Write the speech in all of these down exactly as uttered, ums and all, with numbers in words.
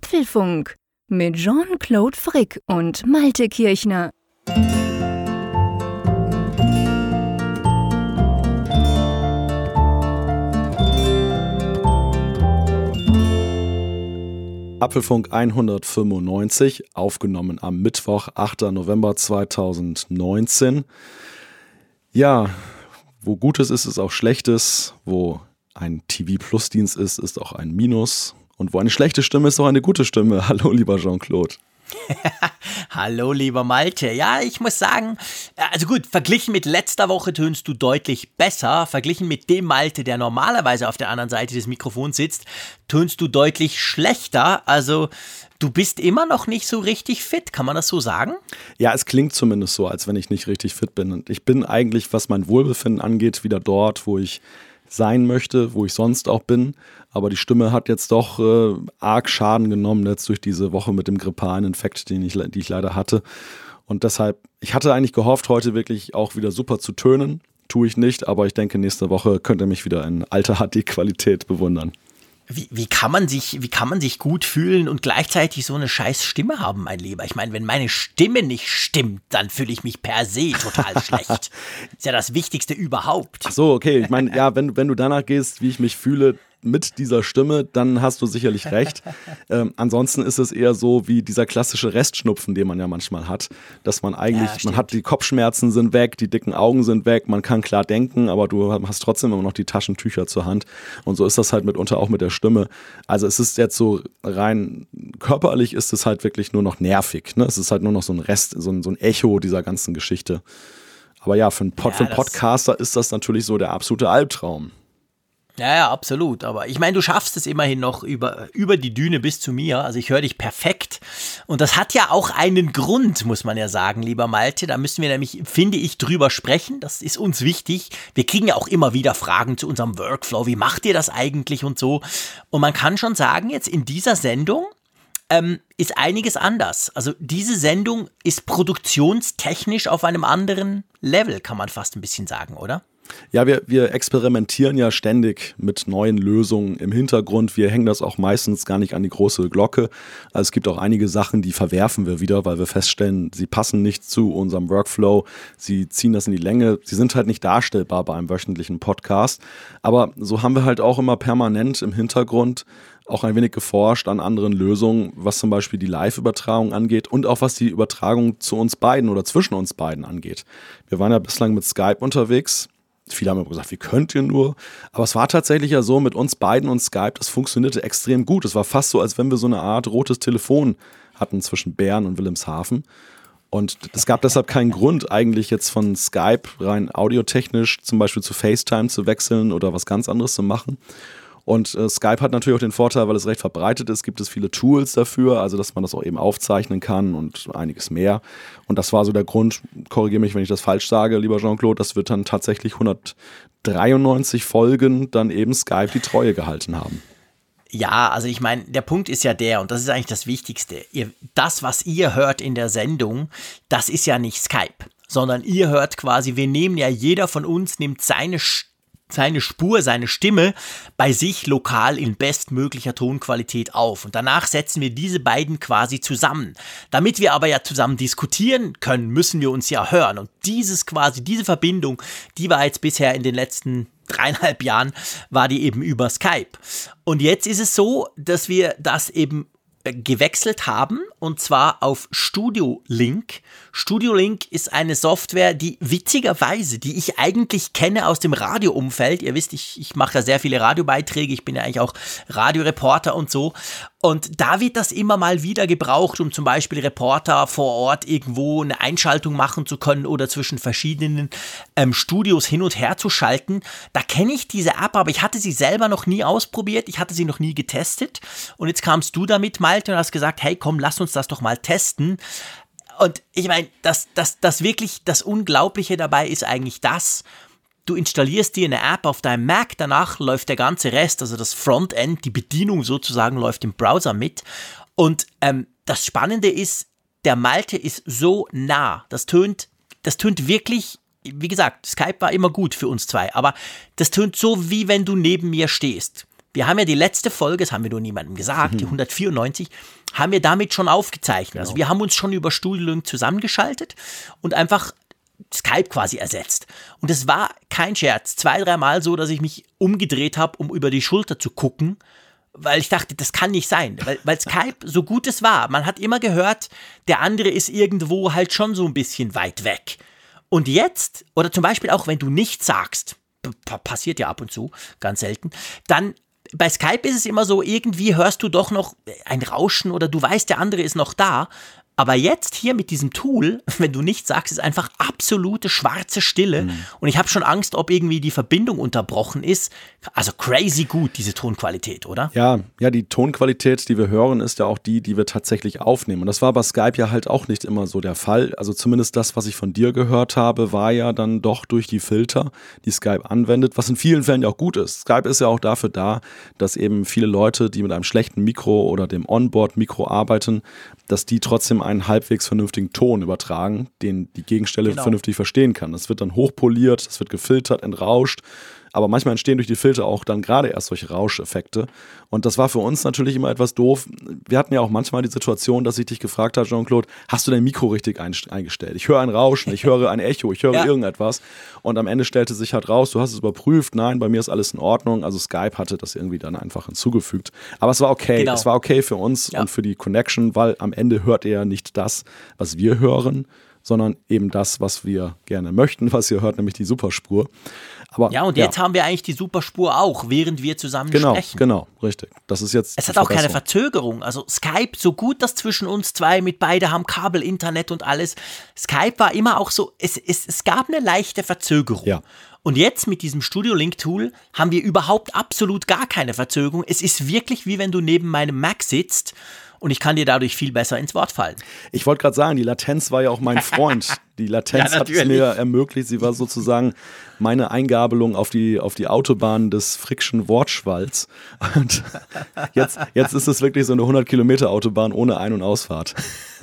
Apfelfunk mit Jean-Claude Frick und Malte Kirchner. Apfelfunk hundertfünfundneunzig, aufgenommen am Mittwoch, achter November zweitausendneunzehn. Ja, wo Gutes ist, ist auch Schlechtes. Wo ein T V-Plus-Dienst ist, ist auch ein Minus. Und wo eine schlechte Stimme ist, auch eine gute Stimme. Hallo, lieber Jean-Claude. Hallo, lieber Malte. Ja, ich muss sagen, also gut, verglichen mit letzter Woche tönst du deutlich besser. Verglichen mit dem Malte, der normalerweise auf der anderen Seite des Mikrofons sitzt, tönst du deutlich schlechter. Also du bist immer noch nicht so richtig fit, kann man das so sagen? Ja, es klingt zumindest so, als wenn ich nicht richtig fit bin. Und ich bin eigentlich, was mein Wohlbefinden angeht, wieder dort, wo ich sein möchte, wo ich sonst auch bin. Aber die Stimme hat jetzt doch äh, arg Schaden genommen jetzt durch diese Woche mit dem grippalen Infekt, den ich, die ich leider hatte. Und deshalb, ich hatte eigentlich gehofft, heute wirklich auch wieder super zu tönen. Tue ich nicht, aber ich denke, nächste Woche könnt ihr mich wieder in alter H D-Qualität bewundern. Wie, wie, kann man sich, wie kann man sich gut fühlen und gleichzeitig so eine scheiß Stimme haben, mein Lieber? Ich meine, wenn meine Stimme nicht stimmt, dann fühle ich mich per se total schlecht. Ist ja das Wichtigste überhaupt. Ach so, okay. Ich meine, ja, wenn, wenn du danach gehst, wie ich mich fühle mit dieser Stimme, dann hast du sicherlich recht. Ähm, ansonsten ist es eher so wie dieser klassische Restschnupfen, den man ja manchmal hat, dass man eigentlich, ja, man hat die Kopfschmerzen sind weg, die dicken Augen sind weg, man kann klar denken, aber du hast trotzdem immer noch die Taschentücher zur Hand. Und so ist das halt mitunter auch mit der Stimme. Also es ist jetzt so rein körperlich ist es halt wirklich nur noch nervig. Ne? Es ist halt nur noch so ein Rest, so ein, so ein Echo dieser ganzen Geschichte. Aber ja, für einen, Pod, ja, für einen Podcaster ist das natürlich so der absolute Albtraum. Ja, ja, absolut. Aber ich meine, du schaffst es immerhin noch über, über die Düne bis zu mir. Also ich höre dich perfekt. Und das hat ja auch einen Grund, muss man ja sagen, lieber Malte. Da müssen wir nämlich, finde ich, drüber sprechen. Das ist uns wichtig. Wir kriegen ja auch immer wieder Fragen zu unserem Workflow. Wie macht ihr das eigentlich und so? Und man kann schon sagen, jetzt in dieser Sendung ähm, ist einiges anders. Also diese Sendung ist produktionstechnisch auf einem anderen Level, kann man fast ein bisschen sagen, oder? Ja, wir, wir experimentieren ja ständig mit neuen Lösungen im Hintergrund. Wir hängen das auch meistens gar nicht an die große Glocke. Also es gibt auch einige Sachen, die verwerfen wir wieder, weil wir feststellen, sie passen nicht zu unserem Workflow. Sie ziehen das in die Länge. Sie sind halt nicht darstellbar bei einem wöchentlichen Podcast. Aber so haben wir halt auch immer permanent im Hintergrund auch ein wenig geforscht an anderen Lösungen, was zum Beispiel die Live-Übertragung angeht und auch was die Übertragung zu uns beiden oder zwischen uns beiden angeht. Wir waren ja bislang mit Skype unterwegs. Viele haben immer gesagt, wie könnt ihr nur? Aber es war tatsächlich ja so, mit uns beiden und Skype, das funktionierte extrem gut. Es war fast so, als wenn wir so eine Art rotes Telefon hatten zwischen Bern und Wilhelmshaven. Und es gab deshalb keinen Grund, eigentlich jetzt von Skype rein audiotechnisch zum Beispiel zu FaceTime zu wechseln oder was ganz anderes zu machen. Und äh, Skype hat natürlich auch den Vorteil, weil es recht verbreitet ist, gibt es viele Tools dafür, also dass man das auch eben aufzeichnen kann und einiges mehr. Und das war so der Grund, korrigiere mich, wenn ich das falsch sage, lieber Jean-Claude, das wird dann tatsächlich hundertdreiundneunzig Folgen dann eben Skype die Treue gehalten haben. Ja, also ich meine, der Punkt ist ja der, und das ist eigentlich das Wichtigste, ihr, das, was ihr hört in der Sendung, das ist ja nicht Skype, sondern ihr hört quasi, wir nehmen ja, jeder von uns nimmt seine Stimme, seine Spur, seine Stimme bei sich lokal in bestmöglicher Tonqualität auf. Und danach setzen wir diese beiden quasi zusammen. Damit wir aber ja zusammen diskutieren können, müssen wir uns ja hören. Und dieses quasi, diese Verbindung, die war jetzt bisher in den letzten dreieinhalb Jahren, war die eben über Skype. Und jetzt ist es so, dass wir das eben gewechselt haben, und zwar auf Studio Link. Studio Link ist eine Software, die witzigerweise, die ich eigentlich kenne aus dem Radioumfeld. Ihr wisst, ich, ich mache ja sehr viele Radiobeiträge, ich bin ja eigentlich auch Radioreporter und so. Und da wird das immer mal wieder gebraucht, um zum Beispiel Reporter vor Ort irgendwo eine Einschaltung machen zu können oder zwischen verschiedenen ähm, Studios hin und her zu schalten. Da kenne ich diese App, aber ich hatte sie selber noch nie ausprobiert, ich hatte sie noch nie getestet. Und jetzt kamst du damit, Malte, und hast gesagt, hey komm, lass uns das doch mal testen. Und ich meine, das, das, das wirklich, das Unglaubliche dabei ist eigentlich das, du installierst dir eine App auf deinem Mac, danach läuft der ganze Rest, also das Frontend, die Bedienung sozusagen, läuft im Browser mit. Und ähm, das Spannende ist, der Malte ist so nah, das tönt, das tönt wirklich, wie gesagt, Skype war immer gut für uns zwei, aber das tönt so, wie wenn du neben mir stehst. Wir haben ja die letzte Folge, das haben wir nur niemandem gesagt, die hundertvierundneunzig, haben wir damit schon aufgezeichnet. Genau. Also wir haben uns schon über Studio Link zusammengeschaltet und einfach Skype quasi ersetzt. Und es war kein Scherz, zwei, dreimal so, dass ich mich umgedreht habe, um über die Schulter zu gucken, weil ich dachte, das kann nicht sein, weil, weil Skype so gut es war, man hat immer gehört, der andere ist irgendwo halt schon so ein bisschen weit weg. Und jetzt, oder zum Beispiel auch, wenn du nichts sagst, p- passiert ja ab und zu, ganz selten, dann bei Skype ist es immer so, irgendwie hörst du doch noch ein Rauschen oder du weißt, der andere ist noch da. Aber jetzt hier mit diesem Tool, wenn du nichts sagst, ist einfach absolute schwarze Stille. Mhm. Und ich habe schon Angst, ob irgendwie die Verbindung unterbrochen ist. Also crazy gut, diese Tonqualität, oder? Ja, ja, die Tonqualität, die wir hören, ist ja auch die, die wir tatsächlich aufnehmen. Und das war bei Skype ja halt auch nicht immer so der Fall. Also zumindest das, was ich von dir gehört habe, war ja dann doch durch die Filter, die Skype anwendet, was in vielen Fällen ja auch gut ist. Skype ist ja auch dafür da, dass eben viele Leute, die mit einem schlechten Mikro oder dem Onboard-Mikro arbeiten, dass die trotzdem einen halbwegs vernünftigen Ton übertragen, den die Gegenstelle genau. vernünftig verstehen kann. Das wird dann hochpoliert, das wird gefiltert, entrauscht. Aber manchmal entstehen durch die Filter auch dann gerade erst solche Rauscheffekte. Und das war für uns natürlich immer etwas doof. Wir hatten ja auch manchmal die Situation, dass ich dich gefragt habe, Jean-Claude, hast du dein Mikro richtig eingestellt? Ich höre ein Rauschen, ich höre ein Echo, ich höre ja. irgendetwas. Und am Ende stellte sich halt raus, du hast es überprüft, nein, bei mir ist alles in Ordnung. Also Skype hatte das irgendwie dann einfach hinzugefügt. Aber es war okay, genau. es war okay für uns ja. und für die Connection, weil am Ende hört ihr ja nicht das, was wir hören, sondern eben das, was wir gerne möchten, was ihr hört, nämlich die Superspur. Aber, ja, und jetzt ja. haben wir eigentlich die Superspur auch, während wir zusammen genau, sprechen. Genau, richtig. Das ist jetzt es hat auch keine Verzögerung. Also Skype, so gut das zwischen uns zwei, mit beide haben Kabel, Internet und alles. Skype war immer auch so, es, es, es gab eine leichte Verzögerung. Ja. Und jetzt mit diesem Studio Link Tool haben wir überhaupt absolut gar keine Verzögerung. Es ist wirklich wie wenn du neben meinem Mac sitzt. Und ich kann dir dadurch viel besser ins Wort fallen. Ich wollte gerade sagen, die Latenz war ja auch mein Freund. Die Latenz ja, hat es mir ermöglicht. Sie war sozusagen meine Eingabelung auf die, auf die Autobahn des Frickschen Wortschwalls. Und jetzt, jetzt ist es wirklich so eine hundert Kilometer Autobahn ohne Ein- und Ausfahrt.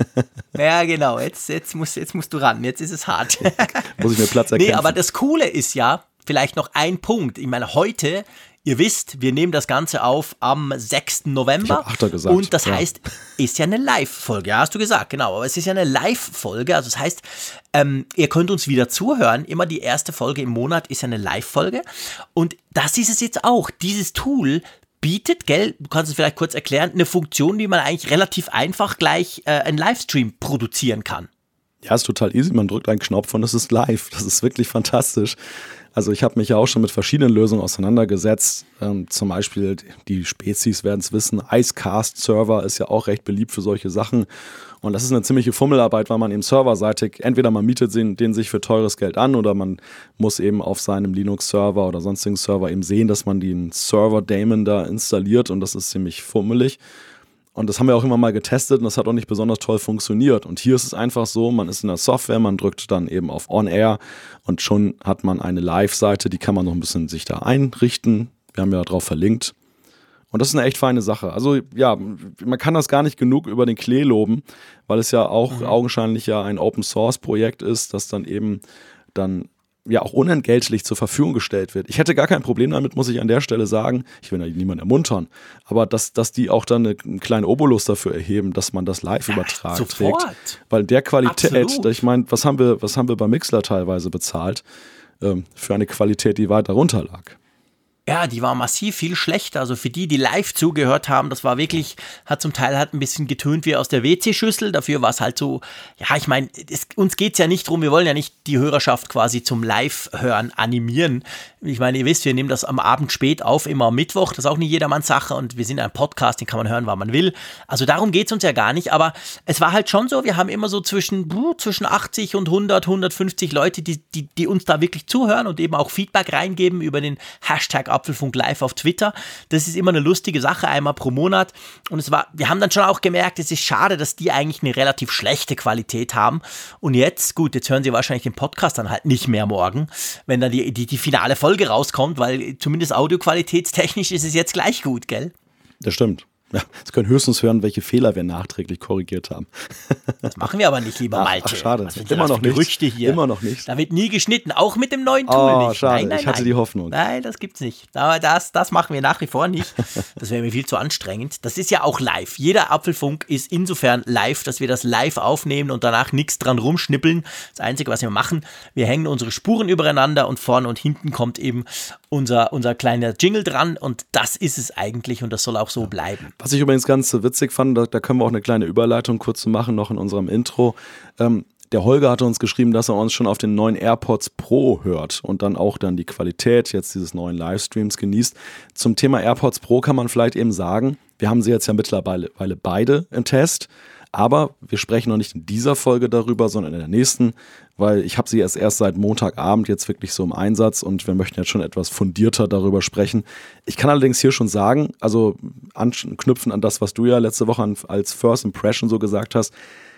Ja, genau. Jetzt, jetzt, musst, jetzt musst du ran. Jetzt ist es hart. Muss ich mir Platz erkämpfen. Nee, aber das Coole ist ja, vielleicht noch ein Punkt. Ich meine, heute... Ihr wisst, wir nehmen das Ganze auf am sechsten November. Ich hab Achter gesagt. Und das ja. heißt, ist ja eine Live-Folge. Ja, hast du gesagt, genau. Aber es ist ja eine Live-Folge. Also das heißt, ähm, ihr könnt uns wieder zuhören. Immer die erste Folge im Monat ist ja eine Live-Folge. Und das ist es jetzt auch. Dieses Tool bietet, gell, du kannst es vielleicht kurz erklären, eine Funktion, wie man eigentlich relativ einfach gleich äh, einen Livestream produzieren kann. Ja, ist total easy. Man drückt einen Knopf und es ist live. Das ist wirklich fantastisch. Also ich habe mich ja auch schon mit verschiedenen Lösungen auseinandergesetzt. Ähm, zum Beispiel, die Spezies werden es wissen, Icecast-Server ist ja auch recht beliebt für solche Sachen. Und das ist eine ziemliche Fummelarbeit, weil man eben serverseitig, entweder man mietet den, den sich für teures Geld an oder man muss eben auf seinem Linux-Server oder sonstigen Server eben sehen, dass man den Server-Daemon da installiert und das ist ziemlich fummelig. Und das haben wir auch immer mal getestet und das hat auch nicht besonders toll funktioniert. Und hier ist es einfach so, man ist in der Software, man drückt dann eben auf On-Air und schon hat man eine Live-Seite, die kann man noch ein bisschen sich da einrichten. Wir haben ja drauf verlinkt. Und das ist eine echt feine Sache. Also ja, man kann das gar nicht genug über den Klee loben, weil es ja auch mhm. augenscheinlich ja ein Open-Source-Projekt ist, das dann eben dann ja auch unentgeltlich zur Verfügung gestellt wird. Ich hätte gar kein Problem damit, muss ich an der Stelle sagen. Ich will ja niemanden ermuntern, aber dass, dass die auch dann eine, einen kleinen Obolus dafür erheben, dass man das live übertragen Sofort. trägt. Weil der Qualität, Absolut. ich meine, was haben wir, was haben wir bei Mixler teilweise bezahlt ähm, für eine Qualität, die weit darunter lag? Ja, die war massiv viel schlechter. Also für die, die live zugehört haben, das war wirklich, hat zum Teil halt ein bisschen getönt wie aus der W C-Schüssel. Dafür war es halt so, ja, ich meine, uns geht's ja nicht drum, wir wollen ja nicht die Hörerschaft quasi zum Live-Hören animieren. Ich meine, ihr wisst, wir nehmen das am Abend spät auf, immer am Mittwoch. Das ist auch nicht jedermanns Sache und wir sind ein Podcast, den kann man hören, wann man will. Also darum geht's uns ja gar nicht. Aber es war halt schon so, wir haben immer so zwischen, zwischen achtzig und hundert, hundertfünfzig Leute, die, die, die uns da wirklich zuhören und eben auch Feedback reingeben über den Hashtag Apfelfunk Live auf Twitter. Das ist immer eine lustige Sache, einmal pro Monat. Und es war, wir haben dann schon auch gemerkt, es ist schade, dass die eigentlich eine relativ schlechte Qualität haben. Und jetzt, gut, jetzt hören sie wahrscheinlich den Podcast dann halt nicht mehr morgen, wenn dann die, die, die finale Folge rauskommt, weil zumindest audioqualitätstechnisch ist es jetzt gleich gut, gell? Das stimmt. Ja, Sie können höchstens hören, welche Fehler wir nachträglich korrigiert haben. Das machen wir aber nicht, lieber ach, Malte. Ach, schade. Was sind Immer das noch für Gerüchte nicht. hier? Immer noch nicht. Da wird nie geschnitten, auch mit dem neuen Tool oh, nicht. Schade, nein, nein, ich hatte nein. die Hoffnung. Nein, das gibt's nicht. Aber das, das machen wir nach wie vor nicht. Das wäre mir viel zu anstrengend. Das ist ja auch live. Jeder Apfelfunk ist insofern live, dass wir das live aufnehmen und danach nichts dran rumschnippeln. Das Einzige, was wir machen, wir hängen unsere Spuren übereinander und vorne und hinten kommt eben unser, unser kleiner Jingle dran und das ist es eigentlich und das soll auch so bleiben. Was ich übrigens ganz witzig fand, da, da können wir auch eine kleine Überleitung kurz zu machen, noch in unserem Intro. Ähm, der Holger hatte uns geschrieben, dass er uns schon auf den neuen AirPods Pro hört und dann auch dann die Qualität jetzt dieses neuen Livestreams genießt. Zum Thema AirPods Pro kann man vielleicht eben sagen, wir haben sie jetzt ja mittlerweile beide im Test. Aber wir sprechen noch nicht in dieser Folge darüber, sondern in der nächsten, weil ich habe sie erst, erst seit Montagabend jetzt wirklich so im Einsatz und wir möchten jetzt schon etwas fundierter darüber sprechen. Ich kann allerdings hier schon sagen, also anknüpfen an das, was du ja letzte Woche als First Impression so gesagt hast,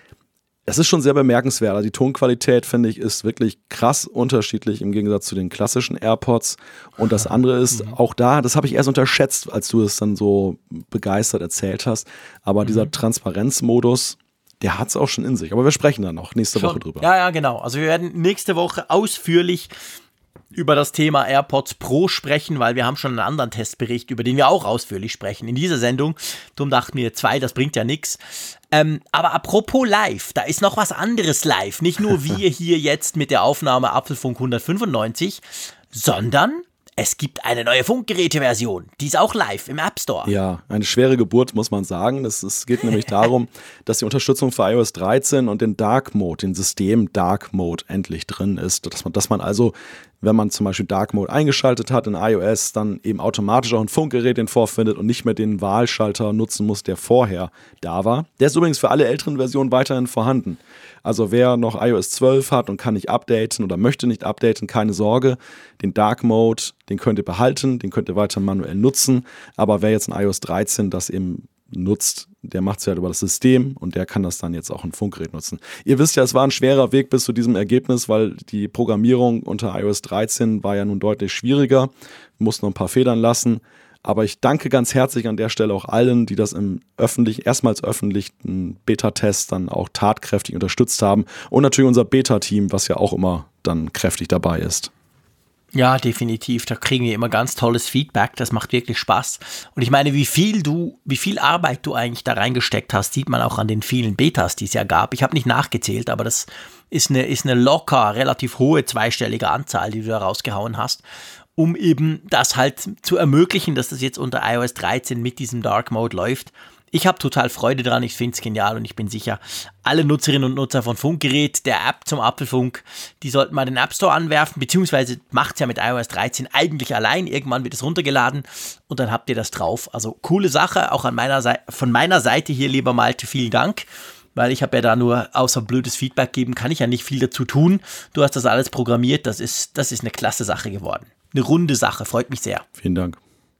es ist schon sehr bemerkenswert. Also die Tonqualität, finde ich, ist wirklich krass unterschiedlich im Gegensatz zu den klassischen AirPods. Und das andere ist, mhm. auch da, das habe ich erst unterschätzt, als du es dann so begeistert erzählt hast. Aber mhm. dieser Transparenzmodus, der hat es auch schon in sich. Aber wir sprechen da noch nächste schon. Woche drüber. Ja, ja, genau. Also wir werden nächste Woche ausführlich über das Thema AirPods Pro sprechen, weil wir haben schon einen anderen Testbericht, über den wir auch ausführlich sprechen in dieser Sendung. Darum dachten wir, zwei, das bringt ja nichts. Ähm, aber apropos live, da ist noch was anderes live. Nicht nur wir hier jetzt mit der Aufnahme Apfelfunk hundertfünfundneunzig, sondern es gibt eine neue Funkgeräte-Version. Die ist auch live im App Store. Ja, eine schwere Geburt, muss man sagen. Es, es geht nämlich darum, dass die Unterstützung für i O S dreizehn und den Dark Mode, den System Dark Mode endlich drin ist. Dass man, dass man also, wenn man zum Beispiel Dark Mode eingeschaltet hat in iOS, dann eben automatisch auch ein Funkgerät den vorfindet und nicht mehr den Wahlschalter nutzen muss, der vorher da war. Der ist übrigens für alle älteren Versionen weiterhin vorhanden. Also wer noch i O S zwölf hat und kann nicht updaten oder möchte nicht updaten, keine Sorge. Den Dark Mode, den könnt ihr behalten, den könnt ihr weiter manuell nutzen. Aber wer jetzt in i O S dreizehn das eben nutzt, der macht es halt über das System und der kann das dann jetzt auch ein Funkgerät nutzen. Ihr wisst ja, es war ein schwerer Weg bis zu diesem Ergebnis, weil die Programmierung unter i O S dreizehn war ja nun deutlich schwieriger. Wir mussten noch ein paar Federn lassen. Aber ich danke ganz herzlich an der Stelle auch allen, die das im öffentlichen, erstmals öffentlichen Beta-Test dann auch tatkräftig unterstützt haben. Und natürlich unser Beta-Team, was ja auch immer dann kräftig dabei ist. Ja, definitiv. Da kriegen wir immer ganz tolles Feedback. Das macht wirklich Spaß. Und ich meine, wie viel du, wie viel Arbeit du eigentlich da reingesteckt hast, sieht man auch an den vielen Betas, die es ja gab. Ich habe nicht nachgezählt, aber das ist eine, ist eine locker, relativ hohe zweistellige Anzahl, die du da rausgehauen hast, um eben das halt zu ermöglichen, dass das jetzt unter i O S dreizehn mit diesem Dark Mode läuft. Ich habe total Freude dran, ich finde es genial und ich bin sicher, alle Nutzerinnen und Nutzer von Funkgerät, der App zum Apfelfunk, die sollten mal den App Store anwerfen, beziehungsweise macht es ja mit i O S dreizehn eigentlich allein, irgendwann wird es runtergeladen und dann habt ihr das drauf. Also coole Sache, auch an meiner Seite, von meiner Seite hier, lieber Malte, vielen Dank, weil ich habe ja da nur außer blödes Feedback geben, kann ich ja nicht viel dazu tun. Du hast das alles programmiert, das ist, das ist eine klasse Sache geworden. Eine runde Sache, freut mich sehr. Vielen Dank.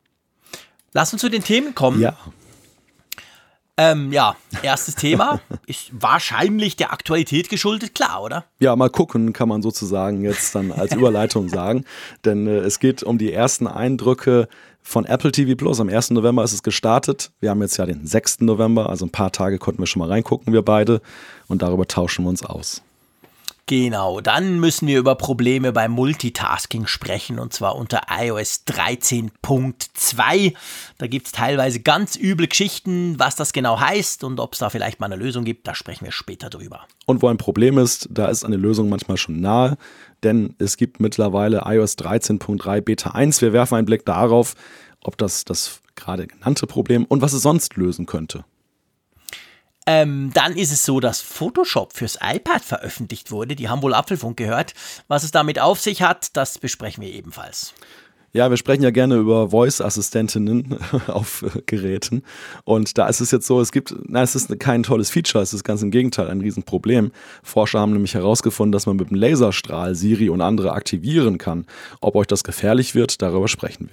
Lass uns zu den Themen kommen. Ja. Ähm, ja, erstes Thema ist wahrscheinlich der Aktualität geschuldet, klar, oder? Ja, mal gucken, kann man sozusagen jetzt dann als Überleitung sagen. Denn äh, es geht um die ersten Eindrücke von Apple T V Plus. Am ersten November ist es gestartet. Wir haben jetzt ja den sechsten November, also ein paar Tage konnten wir schon mal reingucken, wir beide. Und darüber tauschen wir uns aus. Genau, dann müssen wir über Probleme beim Multitasking sprechen und zwar unter i O S dreizehn Punkt zwei. Da gibt es teilweise ganz üble Geschichten, was das genau heißt und ob es da vielleicht mal eine Lösung gibt, da sprechen wir später drüber. Und wo ein Problem ist, da ist eine Lösung manchmal schon nahe, denn es gibt mittlerweile i O S dreizehn Punkt drei Beta eins. Wir werfen einen Blick darauf, ob das das gerade genannte Problem und was es sonst lösen könnte. Ähm, dann ist es so, dass Photoshop fürs iPad veröffentlicht wurde. Die haben wohl Apfelfunk gehört. Was es damit auf sich hat, das besprechen wir ebenfalls. Ja, wir sprechen ja gerne über Voice-Assistentinnen auf Geräten. Und da ist es jetzt so, es gibt, na, es ist kein tolles Feature, es ist ganz im Gegenteil ein Riesenproblem. Forscher haben nämlich herausgefunden, dass man mit dem Laserstrahl Siri und andere aktivieren kann. Ob euch das gefährlich wird, darüber sprechen wir.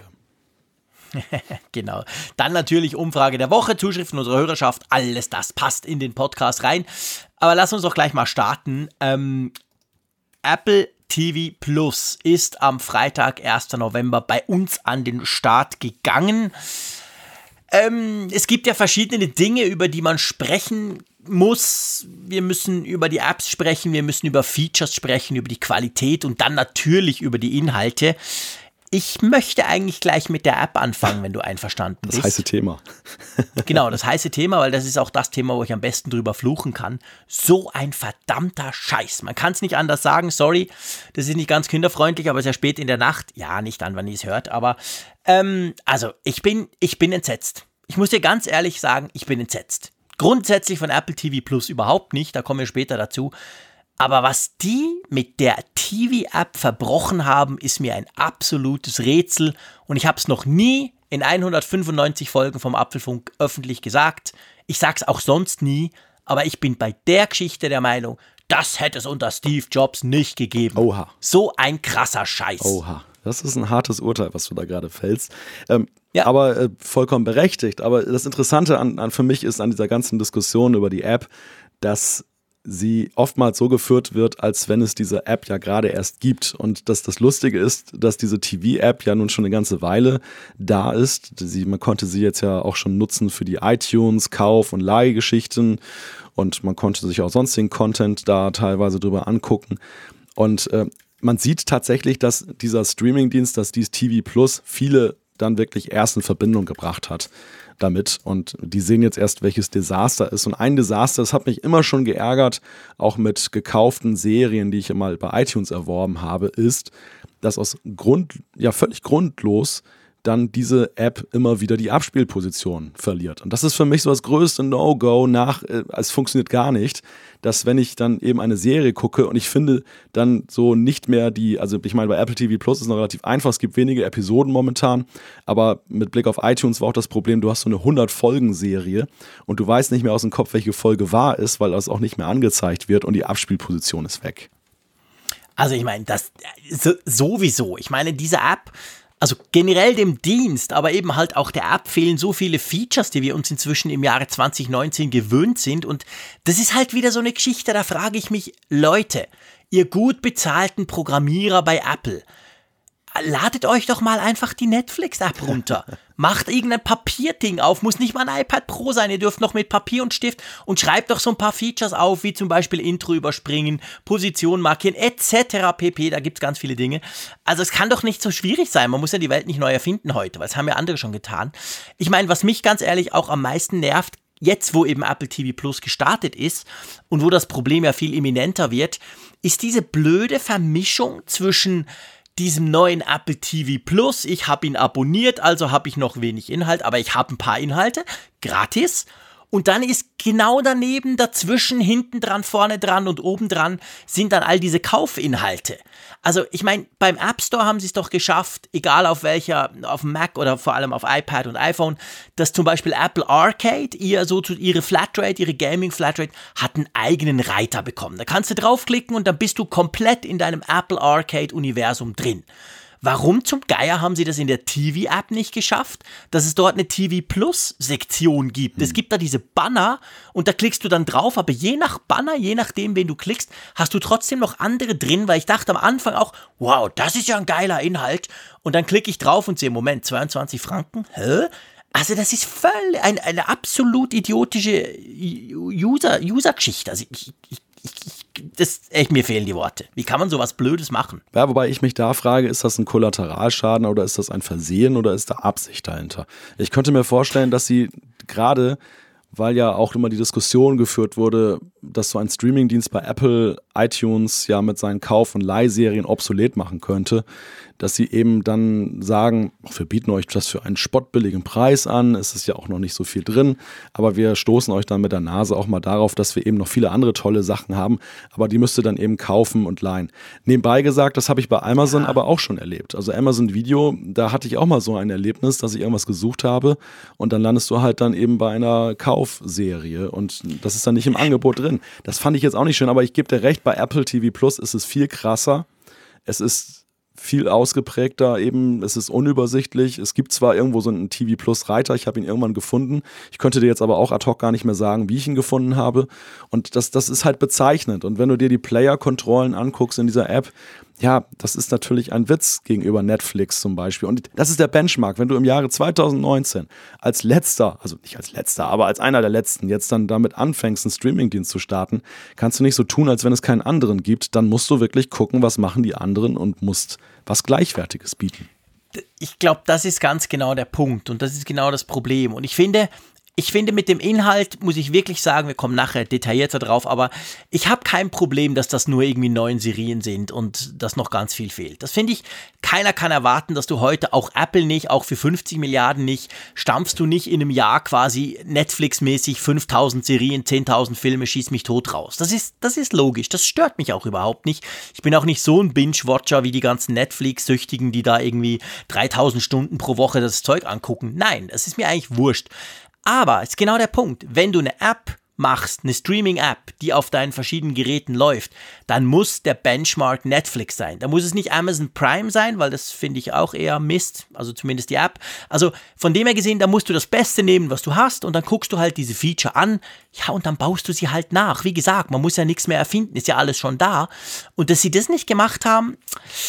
Genau. Dann natürlich Umfrage der Woche, Zuschriften unserer Hörerschaft, alles das passt in den Podcast rein. Aber lass uns doch gleich mal starten. Ähm, Apple T V Plus ist am Freitag, ersten November, bei uns an den Start gegangen. Ähm, es gibt ja verschiedene Dinge, über die man sprechen muss. Wir müssen über die Apps sprechen, wir müssen über Features sprechen, über die Qualität und dann natürlich über die Inhalte. Ich möchte eigentlich gleich mit der App anfangen, wenn du einverstanden bist. Das heiße Thema. Genau, das heiße Thema, weil das ist auch das Thema, wo ich am besten drüber fluchen kann. So ein verdammter Scheiß. Man kann es nicht anders sagen, sorry, das ist nicht ganz kinderfreundlich, aber es ist ja spät in der Nacht. Ja, nicht dann, wann ihr es hört, aber ähm, also ich bin, ich bin entsetzt. Ich muss dir ganz ehrlich sagen, ich bin entsetzt. Grundsätzlich von Apple T V Plus überhaupt nicht, da kommen wir später dazu. Aber was die mit der T V-App verbrochen haben, ist mir ein absolutes Rätsel. Und ich habe es noch nie in hundertfünfundneunzig Folgen vom Apfelfunk öffentlich gesagt. Ich sag's auch sonst nie. Aber ich bin bei der Geschichte der Meinung, das hätte es unter Steve Jobs nicht gegeben. Oha. So ein krasser Scheiß. Oha. Das ist ein hartes Urteil, was du da gerade fällst. Ähm, ja. Aber äh, vollkommen berechtigt. Aber das Interessante an, an für mich ist an dieser ganzen Diskussion über die App, dass sie oftmals so geführt wird, als wenn es diese App ja gerade erst gibt. Und dass das Lustige ist, dass diese T V-App ja nun schon eine ganze Weile da ist. Sie, man konnte sie jetzt ja auch schon nutzen für die iTunes, Kauf- und Leihgeschichten. Und man konnte sich auch sonstigen Content da teilweise drüber angucken. Und äh, man sieht tatsächlich, dass dieser Streamingdienst, dass dieses T V Plus viele dann wirklich erst in Verbindung gebracht hat damit. Und die sehen jetzt erst, welches Desaster ist. Und ein Desaster, das hat mich immer schon geärgert, auch mit gekauften Serien, die ich mal bei iTunes erworben habe, ist, dass aus Grund, ja völlig grundlos dann diese App immer wieder die Abspielposition verliert. Und das ist für mich so das größte No-Go nach, äh, es funktioniert gar nicht, dass wenn ich dann eben eine Serie gucke und ich finde dann so nicht mehr die, also ich meine bei Apple T V Plus ist es noch relativ einfach, es gibt wenige Episoden momentan, aber mit Blick auf iTunes war auch das Problem, du hast so eine hundert-Folgen-Serie und du weißt nicht mehr aus dem Kopf, welche Folge wahr ist, weil das auch nicht mehr angezeigt wird und die Abspielposition ist weg. Also ich meine, das so, sowieso, ich meine diese App, also generell dem Dienst, aber eben halt auch der App fehlen so viele Features, die wir uns inzwischen im Jahre zwanzig neunzehn gewöhnt sind. Und das ist halt wieder so eine Geschichte, da frage ich mich, Leute, ihr gut bezahlten Programmierer bei Apple, ladet euch doch mal einfach die Netflix-App runter. Macht irgendein Papierding auf, muss nicht mal ein iPad Pro sein, ihr dürft noch mit Papier und Stift und schreibt doch so ein paar Features auf, wie zum Beispiel Intro überspringen, Position markieren, et cetera pp. Da gibt es ganz viele Dinge. Also es kann doch nicht so schwierig sein, man muss ja die Welt nicht neu erfinden heute, weil das haben ja andere schon getan. Ich meine, was mich ganz ehrlich auch am meisten nervt, jetzt wo eben Apple T V Plus gestartet ist und wo das Problem ja viel imminenter wird, ist diese blöde Vermischung zwischen diesem neuen Apple T V Plus, ich habe ihn abonniert, also habe ich noch wenig Inhalt, aber ich habe ein paar Inhalte, gratis. Und dann ist genau daneben, dazwischen, hinten dran, vorne dran und oben dran sind dann all diese Kaufinhalte. Also ich meine, beim App Store haben sie es doch geschafft, egal auf welcher, auf dem Mac oder vor allem auf iPad und iPhone, dass zum Beispiel Apple Arcade, ihr, so zu, ihre Flatrate, ihre Gaming-Flatrate, hat einen eigenen Reiter bekommen. Da kannst du draufklicken und dann bist du komplett in deinem Apple Arcade-Universum drin. Warum zum Geier haben sie das in der T V-App nicht geschafft, dass es dort eine T V Plus-Sektion gibt? Es gibt da diese Banner und da klickst du dann drauf, aber je nach Banner, je nachdem, wen du klickst, hast du trotzdem noch andere drin, weil ich dachte am Anfang auch, wow, das ist ja ein geiler Inhalt. Und dann klicke ich drauf und sehe, Moment, zweiundzwanzig Franken? Hä? Also das ist völlig eine, eine absolut idiotische User, User-Geschichte. Also ich, ich, ich, das, echt, mir fehlen die Worte. Wie kann man sowas Blödes machen? Ja, wobei ich mich da frage, ist das ein Kollateralschaden oder ist das ein Versehen oder ist da Absicht dahinter? Ich könnte mir vorstellen, dass sie gerade, weil ja auch immer die Diskussion geführt wurde, dass so ein Streamingdienst bei Apple iTunes ja mit seinen Kauf- und Leihserien obsolet machen könnte, dass sie eben dann sagen, ach, wir bieten euch das für einen spottbilligen Preis an, es ist ja auch noch nicht so viel drin, aber wir stoßen euch dann mit der Nase auch mal darauf, dass wir eben noch viele andere tolle Sachen haben, aber die müsst ihr dann eben kaufen und leihen. Nebenbei gesagt, das habe ich bei Amazon ja. aber auch schon erlebt. Also Amazon Video, da hatte ich auch mal so ein Erlebnis, dass ich irgendwas gesucht habe und dann landest du halt dann eben bei einer Kaufserie und das ist dann nicht im Angebot drin. Das fand ich jetzt auch nicht schön, aber ich gebe dir recht, bei Apple T V Plus ist es viel krasser. Es ist viel ausgeprägter, eben, es ist unübersichtlich. Es gibt zwar irgendwo so einen T V Plus Reiter, ich habe ihn irgendwann gefunden. Ich könnte dir jetzt aber auch ad hoc gar nicht mehr sagen, wie ich ihn gefunden habe. Und das, das ist halt bezeichnend. Und wenn du dir die Player-Kontrollen anguckst in dieser App, ja, das ist natürlich ein Witz gegenüber Netflix zum Beispiel. Und das ist der Benchmark. Wenn du im Jahre zwanzig neunzehn als letzter, also nicht als letzter, aber als einer der letzten jetzt dann damit anfängst, einen Streamingdienst zu starten, kannst du nicht so tun, als wenn es keinen anderen gibt. Dann musst du wirklich gucken, was machen die anderen und musst was Gleichwertiges bieten. Ich glaube, das ist ganz genau der Punkt und das ist genau das Problem. Und ich finde, Ich finde, mit dem Inhalt muss ich wirklich sagen, wir kommen nachher detaillierter drauf, aber ich habe kein Problem, dass das nur irgendwie neun Serien sind und dass noch ganz viel fehlt. Das finde ich, keiner kann erwarten, dass du heute, auch Apple nicht, auch für fünfzig Milliarden nicht, stampfst du nicht in einem Jahr quasi Netflix-mäßig fünftausend Serien, zehntausend Filme, schieß mich tot raus. Das ist, das ist logisch, das stört mich auch überhaupt nicht. Ich bin auch nicht so ein Binge-Watcher wie die ganzen Netflix-Süchtigen, die da irgendwie dreitausend Stunden pro Woche das Zeug angucken. Nein, das ist mir eigentlich wurscht. Aber, ist genau der Punkt, wenn du eine App machst, eine Streaming-App, die auf deinen verschiedenen Geräten läuft, dann muss der Benchmark Netflix sein. Da muss es nicht Amazon Prime sein, weil das finde ich auch eher Mist, also zumindest die App. Also von dem her gesehen, da musst du das Beste nehmen, was du hast und dann guckst du halt diese Feature an, ja, und dann baust du sie halt nach. Wie gesagt, man muss ja nichts mehr erfinden, ist ja alles schon da. Und dass sie das nicht gemacht haben,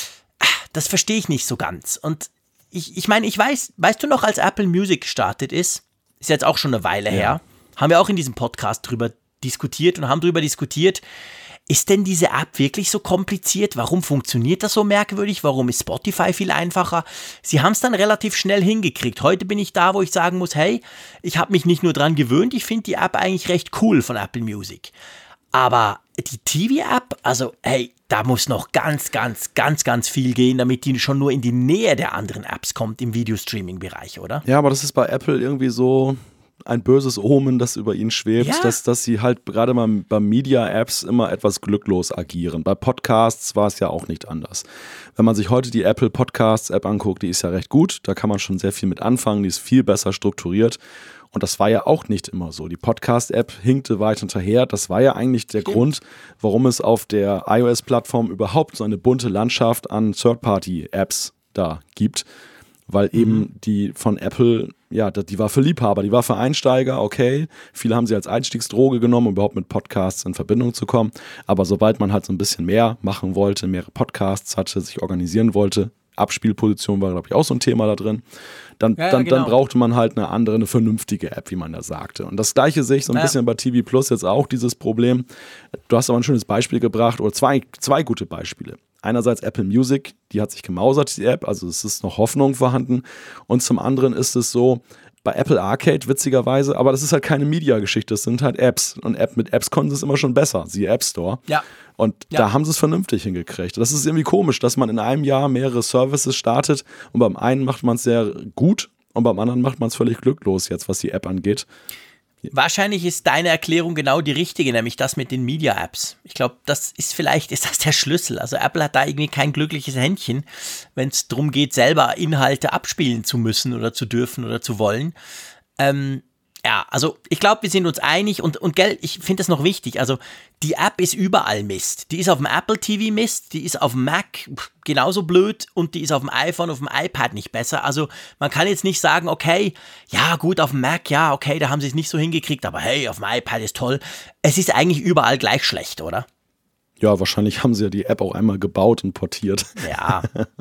das verstehe ich nicht so ganz. Und ich, ich meine, ich weiß, weißt du noch, als Apple Music gestartet ist, ist jetzt auch schon eine Weile her, ja. Haben wir auch in diesem Podcast drüber diskutiert und haben drüber diskutiert, ist denn diese App wirklich so kompliziert? Warum funktioniert das so merkwürdig? Warum ist Spotify viel einfacher? Sie haben es dann relativ schnell hingekriegt. Heute bin ich da, wo ich sagen muss, hey, ich habe mich nicht nur dran gewöhnt, ich finde die App eigentlich recht cool von Apple Music. Aber die T V-App, also hey, da muss noch ganz, ganz, ganz, ganz viel gehen, damit die schon nur in die Nähe der anderen Apps kommt im Videostreaming-Bereich, oder? Ja, aber das ist bei Apple irgendwie so ein böses Omen, das über ihnen schwebt, ja. dass, dass sie halt gerade mal bei Media-Apps immer etwas glücklos agieren. Bei Podcasts war es ja auch nicht anders. Wenn man sich heute die Apple Podcasts-App anguckt, die ist ja recht gut, da kann man schon sehr viel mit anfangen, die ist viel besser strukturiert. Und das war ja auch nicht immer so. Die Podcast-App hinkte weit hinterher. Das war ja eigentlich der Stimmt. Grund, warum es auf der iOS-Plattform überhaupt so eine bunte Landschaft an Third-Party-Apps da gibt. Weil mhm. eben die von Apple, ja, die war für Liebhaber, die war für Einsteiger, okay. Viele haben sie als Einstiegsdroge genommen, um überhaupt mit Podcasts in Verbindung zu kommen. Aber sobald man halt so ein bisschen mehr machen wollte, mehrere Podcasts hatte, sich organisieren wollte, Abspielposition war, glaube ich, auch so ein Thema da drin. Dann, ja, dann, genau. dann brauchte man halt eine andere, eine vernünftige App, wie man da sagte. Und das Gleiche sehe ich so ein ja. bisschen bei T V Plus jetzt auch, dieses Problem. Du hast aber ein schönes Beispiel gebracht, oder zwei, zwei gute Beispiele. Einerseits Apple Music, die hat sich gemausert, die App, also es ist noch Hoffnung vorhanden. Und zum anderen ist es so, bei Apple Arcade witzigerweise, aber das ist halt keine Media-Geschichte, das sind halt Apps. Und App, mit Apps konnten sie es immer schon besser, siehe App Store. Ja. Und ja. da haben sie es vernünftig hingekriegt. Das ist irgendwie komisch, dass man in einem Jahr mehrere Services startet und beim einen macht man es sehr gut und beim anderen macht man es völlig glücklos jetzt, was die App angeht. Wahrscheinlich ist deine Erklärung genau die richtige, nämlich das mit den Media-Apps. Ich glaube, das ist vielleicht, ist das der Schlüssel. Also Apple hat da irgendwie kein glückliches Händchen, wenn es darum geht, selber Inhalte abspielen zu müssen oder zu dürfen oder zu wollen. Ähm, ja, also ich glaube, wir sind uns einig und, und gell, ich finde das noch wichtig, also die App ist überall Mist. Die ist auf dem Apple T V Mist, die ist auf dem Mac genauso blöd und die ist auf dem iPhone, auf dem iPad nicht besser. Also man kann jetzt nicht sagen, okay, ja gut, auf dem Mac, ja, okay, da haben sie es nicht so hingekriegt, aber hey, auf dem iPad ist toll. Es ist eigentlich überall gleich schlecht, oder? Ja, wahrscheinlich haben sie ja die App auch einmal gebaut und portiert. Ja,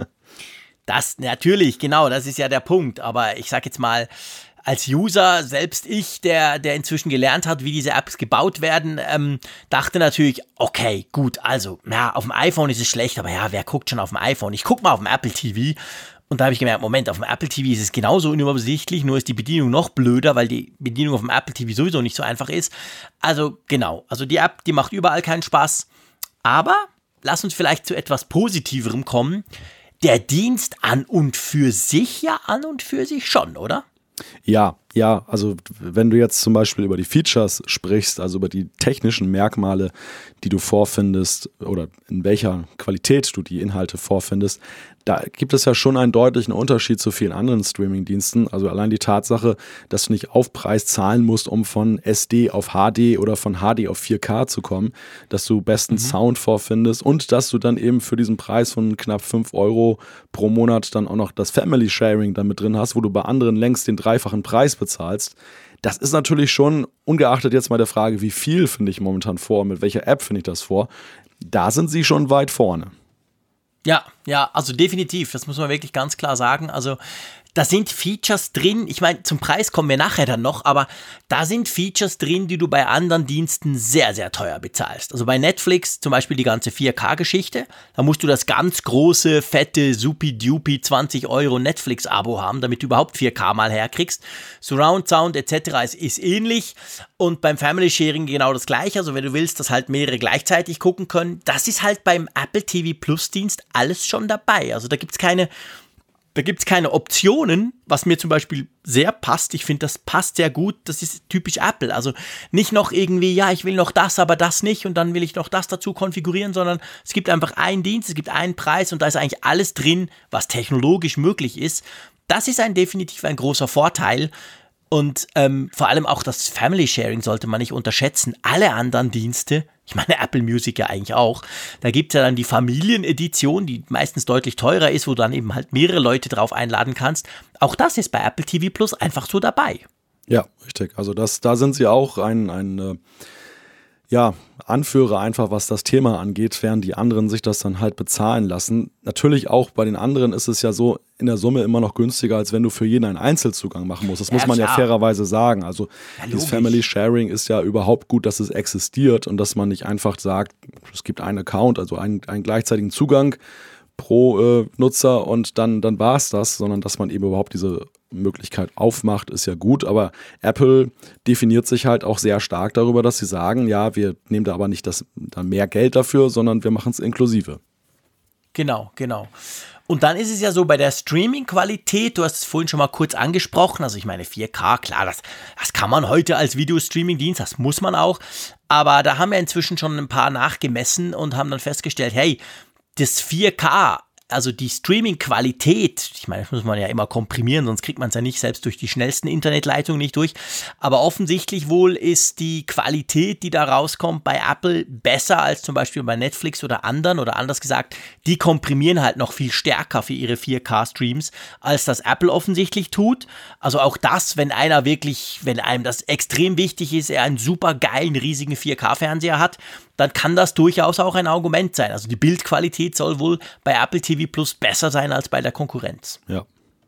das natürlich, genau, das ist ja der Punkt. Aber ich sag jetzt mal, als User, selbst ich, der, der inzwischen gelernt hat, wie diese Apps gebaut werden, ähm, dachte natürlich, okay, gut, also, ja, auf dem iPhone ist es schlecht, aber ja, wer guckt schon auf dem iPhone? Ich guck mal auf dem Apple T V und da habe ich gemerkt, Moment, auf dem Apple T V ist es genauso unübersichtlich, nur ist die Bedienung noch blöder, weil die Bedienung auf dem Apple T V sowieso nicht so einfach ist. Also, genau, also die App, die macht überall keinen Spaß, aber lass uns vielleicht zu etwas Positiverem kommen. Der Dienst an und für sich ja an und für sich schon, oder? Ja, Ja, also wenn du jetzt zum Beispiel über die Features sprichst, also über die technischen Merkmale, die du vorfindest oder in welcher Qualität du die Inhalte vorfindest, da gibt es ja schon einen deutlichen Unterschied zu vielen anderen Streaming-Diensten. Also allein die Tatsache, dass du nicht Aufpreis zahlen musst, um von S D auf H D oder von H D auf vier K zu kommen, dass du besten mhm. Sound vorfindest und dass du dann eben für diesen Preis von knapp fünf Euro pro Monat dann auch noch das Family Sharing dann mit drin hast, wo du bei anderen längst den dreifachen Preis bezahlst. Das ist natürlich schon, ungeachtet jetzt mal der Frage, wie viel finde ich momentan vor, mit welcher App finde ich das vor, da sind sie schon weit vorne. Ja, ja, also definitiv, das muss man wirklich ganz klar sagen. Also da sind Features drin, ich meine, zum Preis kommen wir nachher dann noch, aber da sind Features drin, die du bei anderen Diensten sehr, sehr teuer bezahlst. Also bei Netflix zum Beispiel die ganze vier K-Geschichte, da musst du das ganz große, fette, supi-dupi zwanzig Euro Netflix-Abo haben, damit du überhaupt vier K mal herkriegst. Surround Sound et cetera ist, ist ähnlich und beim Family Sharing genau das gleiche, also wenn du willst, dass halt mehrere gleichzeitig gucken können, das ist halt beim Apple T V Plus Dienst alles schon dabei. Also da gibt es keine... Da gibt es keine Optionen, was mir zum Beispiel sehr passt. Ich finde, das passt sehr gut. Das ist typisch Apple. Also nicht noch irgendwie, ja, ich will noch das, aber das nicht und dann will ich noch das dazu konfigurieren, sondern es gibt einfach einen Dienst, es gibt einen Preis und da ist eigentlich alles drin, was technologisch möglich ist. Das ist ein definitiv ein großer Vorteil. Und ähm, vor allem auch das Family Sharing sollte man nicht unterschätzen. Alle anderen Dienste, ich meine Apple Music ja eigentlich auch, da gibt es ja dann die Familienedition, die meistens deutlich teurer ist, wo du dann eben halt mehrere Leute drauf einladen kannst. Auch das ist bei Apple T V Plus einfach so dabei. Ja, richtig. Also das, da sind sie auch ein, ein äh, ja, Anführer einfach, was das Thema angeht, während die anderen sich das dann halt bezahlen lassen. Natürlich auch bei den anderen ist es ja so in der Summe immer noch günstiger, als wenn du für jeden einen Einzelzugang machen musst. Das ja, muss man klar. ja fairerweise sagen. Also ja, dieses Family Sharing ist ja überhaupt gut, dass es existiert und dass man nicht einfach sagt, es gibt einen Account, also einen, einen gleichzeitigen Zugang pro äh, Nutzer und dann, dann war es das, sondern dass man eben überhaupt diese Möglichkeit aufmacht, ist ja gut, aber Apple definiert sich halt auch sehr stark darüber, dass sie sagen, ja, wir nehmen da aber nicht das, da mehr Geld dafür, sondern wir machen es inklusive. Genau, genau. Und dann ist es ja so bei der Streaming-Qualität, du hast es vorhin schon mal kurz angesprochen, also ich meine vier K, klar, das, das kann man heute als Videostreaming-Dienst, das muss man auch, aber da haben wir inzwischen schon ein paar nachgemessen und haben dann festgestellt, hey, das vier K, also die Streaming-Qualität, ich meine, das muss man ja immer komprimieren, sonst kriegt man es ja nicht selbst durch die schnellsten Internetleitungen nicht durch, aber offensichtlich wohl ist die Qualität, die da rauskommt bei Apple besser als zum Beispiel bei Netflix oder anderen, oder anders gesagt, die komprimieren halt noch viel stärker für ihre vier K-Streams, als das Apple offensichtlich tut. Also auch das, wenn einer wirklich, wenn einem das extrem wichtig ist, er einen super geilen, riesigen vier K-Fernseher hat, dann kann das durchaus auch ein Argument sein. Also die Bildqualität soll wohl bei Apple T V Plus besser sein als bei der Konkurrenz. Ja.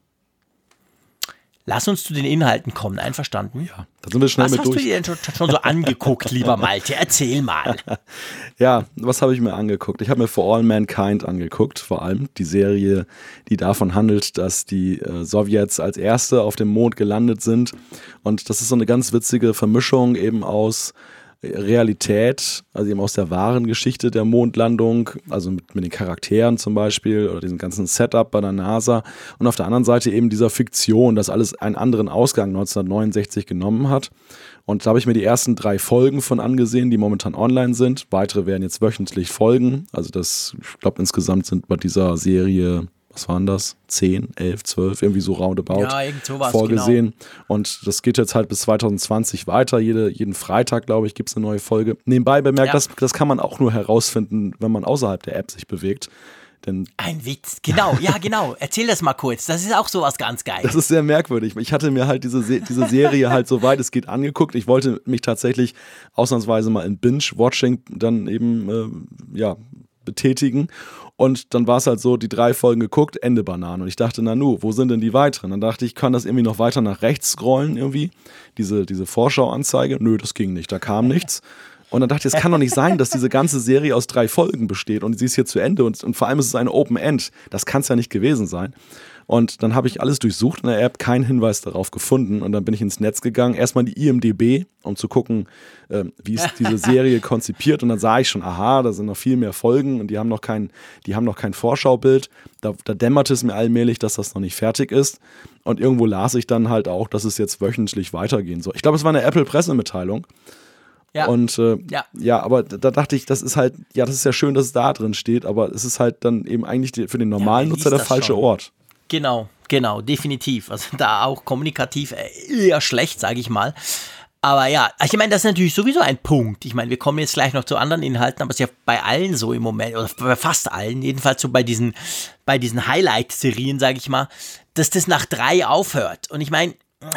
Lass uns zu den Inhalten kommen, einverstanden? Ja, da sind wir schnell was mit durch. Was hast du dir denn schon, schon so angeguckt, lieber Malte? Erzähl mal. Ja, was habe ich mir angeguckt? Ich habe mir For All Mankind angeguckt, vor allem die Serie, die davon handelt, dass die äh, Sowjets als Erste auf dem Mond gelandet sind. Und das ist so eine ganz witzige Vermischung eben aus Realität, also eben aus der wahren Geschichte der Mondlandung, also mit, mit den Charakteren zum Beispiel oder diesem ganzen Setup bei der NASA und auf der anderen Seite eben dieser Fiktion, dass alles einen anderen Ausgang neunzehnhundertneunundsechzig genommen hat. Und da habe ich mir die ersten drei Folgen von angesehen, die momentan online sind. Weitere werden jetzt wöchentlich folgen. Also das, ich glaube insgesamt sind bei dieser Serie, was waren das? zehn, elf, zwölf, irgendwie so roundabout ja, irgend sowas, vorgesehen. Genau. Und das geht jetzt halt bis zwanzig zwanzig weiter. Jede, jeden Freitag, glaube ich, gibt es eine neue Folge. Nebenbei bemerkt, ja. das, das kann man auch nur herausfinden, wenn man außerhalb der App sich bewegt. Denn ein Witz, genau, ja genau. Erzähl das mal kurz, das ist auch sowas ganz geil. Das ist sehr merkwürdig. Ich hatte mir halt diese, Se- diese Serie halt so weit es geht angeguckt. Ich wollte mich tatsächlich ausnahmsweise mal in Binge-Watching dann eben äh, ja, betätigen. Und dann war es halt so, die drei Folgen geguckt, Ende Bananen. Und ich dachte, na nu, wo sind denn die weiteren? Dann dachte ich, kann das irgendwie noch weiter nach rechts scrollen irgendwie, diese, diese Vorschauanzeige. Nö, das ging nicht, da kam nichts. Und dann dachte ich, es kann doch nicht sein, dass diese ganze Serie aus drei Folgen besteht und sie ist hier zu Ende und, und vor allem ist es eine Open End. Das kann es ja nicht gewesen sein. Und dann habe ich alles durchsucht in der App, keinen Hinweis darauf gefunden. Und dann bin ich ins Netz gegangen, erstmal die I M D B, um zu gucken, äh, wie ist diese Serie konzipiert. Und dann sah ich schon, aha, da sind noch viel mehr Folgen und die haben noch kein, die haben noch kein Vorschaubild. Da, da dämmerte es mir allmählich, dass das noch nicht fertig ist. Und irgendwo las ich dann halt auch, dass es jetzt wöchentlich weitergehen soll. Ich glaube, es war eine Apple-Pressemitteilung. Ja. Und äh, ja. ja, aber da dachte ich, das ist halt, ja, das ist ja schön, dass es da drin steht, aber es ist halt dann eben eigentlich die, für den normalen ja, Nutzer der falsche schon. Ort. Genau, genau, definitiv. Also da auch kommunikativ eher schlecht, sage ich mal. Aber ja, ich meine, das ist natürlich sowieso ein Punkt. Ich meine, wir kommen jetzt gleich noch zu anderen Inhalten, aber es ist ja bei allen so im Moment, oder bei fast allen, jedenfalls so bei diesen, bei diesen Highlight-Serien, sage ich mal, dass das nach drei aufhört. Und ich meine,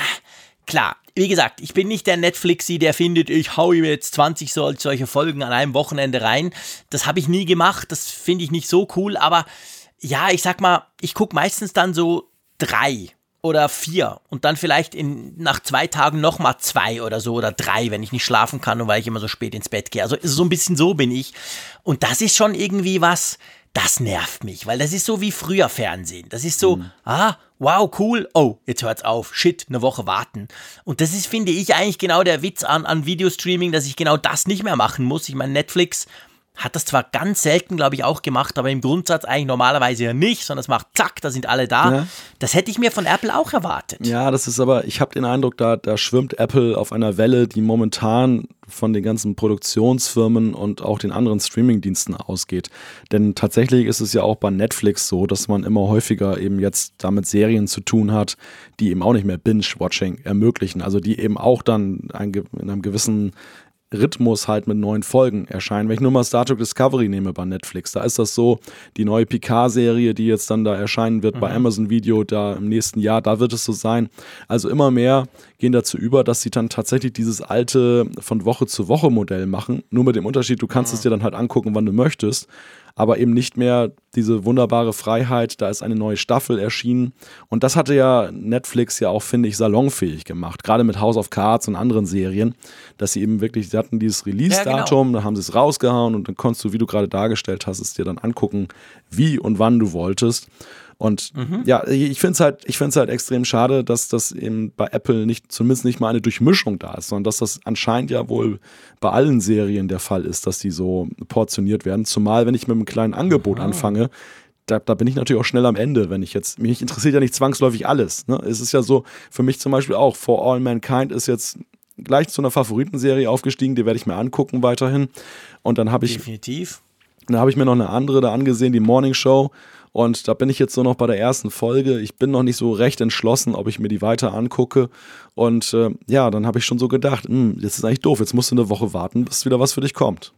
klar, wie gesagt, ich bin nicht der Netflixi, der findet, ich hau ihm jetzt zwanzig sol- solche Folgen an einem Wochenende rein. Das habe ich nie gemacht, das finde ich nicht so cool, aber ja, ich sag mal, ich gucke meistens dann so drei oder vier und dann vielleicht in, nach zwei Tagen nochmal zwei oder so oder drei, wenn ich nicht schlafen kann und weil ich immer so spät ins Bett gehe. Also so ein bisschen so bin ich. Und das ist schon irgendwie was, das nervt mich, weil das ist so wie früher Fernsehen. Das ist so, mhm. ah, wow, cool, oh, jetzt hört's auf, shit, eine Woche warten. Und das ist, finde ich, eigentlich genau der Witz an, an Videostreaming, dass ich genau das nicht mehr machen muss. Ich meine, Netflix hat das zwar ganz selten, glaube ich, auch gemacht, aber im Grundsatz eigentlich normalerweise ja nicht, sondern es macht zack, da sind alle da. Ja. Das hätte ich mir von Apple auch erwartet. Ja, das ist aber, ich habe den Eindruck, da, da schwimmt Apple auf einer Welle, die momentan von den ganzen Produktionsfirmen und auch den anderen Streamingdiensten ausgeht. Denn tatsächlich ist es ja auch bei Netflix so, dass man immer häufiger eben jetzt damit Serien zu tun hat, die eben auch nicht mehr Binge-Watching ermöglichen. Also die eben auch dann ein, in einem gewissen Rhythmus halt mit neuen Folgen erscheinen. Wenn ich nur mal Star Trek Discovery nehme bei Netflix, da ist das so, die neue Picard-Serie, die jetzt dann da erscheinen wird mhm. bei Amazon Video da im nächsten Jahr, da wird es so sein. Also immer mehr gehen dazu über, dass sie dann tatsächlich dieses alte von Woche zu Woche Modell machen, nur mit dem Unterschied, du kannst mhm. es dir dann halt angucken, wann du möchtest, aber eben nicht mehr diese wunderbare Freiheit, da ist eine neue Staffel erschienen und das hatte ja Netflix ja auch, finde ich, salonfähig gemacht, gerade mit House of Cards und anderen Serien, dass sie eben wirklich, sie hatten dieses Release-Datum, ja, genau. Da haben sie es rausgehauen und dann konntest du, wie du gerade dargestellt hast, es dir dann angucken, wie und wann du wolltest. Und mhm. ja, ich finde es halt, ich finde es halt extrem schade, dass das eben bei Apple nicht, zumindest nicht mal eine Durchmischung da ist, sondern dass das anscheinend ja wohl bei allen Serien der Fall ist, dass die so portioniert werden. Zumal, wenn ich mit einem kleinen Angebot mhm. anfange, da, da bin ich natürlich auch schnell am Ende, wenn ich jetzt, mich interessiert ja nicht zwangsläufig alles. Ne? Es ist ja so, für mich zum Beispiel auch, For All Mankind ist jetzt gleich zu einer Favoritenserie aufgestiegen, die werde ich mir angucken weiterhin. Und dann habe ich, definitiv. Dann habe ich mir noch eine andere da angesehen, die Morning Show. Und da bin ich jetzt so noch bei der ersten Folge. Ich bin noch nicht so recht entschlossen, ob ich mir die weiter angucke. Und äh, ja, dann habe ich schon so gedacht, das ist eigentlich doof, jetzt musst du eine Woche warten, bis wieder was für dich kommt.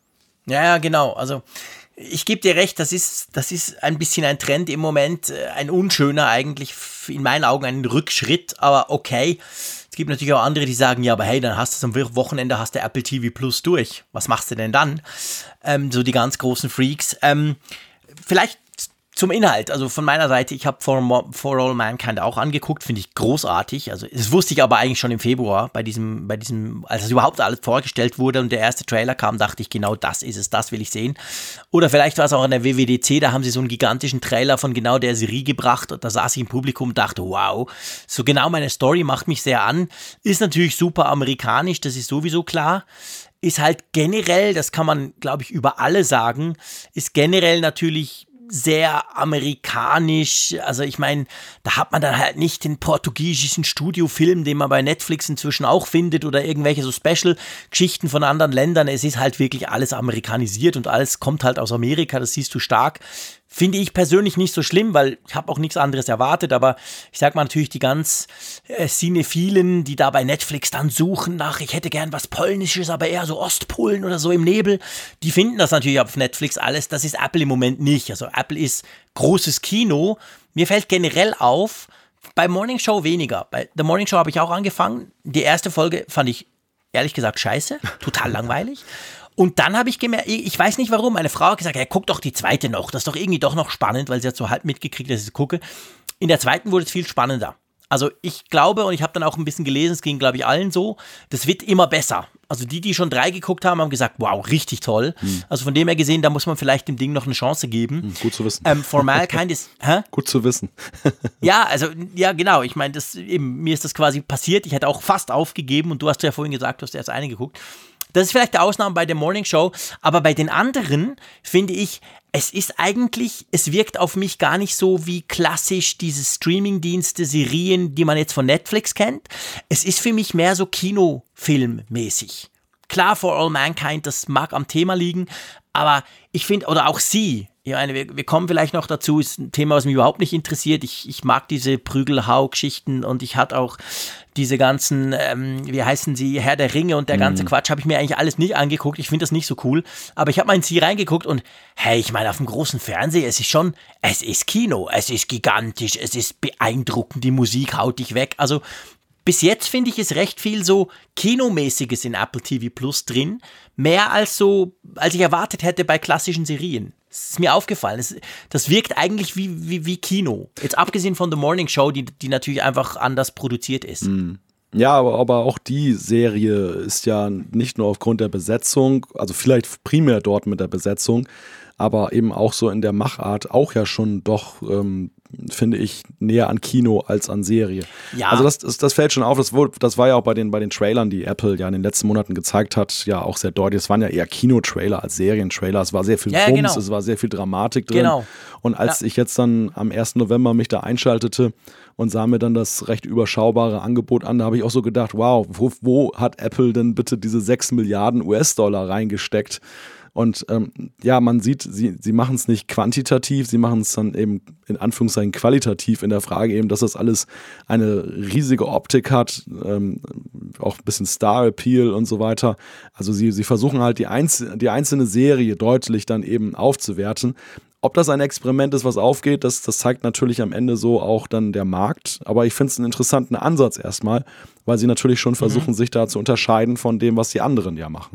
Ja, ja, genau. Also ich gebe dir recht, das ist, das ist ein bisschen ein Trend im Moment, ein unschöner eigentlich, in meinen Augen ein Rückschritt, aber okay. Es gibt natürlich auch andere, die sagen, ja, aber hey, dann hast du es am Wochenende, hast du Apple T V Plus durch. Was machst du denn dann? Ähm, so die ganz großen Freaks. Ähm, vielleicht zum Inhalt, also von meiner Seite, ich habe For, For All Mankind auch angeguckt, finde ich großartig. Also das wusste ich aber eigentlich schon im Februar, bei diesem, bei diesem, als es überhaupt alles vorgestellt wurde und der erste Trailer kam, dachte ich, genau das ist es, das will ich sehen. Oder vielleicht war es auch an der W W D C, da haben sie so einen gigantischen Trailer von genau der Serie gebracht und da saß ich im Publikum und dachte, wow, so genau meine Story macht mich sehr an. Ist natürlich super amerikanisch, das ist sowieso klar. Ist halt generell, das kann man, glaube ich, über alle sagen, ist generell natürlich sehr amerikanisch, also ich meine, da hat man dann halt nicht den portugiesischen Studiofilm, den man bei Netflix inzwischen auch findet oder irgendwelche so Special-Geschichten von anderen Ländern. Es ist halt wirklich alles amerikanisiert und alles kommt halt aus Amerika, das siehst du stark. Finde ich persönlich nicht so schlimm, weil ich habe auch nichts anderes erwartet, aber ich sag mal natürlich die ganz äh, Cinephilen, die da bei Netflix dann suchen nach, ich hätte gern was Polnisches, aber eher so Ostpolen oder so im Nebel, die finden das natürlich auf Netflix alles, das ist Apple im Moment nicht. Also Apple ist großes Kino. Mir fällt generell auf, bei Morning Show weniger. Bei The Morning Show habe ich auch angefangen. Die erste Folge fand ich ehrlich gesagt scheiße, total langweilig. Und dann habe ich gemerkt, ich weiß nicht warum, meine Frau hat gesagt, ja, guck doch die zweite noch, das ist doch irgendwie doch noch spannend, weil sie hat so halb mitgekriegt, dass ich es gucke. In der zweiten wurde es viel spannender. Also ich glaube, und ich habe dann auch ein bisschen gelesen, es ging, glaube ich, allen so, das wird immer besser. Also die, die schon drei geguckt haben, haben gesagt, wow, richtig toll. Hm. Also von dem her gesehen, da muss man vielleicht dem Ding noch eine Chance geben. Hm, gut zu wissen. Ähm, For Malkind ist, hä? Gut zu wissen. Ja, also, ja, genau. Ich meine, das eben, mir ist das quasi passiert. Ich hätte auch fast aufgegeben und du hast ja vorhin gesagt, du hast erst eine geguckt. Das ist vielleicht die Ausnahme bei der Morning Show, aber bei den anderen finde ich, es ist eigentlich, es wirkt auf mich gar nicht so wie klassisch diese Streamingdienste, Serien, die man jetzt von Netflix kennt. Es ist für mich mehr so Kinofilmmäßig. Klar, For All Mankind, das mag am Thema liegen, aber ich finde, oder auch sie, ich meine, wir, wir kommen vielleicht noch dazu, ist ein Thema, was mich überhaupt nicht interessiert. Ich, ich mag diese Prügelhau-Geschichten und ich hatte auch diese ganzen, ähm, wie heißen sie, Herr der Ringe und der ganze mm. Quatsch, habe ich mir eigentlich alles nicht angeguckt. Ich finde das nicht so cool. Aber ich habe mal in sie reingeguckt und hey, ich meine, auf dem großen Fernseher, es ist schon, es ist Kino, es ist gigantisch, es ist beeindruckend, die Musik haut dich weg. Also bis jetzt finde ich es recht viel so Kinomäßiges in Apple T V Plus drin. Mehr als so, als ich erwartet hätte bei klassischen Serien. Das ist mir aufgefallen. Das, das wirkt eigentlich wie, wie, wie Kino. Jetzt abgesehen von The Morning Show, die, die natürlich einfach anders produziert ist. Mm. Ja, aber, aber auch die Serie ist ja nicht nur aufgrund der Besetzung, also vielleicht primär dort mit der Besetzung, aber eben auch so in der Machart auch ja schon doch, ähm, finde ich, näher an Kino als an Serie. Ja. Also das, das, das fällt schon auf, das, wurde, das war ja auch bei den, bei den Trailern, die Apple ja in den letzten Monaten gezeigt hat, ja auch sehr deutlich. Es waren ja eher Kinotrailer als Serientrailer. Es war sehr viel ja, Bums, genau. Es war sehr viel Dramatik drin. Genau. Und als ja. ich jetzt dann am ersten November mich da einschaltete und sah mir dann das recht überschaubare Angebot an, da habe ich auch so gedacht, wow, wo, wo hat Apple denn bitte diese sechs Milliarden U S-Dollar reingesteckt? Und ähm, ja, man sieht, sie, sie machen es nicht quantitativ, sie machen es dann eben in Anführungszeichen qualitativ in der Frage eben, dass das alles eine riesige Optik hat, ähm, auch ein bisschen Star-Appeal und so weiter. Also sie, sie versuchen halt die, einz die einzelne Serie deutlich dann eben aufzuwerten. Ob das ein Experiment ist, was aufgeht, das, das zeigt natürlich am Ende so auch dann der Markt. Aber ich finde es einen interessanten Ansatz erstmal, weil sie natürlich schon versuchen, mhm. sich da zu unterscheiden von dem, was die anderen ja machen.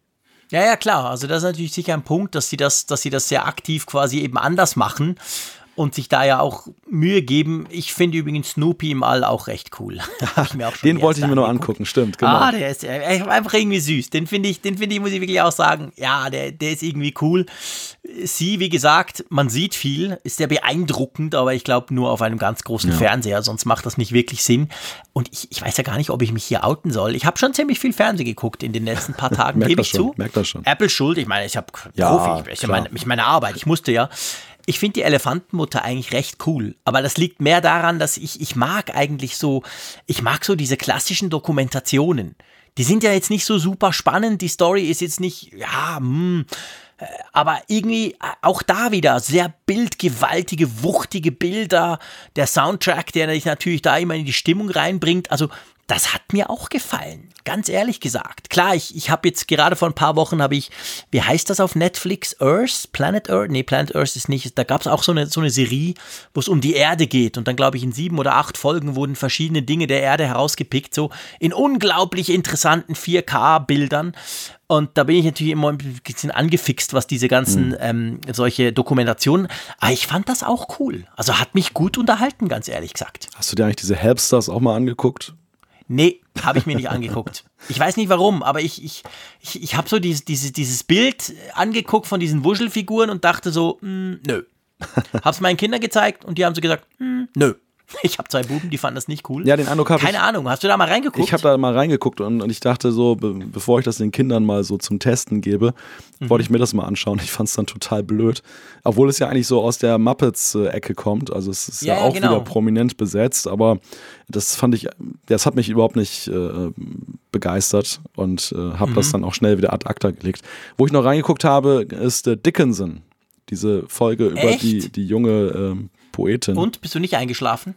Ja, ja, klar. Also das ist natürlich sicher ein Punkt, dass sie das, dass sie das sehr aktiv quasi eben anders machen und sich da ja auch Mühe geben. Ich finde übrigens Snoopy im All auch recht cool. ich mir auch schon den wollte ich mir nur angucken, stimmt, genau. Ah, der ist einfach irgendwie süß. Den finde ich, den finde ich, muss ich wirklich auch sagen, ja, der, der ist irgendwie cool. Sie, wie gesagt, man sieht viel, ist sehr beeindruckend, aber ich glaube nur auf einem ganz großen ja. Fernseher, sonst macht das nicht wirklich Sinn. Und ich, ich weiß ja gar nicht, ob ich mich hier outen soll. Ich habe schon ziemlich viel Fernsehen geguckt in den letzten paar Tagen, gebe ich schon, zu. Merkt das schon. Apple schuld, ich meine, ich habe ja, Profi, ich meine, ich meine Arbeit, ich musste ja. Ich finde die Elefantenmutter eigentlich recht cool, aber das liegt mehr daran, dass ich, ich mag eigentlich so, ich mag so diese klassischen Dokumentationen. Die sind ja jetzt nicht so super spannend, die Story ist jetzt nicht, ja, hm, aber irgendwie auch da wieder sehr bildgewaltige, wuchtige Bilder, der Soundtrack, der natürlich da immer in die Stimmung reinbringt, also das hat mir auch gefallen, ganz ehrlich gesagt. Klar, ich, ich habe jetzt gerade vor ein paar Wochen, habe ich, wie heißt das auf Netflix? Earth? Planet Earth? Nee, Planet Earth ist nicht, da gab es auch so eine, so eine Serie, wo es um die Erde geht und dann glaube ich in sieben oder acht Folgen wurden verschiedene Dinge der Erde herausgepickt, so in unglaublich interessanten vier K-Bildern. Und da bin ich natürlich immer ein bisschen angefixt, was diese ganzen mhm. ähm, solche Dokumentationen, aber ich fand das auch cool. Also hat mich gut unterhalten, ganz ehrlich gesagt. Hast du dir eigentlich diese Helpstars auch mal angeguckt? Nee, habe ich mir nicht angeguckt. Ich weiß nicht warum, aber ich, ich, ich, ich habe so dieses, dieses, dieses Bild angeguckt von diesen Wuschelfiguren und dachte so, mh, nö. Hab's meinen Kindern gezeigt und die haben so gesagt, mh, nö. Ich habe zwei Buben, die fanden das nicht cool. Ja, den Eindruck habe ich. Keine Ahnung, hast du da mal reingeguckt? Ich habe da mal reingeguckt und, und ich dachte so, be bevor ich das den Kindern mal so zum Testen gebe, mhm. wollte ich mir das mal anschauen. Ich fand es dann total blöd. Obwohl es ja eigentlich so aus der Muppets-Ecke kommt. Also es ist ja, ja auch genau. wieder prominent besetzt, aber das fand ich, das hat mich überhaupt nicht äh, begeistert und äh, habe mhm. das dann auch schnell wieder ad acta gelegt. Wo ich noch reingeguckt habe, ist äh, Dickinson. Diese Folge über Echt? die, die junge ähm, Poetin. Und, bist du nicht eingeschlafen?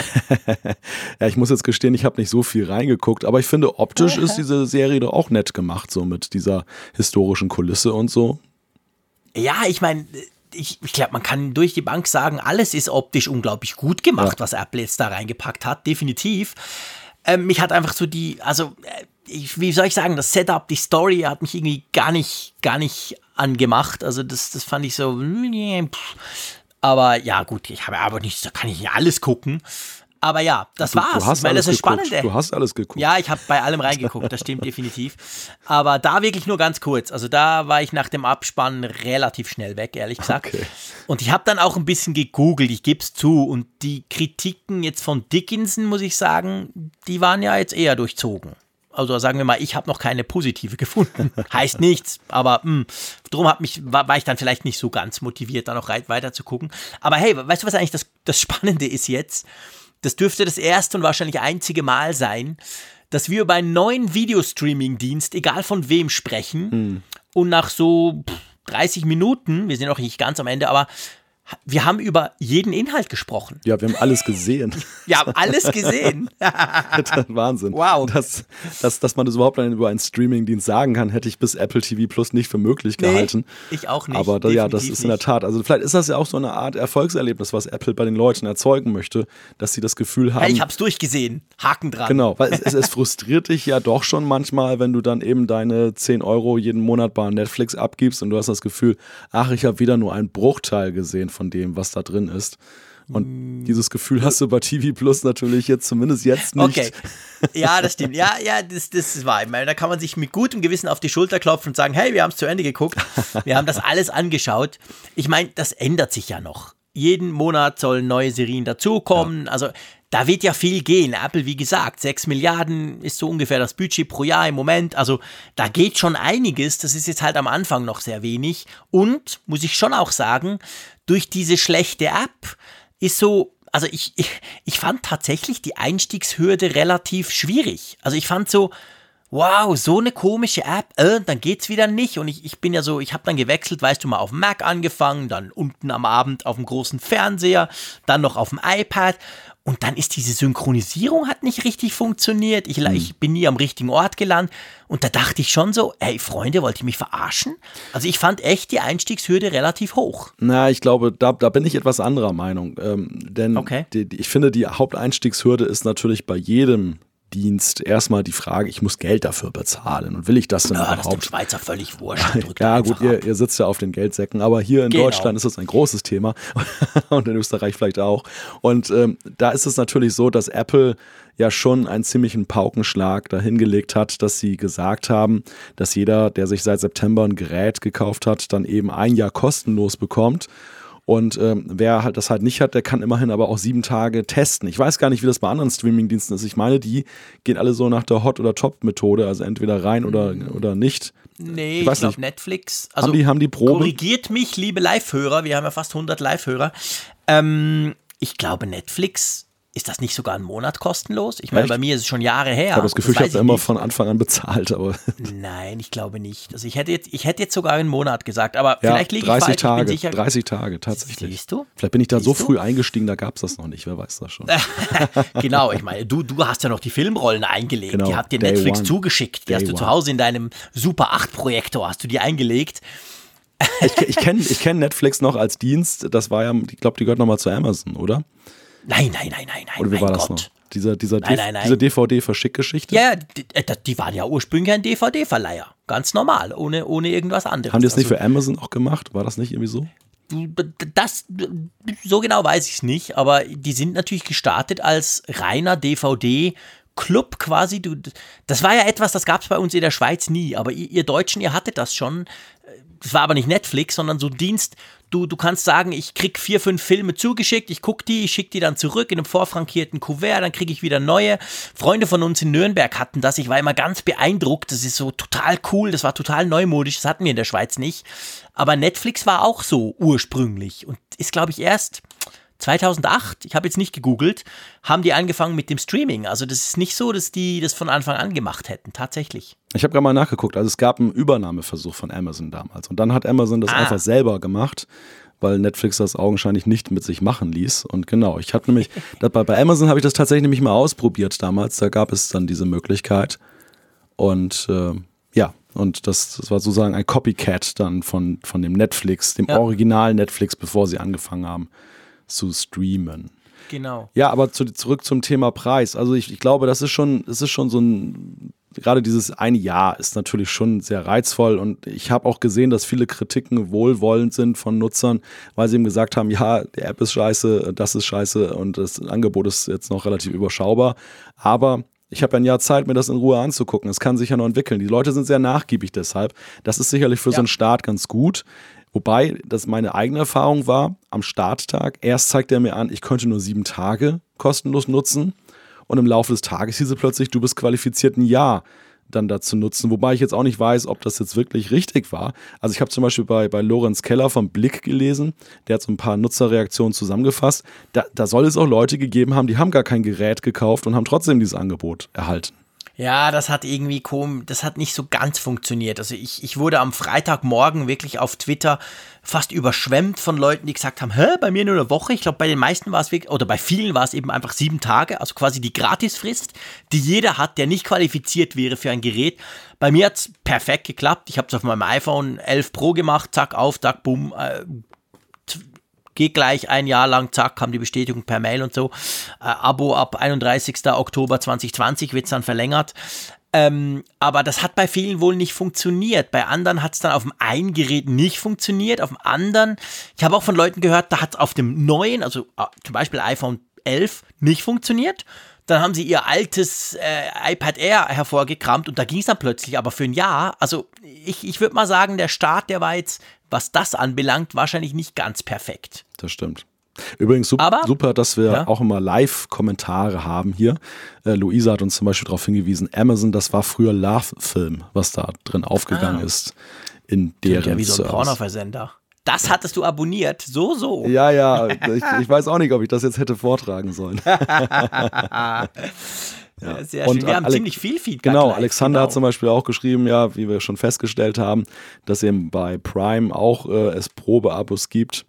Ja, ich muss jetzt gestehen, ich habe nicht so viel reingeguckt, aber ich finde, optisch ist diese Serie doch auch nett gemacht, so mit dieser historischen Kulisse und so. Ja, ich meine, ich, ich glaube, man kann durch die Bank sagen, alles ist optisch unglaublich gut gemacht, ja. was Apple jetzt da reingepackt hat, definitiv. Ähm, mich hat einfach so die, also, ich, wie soll ich sagen, das Setup, die Story hat mich irgendwie gar nicht, gar nicht angemacht, also das, das fand ich so, pff. Aber ja, gut, ich habe aber nicht, da kann ich nicht alles gucken. Aber ja, das du, war's. Du hast ich meine, das ist geguckt. spannend. Du hast alles geguckt. Ja, ich habe bei allem reingeguckt, das stimmt definitiv. Aber da wirklich nur ganz kurz. Also da war ich nach dem Abspann relativ schnell weg, ehrlich gesagt. Okay. Und ich habe dann auch ein bisschen gegoogelt, ich gebe es zu. Und die Kritiken jetzt von Dickinson, muss ich sagen, die waren ja jetzt eher durchzogen. Also sagen wir mal, ich habe noch keine positive gefunden. Heißt nichts, aber mh, drum hat mich, war, war ich dann vielleicht nicht so ganz motiviert, da noch weiter zu gucken. Aber hey, weißt du, was eigentlich das, das Spannende ist jetzt? Das dürfte das erste und wahrscheinlich einzige Mal sein, dass wir über einen neuen Videostreaming-Dienst, egal von wem, sprechen. Hm. Und nach so dreißig Minuten, wir sind noch nicht ganz am Ende, aber wir haben über jeden Inhalt gesprochen. Ja, wir haben alles gesehen. Wir haben alles gesehen. Wahnsinn. Wow. Dass, dass, dass man das überhaupt über einen Streamingdienst sagen kann, hätte ich bis Apple T V Plus nicht für möglich gehalten. Nee, ich auch nicht. Aber da, ja, das ist in der Tat. Also vielleicht ist das ja auch so eine Art Erfolgserlebnis, was Apple bei den Leuten erzeugen möchte, dass sie das Gefühl haben. Hey, ich hab's durchgesehen. Haken dran. Genau, weil es, es, es frustriert dich ja doch schon manchmal, wenn du dann eben deine zehn Euro jeden Monat bei Netflix abgibst und du hast das Gefühl, ach, ich habe wieder nur einen Bruchteil gesehen von dem, was da drin ist. Und dieses Gefühl hast du bei T V Plus natürlich jetzt zumindest jetzt nicht. Okay, ja, das stimmt. Ja, ja, das, das ist wahr. Ich meine, da kann man sich mit gutem Gewissen auf die Schulter klopfen und sagen, hey, wir haben es zu Ende geguckt. Wir haben das alles angeschaut. Ich meine, das ändert sich ja noch. Jeden Monat sollen neue Serien dazukommen. Ja. Also da wird ja viel gehen. Apple, wie gesagt, sechs Milliarden ist so ungefähr das Budget pro Jahr im Moment. Also da geht schon einiges. Das ist jetzt halt am Anfang noch sehr wenig. Und, muss ich schon auch sagen, durch diese schlechte App ist so, also ich, ich, ich fand tatsächlich die Einstiegshürde relativ schwierig. Also ich fand so, wow, so eine komische App, äh, dann geht's wieder nicht. Und ich, ich bin ja so, ich habe dann gewechselt, weißt du, mal auf dem Mac angefangen, dann unten am Abend auf dem großen Fernseher, dann noch auf dem iPad. Und dann ist diese Synchronisierung hat nicht richtig funktioniert. Ich, hm. ich bin nie am richtigen Ort gelandet. Und da dachte ich schon so, hey Freunde, wollt ihr mich verarschen? Also ich fand echt die Einstiegshürde relativ hoch. Na, ich glaube, da, da bin ich etwas anderer Meinung. Ähm, denn okay. die, die, ich finde, die Haupteinstiegshürde ist natürlich bei jedem Dienst erstmal die Frage, ich muss Geld dafür bezahlen und will ich das denn ja, überhaupt? Das ist dem Schweizer völlig wurscht. Ja gut, ihr, ihr sitzt ja auf den Geldsäcken, aber hier in genau. Deutschland ist das ein großes Thema und in Österreich vielleicht auch. Und ähm, da ist es natürlich so, dass Apple ja schon einen ziemlichen Paukenschlag dahingelegt hat, dass sie gesagt haben, dass jeder, der sich seit September ein Gerät gekauft hat, dann eben ein Jahr kostenlos bekommt. Und ähm, wer halt das halt nicht hat, der kann immerhin aber auch sieben Tage testen. Ich weiß gar nicht, wie das bei anderen Streamingdiensten ist. Ich meine, die gehen alle so nach der Hot- oder Top-Methode, also entweder rein oder, oder nicht. Nee, ich, ich glaube Netflix. Also haben die, haben die Probe? Korrigiert mich, liebe Live-Hörer, wir haben ja fast hundert Live-Hörer. Ähm, ich glaube, Netflix... Ist das nicht sogar einen Monat kostenlos? Ich meine, Echt? Bei mir ist es schon Jahre her. Ich habe das Gefühl, das ich habe immer nicht. Von Anfang an bezahlt. Aber Nein, ich glaube nicht. Also ich hätte jetzt, ich hätte jetzt sogar einen Monat gesagt, aber ja, vielleicht liege ich falsch. Tage, ich bin sicher. dreißig Tage, tatsächlich. Siehst du? Vielleicht bin ich da Siehst so du? früh eingestiegen, da gab es das noch nicht. Wer weiß das schon. Genau, ich meine, du, du hast ja noch die Filmrollen eingelegt. Genau, die hat dir Day Netflix one. zugeschickt. Die Day hast du one. zu Hause in deinem Super acht Projektor, hast du die eingelegt. Ich, ich kenne ich kenn Netflix noch als Dienst. Das war ja, ich glaube, die gehört nochmal zu Amazon, oder? Nein, nein, nein, nein, nein. Oder wie mein war das Gott. noch? Dieser, dieser, Nein, nein, nein. diese D V D-Verschickgeschichte? Ja, die, die waren ja ursprünglich ein D V D-Verleiher. Ganz normal, ohne, ohne irgendwas anderes. Haben die das also, nicht für Amazon auch gemacht? War das nicht irgendwie so? Das, so genau weiß ich es nicht, aber die sind natürlich gestartet als reiner D V D-Club quasi. Du, das war ja etwas, das gab es bei uns in der Schweiz nie, aber ihr, ihr Deutschen, ihr hattet das schon. Das war aber nicht Netflix, sondern so ein Dienst. Du, du kannst sagen, ich krieg vier, fünf Filme zugeschickt, ich gucke die, ich schicke die dann zurück in einem vorfrankierten Kuvert, dann kriege ich wieder neue. Freunde von uns in Nürnberg hatten das, ich war immer ganz beeindruckt, das ist so total cool, das war total neumodisch, das hatten wir in der Schweiz nicht. Aber Netflix war auch so ursprünglich und ist, glaube ich, erst zweitausendacht, ich habe jetzt nicht gegoogelt, haben die angefangen mit dem Streaming. Also das ist nicht so, dass die das von Anfang an gemacht hätten, tatsächlich. Ich habe gerade mal nachgeguckt, also es gab einen Übernahmeversuch von Amazon damals und dann hat Amazon das Ah. einfach selber gemacht, weil Netflix das augenscheinlich nicht mit sich machen ließ. Und genau, ich habe nämlich, bei, bei Amazon habe ich das tatsächlich nämlich mal ausprobiert damals, da gab es dann diese Möglichkeit und äh, ja, und das, das war sozusagen ein Copycat dann von, von dem Netflix, dem Ja. Original Netflix, bevor sie angefangen haben zu streamen. Genau. Ja, aber zu, zurück zum Thema Preis. Also ich, ich glaube, das ist schon, das ist schon so ein, gerade dieses eine Jahr ist natürlich schon sehr reizvoll und ich habe auch gesehen, dass viele Kritiken wohlwollend sind von Nutzern, weil sie eben gesagt haben, ja, die App ist scheiße, das ist scheiße und das Angebot ist jetzt noch relativ überschaubar, aber ich habe ein Jahr Zeit, mir das in Ruhe anzugucken. Es kann sich ja noch entwickeln. Die Leute sind sehr nachgiebig deshalb. Das ist sicherlich für ja. so einen Start ganz gut. Wobei, das meine eigene Erfahrung war, am Starttag, erst zeigt er mir an, ich könnte nur sieben Tage kostenlos nutzen und im Laufe des Tages hieß es plötzlich, du bist qualifiziert, ein Jahr dann dazu nutzen. Wobei ich jetzt auch nicht weiß, ob das jetzt wirklich richtig war. Also ich habe zum Beispiel bei, bei Lorenz Keller vom Blick gelesen, der hat so ein paar Nutzerreaktionen zusammengefasst. Da, da soll es auch Leute gegeben haben, die haben gar kein Gerät gekauft und haben trotzdem dieses Angebot erhalten. Ja, das hat irgendwie komisch, das hat nicht so ganz funktioniert. Also ich, ich wurde am Freitagmorgen wirklich auf Twitter fast überschwemmt von Leuten, die gesagt haben, hä, bei mir nur eine Woche. Ich glaube, bei den meisten war es wirklich, oder bei vielen war es eben einfach sieben Tage, also quasi die Gratisfrist, die jeder hat, der nicht qualifiziert wäre für ein Gerät. Bei mir hat es perfekt geklappt. Ich habe es auf meinem iPhone elf Pro gemacht, zack, auf, zack, bumm, äh, geht gleich ein Jahr lang, zack, kam die Bestätigung per Mail und so. Äh, Abo ab einunddreißigsten Oktober zweitausendzwanzig wird es dann verlängert. Ähm, aber das hat bei vielen wohl nicht funktioniert. Bei anderen hat es dann auf dem einen Gerät nicht funktioniert, auf dem anderen, ich habe auch von Leuten gehört, da hat es auf dem neuen, also äh, zum Beispiel iPhone elf, nicht funktioniert. Dann haben sie ihr altes äh, iPad Air hervorgekramt und da ging es dann plötzlich, aber für ein Jahr, also ich, ich würde mal sagen, der Start, der war jetzt, was das anbelangt, wahrscheinlich nicht ganz perfekt. Das stimmt. Übrigens super, aber, super dass wir ja? auch immer Live-Kommentare haben hier. Äh, Luisa hat uns zum Beispiel darauf hingewiesen, Amazon, das war früher Love-Film, was da drin aufgegangen ah. ist in deren ja, wie so ein Pornoversender. Das hattest du abonniert, so, so. Ja, ja, ich, ich weiß auch nicht, ob ich das jetzt hätte vortragen sollen. Ja, sehr schön. Und wir haben Ale- ziemlich viel Feedback. Genau, live. Alexander genau. hat zum Beispiel auch geschrieben, ja, wie wir schon festgestellt haben, dass eben bei Prime auch äh, es Probeabos gibt.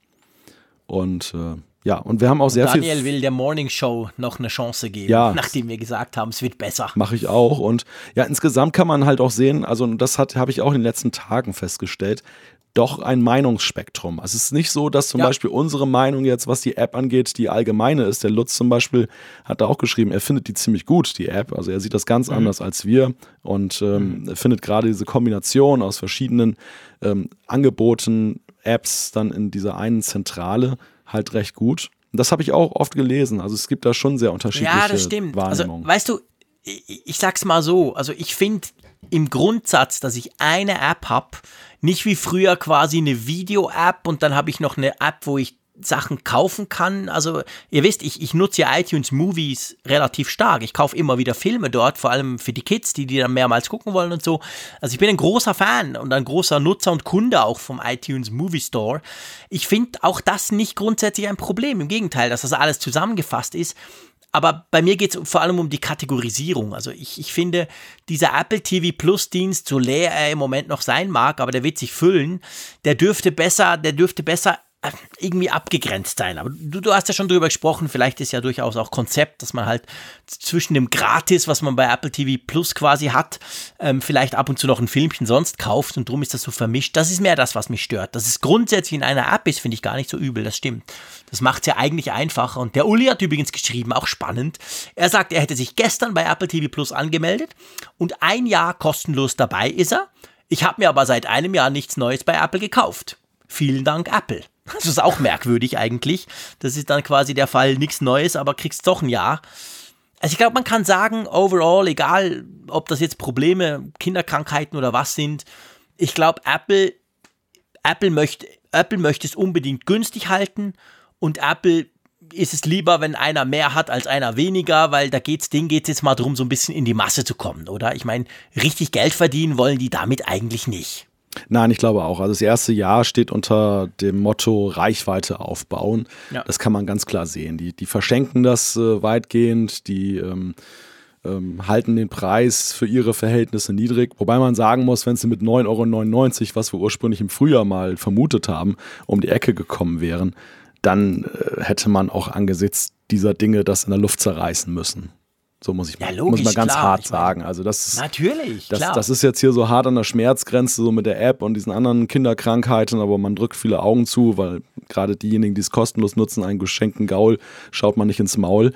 Und äh, ja, und wir haben auch und sehr Daniel viel... Daniel will der Morning Show noch eine Chance geben, ja, nachdem wir gesagt haben, es wird besser. Mache ich auch. Und ja, insgesamt kann man halt auch sehen, also das hat habe ich auch in den letzten Tagen festgestellt, doch ein Meinungsspektrum. Also es ist nicht so, dass zum ja. Beispiel unsere Meinung jetzt, was die App angeht, die allgemeine ist. Der Lutz zum Beispiel hat da auch geschrieben, er findet die ziemlich gut, die App. Also er sieht das ganz mhm. anders als wir und ähm, mhm. findet gerade diese Kombination aus verschiedenen ähm, Angeboten, Apps dann in dieser einen Zentrale halt recht gut. Und das habe ich auch oft gelesen. Also es gibt da schon sehr unterschiedliche Ja, das stimmt. Wahrnehmungen. Also, weißt du, ich, ich sag's mal so, also ich finde im Grundsatz, dass ich eine App habe, nicht wie früher quasi eine Video-App und dann habe ich noch eine App, wo ich Sachen kaufen kann. Also ihr wisst, ich, ich nutze ja iTunes Movies relativ stark. Ich kaufe immer wieder Filme dort, vor allem für die Kids, die die dann mehrmals gucken wollen und so. Also ich bin ein großer Fan und ein großer Nutzer und Kunde auch vom iTunes Movie Store. Ich finde auch das nicht grundsätzlich ein Problem. Im Gegenteil, dass das alles zusammengefasst ist. Aber bei mir geht es vor allem um die Kategorisierung. Also ich, ich finde, dieser Apple T V Plus Dienst, so leer er im Moment noch sein mag, aber der wird sich füllen, der dürfte besser, der dürfte besser irgendwie abgegrenzt sein. Aber du, du hast ja schon drüber gesprochen, vielleicht ist ja durchaus auch Konzept, dass man halt zwischen dem Gratis, was man bei Apple T V Plus quasi hat, ähm, vielleicht ab und zu noch ein Filmchen sonst kauft und drum ist das so vermischt. Das ist mehr das, was mich stört. Dass es grundsätzlich in einer App ist, finde ich gar nicht so übel, das stimmt. Das macht es ja eigentlich einfacher. Und der Uli hat übrigens geschrieben, auch spannend, er sagt, er hätte sich gestern bei Apple T V Plus angemeldet und ein Jahr kostenlos dabei ist er. Ich habe mir aber seit einem Jahr nichts Neues bei Apple gekauft. Vielen Dank, Apple. Das ist auch merkwürdig eigentlich. Das ist dann quasi der Fall, nichts Neues, aber kriegst doch ein Jahr. Also ich glaube, man kann sagen, overall, egal ob das jetzt Probleme, Kinderkrankheiten oder was sind, ich glaube, Apple, Apple möchte, Apple möchte es unbedingt günstig halten und Apple ist es lieber, wenn einer mehr hat als einer weniger, weil da geht's, denen geht es jetzt mal darum, so ein bisschen in die Masse zu kommen, oder? Ich meine, richtig Geld verdienen wollen die damit eigentlich nicht. Nein, ich glaube auch. Also das erste Jahr steht unter dem Motto Reichweite aufbauen. Ja. Das kann man ganz klar sehen. Die, die verschenken das äh, weitgehend, die ähm, ähm, halten den Preis für ihre Verhältnisse niedrig. Wobei man sagen muss, wenn sie mit neun Euro neunundneunzig, was wir ursprünglich im Frühjahr mal vermutet haben, um die Ecke gekommen wären, dann äh, hätte man auch angesichts dieser Dinge das in der Luft zerreißen müssen. So muss ich mal, ja, logisch, muss man ganz klar, hart sagen. Also das ist, natürlich, das, klar. Das ist jetzt hier so hart an der Schmerzgrenze, so mit der App und diesen anderen Kinderkrankheiten, aber man drückt viele Augen zu, weil gerade diejenigen, die es kostenlos nutzen, einen geschenkten Gaul, schaut man nicht ins Maul.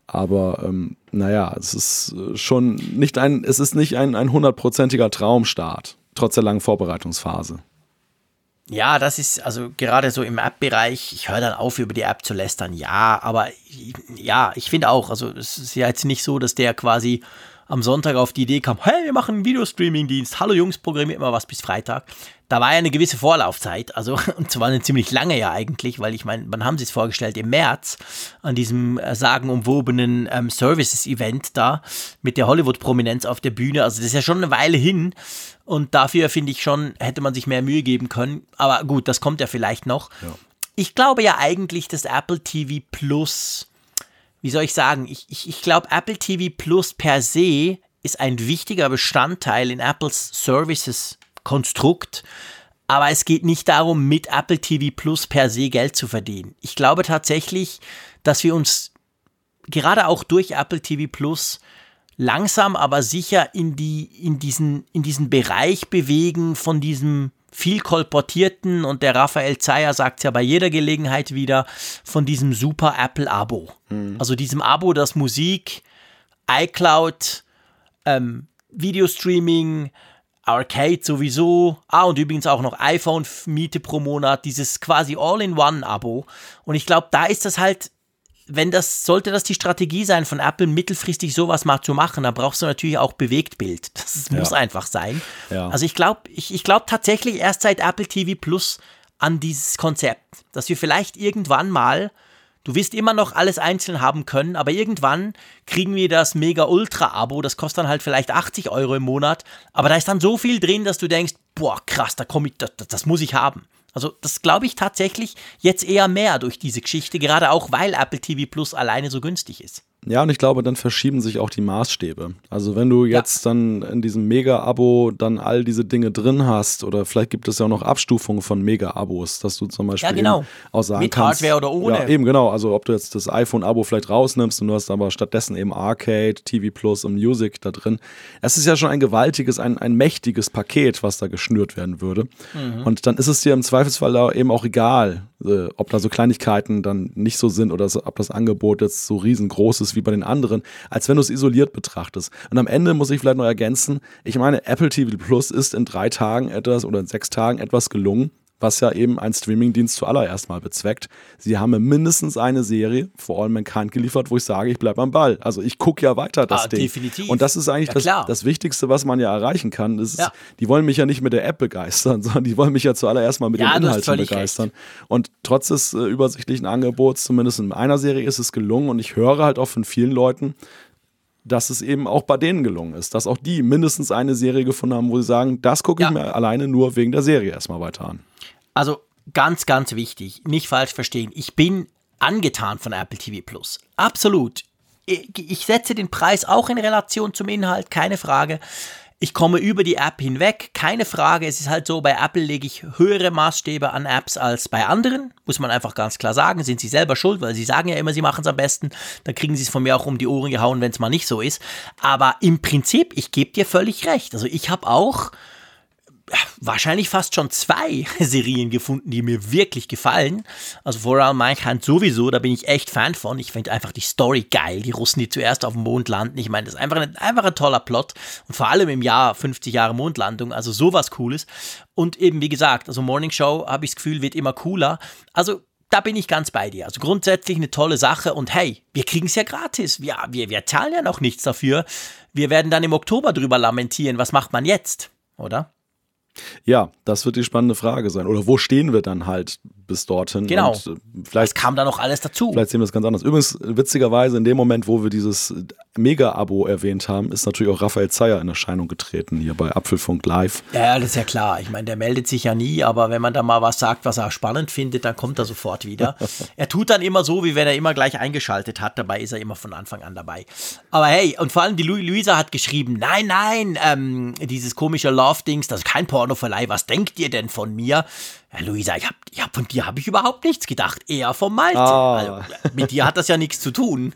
Aber ähm, naja, es ist schon nicht ein, es ist nicht ein, ein hundertprozentiger Traumstart, trotz der langen Vorbereitungsphase. Ja, das ist also gerade so im App-Bereich, ich höre dann auf, über die App zu lästern, ja, aber ja, ich finde auch, also es ist ja jetzt nicht so, dass der quasi am Sonntag auf die Idee kam, hey, wir machen einen Videostreaming-Dienst, hallo Jungs, programmiert mal was bis Freitag. Da war ja eine gewisse Vorlaufzeit, also und zwar eine ziemlich lange ja eigentlich, weil ich meine, wann haben sie es vorgestellt? Im März an diesem äh, sagenumwobenen ähm, Services-Event da mit der Hollywood-Prominenz auf der Bühne, also das ist ja schon eine Weile hin und dafür finde ich schon, hätte man sich mehr Mühe geben können, aber gut, das kommt ja vielleicht noch. Ja. Ich glaube ja eigentlich, dass Apple T V Plus, wie soll ich sagen, ich, ich, ich glaube, Apple T V Plus per se ist ein wichtiger Bestandteil in Apples Services-Konstrukt, aber es geht nicht darum, mit Apple T V Plus per se Geld zu verdienen. Ich glaube tatsächlich, dass wir uns gerade auch durch Apple T V Plus langsam, aber sicher in, die, in, diesen, in diesen Bereich bewegen von diesem viel kolportierten, und der Raphael Zeyer sagt es ja bei jeder Gelegenheit wieder, von diesem super Apple-Abo. Mhm. Also diesem Abo, das Musik, iCloud, ähm, Videostreaming, Arcade sowieso, ah und übrigens auch noch iPhone-Miete pro Monat, dieses quasi All-in-One-Abo. Und ich glaube, da ist das halt, wenn das, sollte das die Strategie sein von Apple, mittelfristig sowas mal zu machen, dann brauchst du natürlich auch Bewegtbild. Das muss ja einfach sein. Ja. Also ich glaube ich, ich glaub tatsächlich erst seit Apple T V Plus an dieses Konzept, dass wir vielleicht irgendwann mal, du wirst immer noch alles einzeln haben können, aber irgendwann kriegen wir das Mega-Ultra-Abo, das kostet dann halt vielleicht achtzig Euro im Monat, aber da ist dann so viel drin, dass du denkst, boah, krass, da komm ich, das, das muss ich haben. Also das glaube ich tatsächlich jetzt eher mehr durch diese Geschichte, gerade auch, weil Apple T V Plus alleine so günstig ist. Ja, und ich glaube, dann verschieben sich auch die Maßstäbe. Also wenn du jetzt ja. dann in diesem Mega-Abo dann all diese Dinge drin hast, oder vielleicht gibt es ja auch noch Abstufungen von Mega-Abos, dass du zum Beispiel ja, genau. auch sagen mit kannst. Hardware oder ohne. Ja, eben genau. Also ob du jetzt das iPhone-Abo vielleicht rausnimmst und du hast aber stattdessen eben Arcade, T V Plus und Music da drin. Es ist ja schon ein gewaltiges, ein, ein mächtiges Paket, was da geschnürt werden würde. Mhm. Und dann ist es dir im Zweifelsfall da eben auch egal, äh, ob da so Kleinigkeiten dann nicht so sind oder so, ob das Angebot jetzt so riesengroß ist wie bei den anderen, als wenn du es isoliert betrachtest. Und am Ende muss ich vielleicht noch ergänzen, ich meine, Apple T V Plus ist in drei Tagen etwas oder in sechs Tagen etwas gelungen, was ja eben ein Streamingdienst zuallererst mal bezweckt. Sie haben mir mindestens eine Serie, For All Mankind, geliefert, wo ich sage, ich bleibe am Ball. Also ich gucke ja weiter das ah, Ding. Definitiv. Und das ist eigentlich ja, das, das Wichtigste, was man ja erreichen kann. Das ist, ja. Die wollen mich ja nicht mit der App begeistern, sondern die wollen mich ja zuallererst mal mit ja, den Inhalten begeistern. Recht. Und trotz des äh, übersichtlichen Angebots, zumindest in einer Serie, ist es gelungen. Und ich höre halt auch von vielen Leuten, dass es eben auch bei denen gelungen ist, dass auch die mindestens eine Serie gefunden haben, wo sie sagen, das gucke ich ja. mir alleine nur wegen der Serie erstmal weiter an. Also ganz, ganz wichtig, nicht falsch verstehen, ich bin angetan von Apple T V Plus, absolut. Ich, ich setze den Preis auch in Relation zum Inhalt, keine Frage. Ich komme über die App hinweg, keine Frage. Es ist halt so, bei Apple lege ich höhere Maßstäbe an Apps als bei anderen. Muss man einfach ganz klar sagen. Sind sie selber schuld, weil sie sagen ja immer, sie machen es am besten. Dann kriegen sie es von mir auch um die Ohren gehauen, wenn es mal nicht so ist. Aber im Prinzip, ich gebe dir völlig recht. Also ich habe auch wahrscheinlich fast schon zwei Serien gefunden, die mir wirklich gefallen. Also For All Mankind sowieso, da bin ich echt Fan von. Ich finde einfach die Story geil. Die Russen, die zuerst auf dem Mond landen. Ich meine, das ist einfach ein, einfach ein toller Plot. Und vor allem im Jahr fünfzig Jahre Mondlandung. Also sowas Cooles. Und eben, wie gesagt, also Morning Show, habe ich das Gefühl, wird immer cooler. Also da bin ich ganz bei dir. Also grundsätzlich eine tolle Sache. Und hey, wir kriegen es ja gratis. Wir, wir, wir zahlen ja noch nichts dafür. Wir werden dann im Oktober drüber lamentieren. Was macht man jetzt? Oder? Ja, das wird die spannende Frage sein. Oder wo stehen wir dann halt bis dorthin? Genau. Und, äh, vielleicht Was kam da noch alles dazu? Vielleicht sehen wir das ganz anders. Übrigens, witzigerweise, in dem Moment, wo wir dieses Mega-Abo erwähnt haben, ist natürlich auch Raphael Zeyer in Erscheinung getreten, hier bei Apfelfunk Live. Ja, das ist ja klar. Ich meine, der meldet sich ja nie, aber wenn man da mal was sagt, was er spannend findet, dann kommt er sofort wieder. Er tut dann immer so, wie wenn er immer gleich eingeschaltet hat. Dabei ist er immer von Anfang an dabei. Aber hey, und vor allem die Lu- Luisa hat geschrieben, nein, nein, ähm, dieses komische Love-Dings, das ist kein Pornoverleih. Was denkt ihr denn von mir? Ja, Luisa, ich hab, ja, von dir habe ich überhaupt nichts gedacht. Eher von Malte. Ah. Also, mit dir hat das ja nichts zu tun.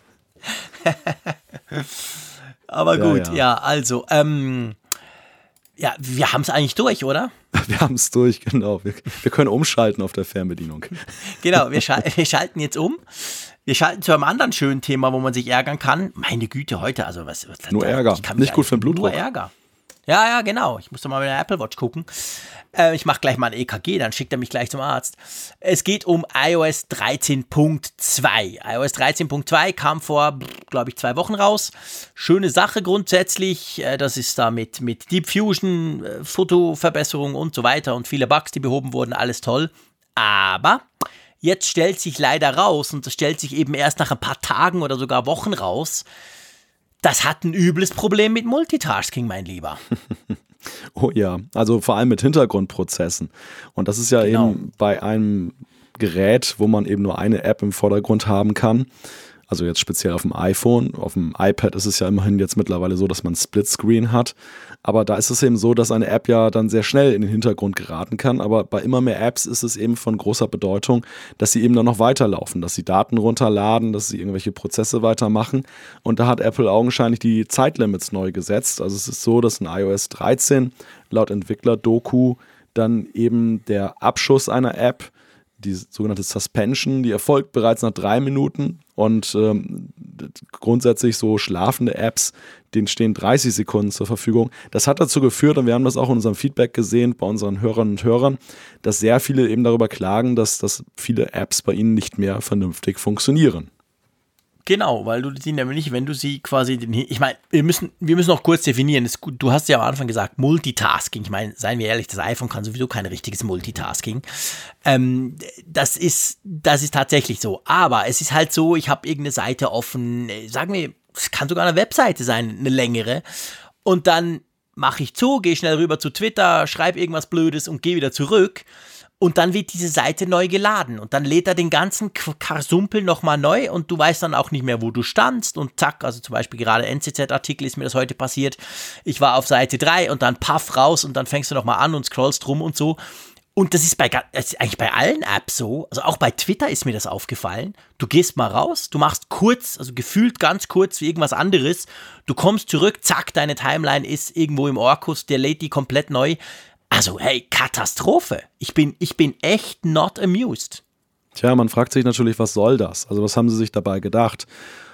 Aber gut, ja, ja. ja also, ähm, Ja, wir haben es eigentlich durch, oder? Wir haben es durch, genau. Wir, wir können umschalten auf der Fernbedienung. Genau, wir, schal- wir schalten jetzt um. Wir schalten zu einem anderen schönen Thema, wo man sich ärgern kann. Meine Güte, heute, also was... was nur da, Ärger, nicht gut für den Blutdruck. Nur Ärger. Ja, ja, genau. Ich muss doch mal mit der Apple Watch gucken. Äh, ich mache gleich mal ein E K G, dann schickt er mich gleich zum Arzt. Es geht um iOS dreizehn Punkt zwei. iOS dreizehn Punkt zwei kam vor, glaube ich, zwei Wochen raus. Schöne Sache grundsätzlich. Äh, das ist da mit, mit Deep Fusion, äh, Fotoverbesserung und so weiter und viele Bugs, die behoben wurden. Alles toll. Aber jetzt stellt sich leider raus, und das stellt sich eben erst nach ein paar Tagen oder sogar Wochen raus, das hat ein übles Problem mit Multitasking, mein Lieber. Oh ja, also vor allem mit Hintergrundprozessen. Und das ist ja genau. eben bei einem Gerät, wo man eben nur eine App im Vordergrund haben kann. Also jetzt speziell auf dem iPhone. Auf dem iPad ist es ja immerhin jetzt mittlerweile so, dass man Splitscreen hat. Aber da ist es eben so, dass eine App ja dann sehr schnell in den Hintergrund geraten kann. Aber bei immer mehr Apps ist es eben von großer Bedeutung, dass sie eben dann noch weiterlaufen, dass sie Daten runterladen, dass sie irgendwelche Prozesse weitermachen. Und da hat Apple augenscheinlich die Zeitlimits neu gesetzt. Also es ist so, dass in iOS dreizehn laut Entwickler-Doku dann eben der Abschuss einer App, die sogenannte Suspension, die erfolgt bereits nach drei Minuten und ähm, grundsätzlich so schlafende Apps, denen stehen dreißig Sekunden zur Verfügung. Das hat dazu geführt, und wir haben das auch in unserem Feedback gesehen bei unseren Hörerinnen und Hörern, dass sehr viele eben darüber klagen, dass, dass viele Apps bei ihnen nicht mehr vernünftig funktionieren. Genau, weil du sie nämlich, wenn du sie quasi, den, ich meine, wir müssen, wir müssen noch kurz definieren, das, du hast ja am Anfang gesagt, Multitasking, ich meine, seien wir ehrlich, das iPhone kann sowieso kein richtiges Multitasking, ähm, das ist, das ist tatsächlich so, aber es ist halt so, ich habe irgendeine Seite offen, sagen wir, es kann sogar eine Webseite sein, eine längere, und dann mache ich zu, gehe schnell rüber zu Twitter, schreibe irgendwas Blödes und gehe wieder zurück. Und dann wird diese Seite neu geladen und dann lädt er den ganzen Karsumpel nochmal neu und du weißt dann auch nicht mehr, wo du standst und zack, also zum Beispiel gerade N Z Z-Artikel ist mir das heute passiert. Ich war auf Seite drei und dann paff raus und dann fängst du nochmal an und scrollst rum und so. Und das ist, bei, das ist eigentlich bei allen Apps so, also auch bei Twitter ist mir das aufgefallen. Du gehst mal raus, du machst kurz, also gefühlt ganz kurz wie irgendwas anderes, du kommst zurück, zack, deine Timeline ist irgendwo im Orkus, der lädt die komplett neu. Also, hey, Katastrophe. Ich bin, ich bin echt not amused. Tja, man fragt sich natürlich, was soll das? Also, was haben sie sich dabei gedacht?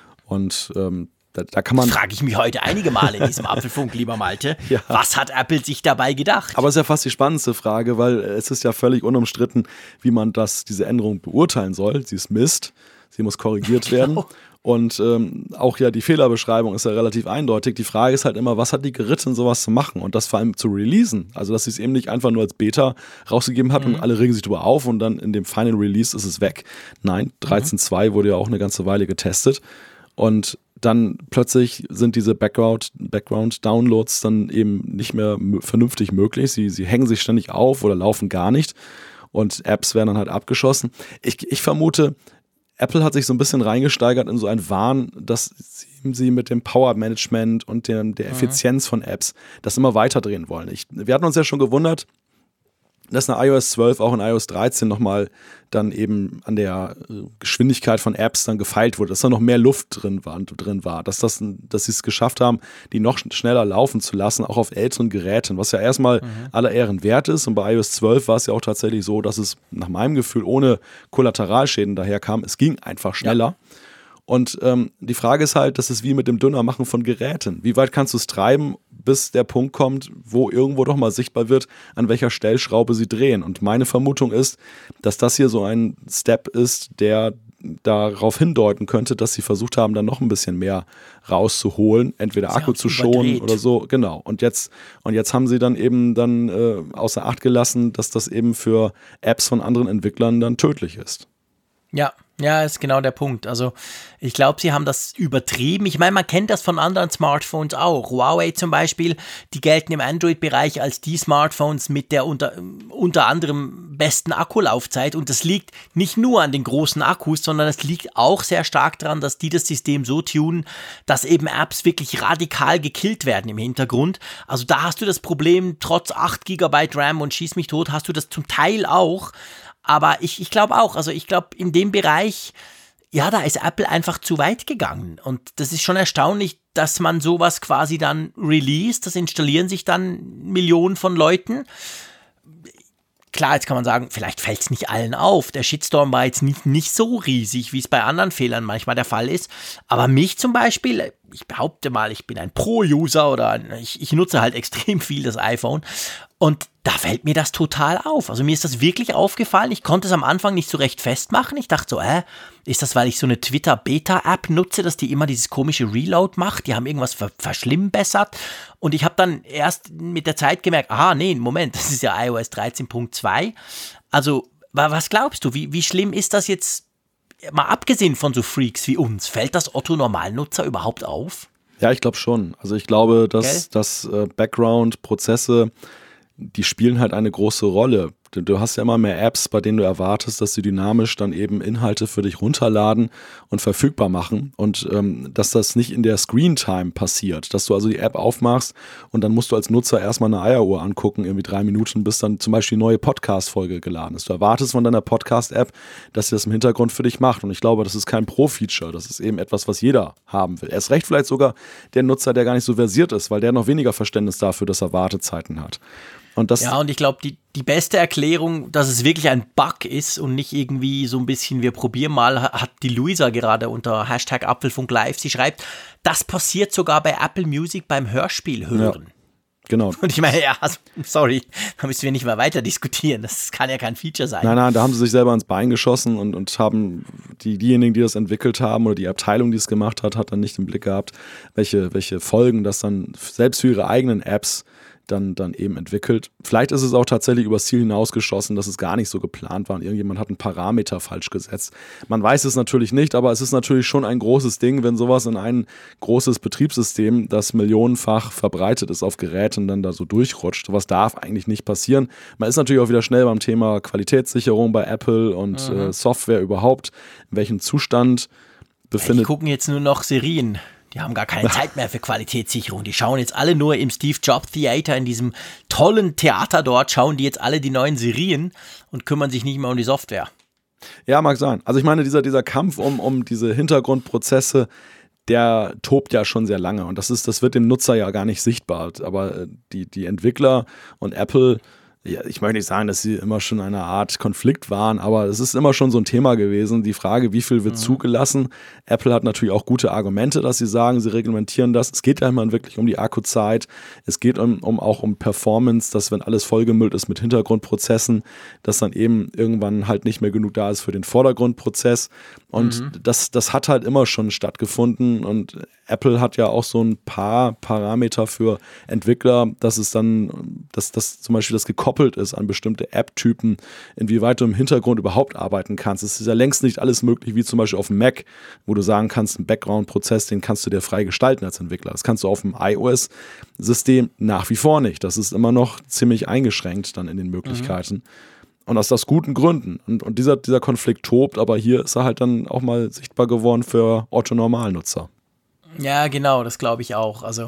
Und ähm, da, da kann man... Das frage ich mich heute einige Male in diesem Apfelfunk, lieber Malte. Ja. Was hat Apple sich dabei gedacht? Aber es ist ja fast die spannendste Frage, weil es ist ja völlig unumstritten, wie man das, diese Änderung beurteilen soll. Sie ist Mist, sie muss korrigiert genau. werden. Und ähm, auch ja die Fehlerbeschreibung ist ja relativ eindeutig. Die Frage ist halt immer, was hat die geritten, sowas zu machen und das vor allem zu releasen. Also, dass sie es eben nicht einfach nur als Beta rausgegeben hat mhm. und alle regen sich darüber auf und dann in dem Final Release ist es weg. Nein, dreizehn Punkt zwei wurde ja auch eine ganze Weile getestet und dann plötzlich sind diese Background, Background-Downloads dann eben nicht mehr m- vernünftig möglich. Sie, sie hängen sich ständig auf oder laufen gar nicht und Apps werden dann halt abgeschossen. Ich, ich vermute, Apple hat sich so ein bisschen reingesteigert in so einen Wahn, dass sie, sie mit dem Power-Management und der, der Effizienz von Apps das immer weiter drehen wollen. Ich, wir hatten uns ja schon gewundert, dass in iOS zwölf auch in iOS dreizehn nochmal dann eben an der Geschwindigkeit von Apps dann gefeilt wurde, dass da noch mehr Luft drin war, drin war dass, das, dass sie es geschafft haben, die noch schneller laufen zu lassen, auch auf älteren Geräten, was ja erstmal mhm. aller Ehren wert ist. Und bei iOS zwölf war es ja auch tatsächlich so, dass es nach meinem Gefühl ohne Kollateralschäden daherkam. Es ging einfach schneller. Ja. Und ähm, die Frage ist halt, das ist wie mit dem Dünnermachen von Geräten. Wie weit kannst du es treiben, bis der Punkt kommt, wo irgendwo doch mal sichtbar wird, an welcher Stellschraube sie drehen. Und meine Vermutung ist, dass das hier so ein Step ist, der darauf hindeuten könnte, dass sie versucht haben, dann noch ein bisschen mehr rauszuholen, entweder sie Akku zu schonen oder so. Genau. Und jetzt, und jetzt haben sie dann eben dann äh, außer Acht gelassen, dass das eben für Apps von anderen Entwicklern dann tödlich ist. Ja, ja, ist genau der Punkt. Also ich glaube, sie haben das übertrieben. Ich meine, man kennt das von anderen Smartphones auch. Huawei zum Beispiel, die gelten im Android-Bereich als die Smartphones mit der unter, unter anderem besten Akkulaufzeit. Und das liegt nicht nur an den großen Akkus, sondern es liegt auch sehr stark daran, dass die das System so tunen, dass eben Apps wirklich radikal gekillt werden im Hintergrund. Also da hast du das Problem, trotz acht Gigabyte RAM und schieß mich tot, hast du das zum Teil auch. Aber ich, ich glaube auch, also ich glaube, in dem Bereich ja, da ist Apple einfach zu weit gegangen. Und das ist schon erstaunlich, dass man sowas quasi dann released. Das installieren sich dann Millionen von Leuten. Klar, jetzt kann man sagen, vielleicht fällt es nicht allen auf. Der Shitstorm war jetzt nicht, nicht so riesig, wie es bei anderen Fehlern manchmal der Fall ist. Aber mich zum Beispiel, ich behaupte mal, ich bin ein Pro-User oder ich, ich nutze halt extrem viel das iPhone. Und da fällt mir das total auf. Also mir ist das wirklich aufgefallen. Ich konnte es am Anfang nicht so recht festmachen. Ich dachte so, äh, ist das, weil ich so eine Twitter-Beta-App nutze, dass die immer dieses komische Reload macht? Die haben irgendwas ver- verschlimmbessert. Und ich habe dann erst mit der Zeit gemerkt, aha, nee, Moment, das ist ja iOS dreizehn Punkt zwei. Also, was glaubst du, wie, wie schlimm ist das jetzt, mal abgesehen von so Freaks wie uns, fällt das Otto-Normalnutzer überhaupt auf? Ja, ich glaube schon. Also ich glaube, dass, dass äh, Background-Prozesse, die spielen halt eine große Rolle. Du hast ja immer mehr Apps, bei denen du erwartest, dass sie dynamisch dann eben Inhalte für dich runterladen und verfügbar machen und ähm, dass das nicht in der Screentime passiert, dass du also die App aufmachst und dann musst du als Nutzer erstmal eine Eieruhr angucken, irgendwie drei Minuten, bis dann zum Beispiel die neue Podcast-Folge geladen ist. Du erwartest von deiner Podcast-App, dass sie das im Hintergrund für dich macht und ich glaube, das ist kein Pro-Feature, das ist eben etwas, was jeder haben will. Erst recht vielleicht sogar der Nutzer, der gar nicht so versiert ist, weil der noch weniger Verständnis dafür, dass er Wartezeiten hat. Und das ja, und ich glaube, die, die beste Erklärung, dass es wirklich ein Bug ist und nicht irgendwie so ein bisschen, wir probieren mal, hat die Luisa gerade unter Hashtag Apfelfunk Live, sie schreibt, das passiert sogar bei Apple Music beim Hörspiel hören. Ja, genau. Und ich meine, ja, also, sorry, da müssen wir nicht mehr weiter diskutieren, das kann ja kein Feature sein. Nein, nein, da haben sie sich selber ins Bein geschossen und, und haben die, diejenigen, die das entwickelt haben oder die Abteilung, die es gemacht hat, hat dann nicht im Blick gehabt, welche, welche Folgen das dann selbst für ihre eigenen Apps Dann, dann eben entwickelt. Vielleicht ist es auch tatsächlich übers Ziel hinausgeschossen, dass es gar nicht so geplant war und irgendjemand hat einen Parameter falsch gesetzt. Man weiß es natürlich nicht, aber es ist natürlich schon ein großes Ding, wenn sowas in ein großes Betriebssystem, das millionenfach verbreitet ist auf Geräten, dann da so durchrutscht. Sowas darf eigentlich nicht passieren. Man ist natürlich auch wieder schnell beim Thema Qualitätssicherung bei Apple und mhm. äh, Software überhaupt. In welchem Zustand befindet... Die gucken jetzt nur noch Serien. Die haben gar keine Zeit mehr für Qualitätssicherung. Die schauen jetzt alle nur im Steve Jobs Theater, in diesem tollen Theater dort, schauen die jetzt alle die neuen Serien und kümmern sich nicht mehr um die Software. Ja, mag sein. Also ich meine, dieser, dieser Kampf um, um diese Hintergrundprozesse, der tobt ja schon sehr lange. Und das ist, das wird dem Nutzer ja gar nicht sichtbar. Aber die, die Entwickler und Apple, ja, ich möchte nicht sagen, dass sie immer schon eine Art Konflikt waren, aber es ist immer schon so ein Thema gewesen, die Frage, wie viel wird mhm. zugelassen. Apple hat natürlich auch gute Argumente, dass sie sagen, sie reglementieren das. Es geht ja immer wirklich um die Akkuzeit, es geht um, um auch um Performance, dass wenn alles vollgemüllt ist mit Hintergrundprozessen, dass dann eben irgendwann halt nicht mehr genug da ist für den Vordergrundprozess. Und mhm. das, das hat halt immer schon stattgefunden und Apple hat ja auch so ein paar Parameter für Entwickler, dass es dann, dass das zum Beispiel das gekoppelt ist an bestimmte App-Typen, inwieweit du im Hintergrund überhaupt arbeiten kannst. Es ist ja längst nicht alles möglich, wie zum Beispiel auf dem Mac, wo du sagen kannst, einen Background-Prozess, den kannst du dir frei gestalten als Entwickler. Das kannst du auf dem iOS-System nach wie vor nicht. Das ist immer noch ziemlich eingeschränkt dann in den Möglichkeiten. Mhm. Und aus das guten Gründen. Und, und dieser, dieser Konflikt tobt, aber hier ist er halt dann auch mal sichtbar geworden für Otto-Normalnutzer. Ja, genau, das glaube ich auch. Also,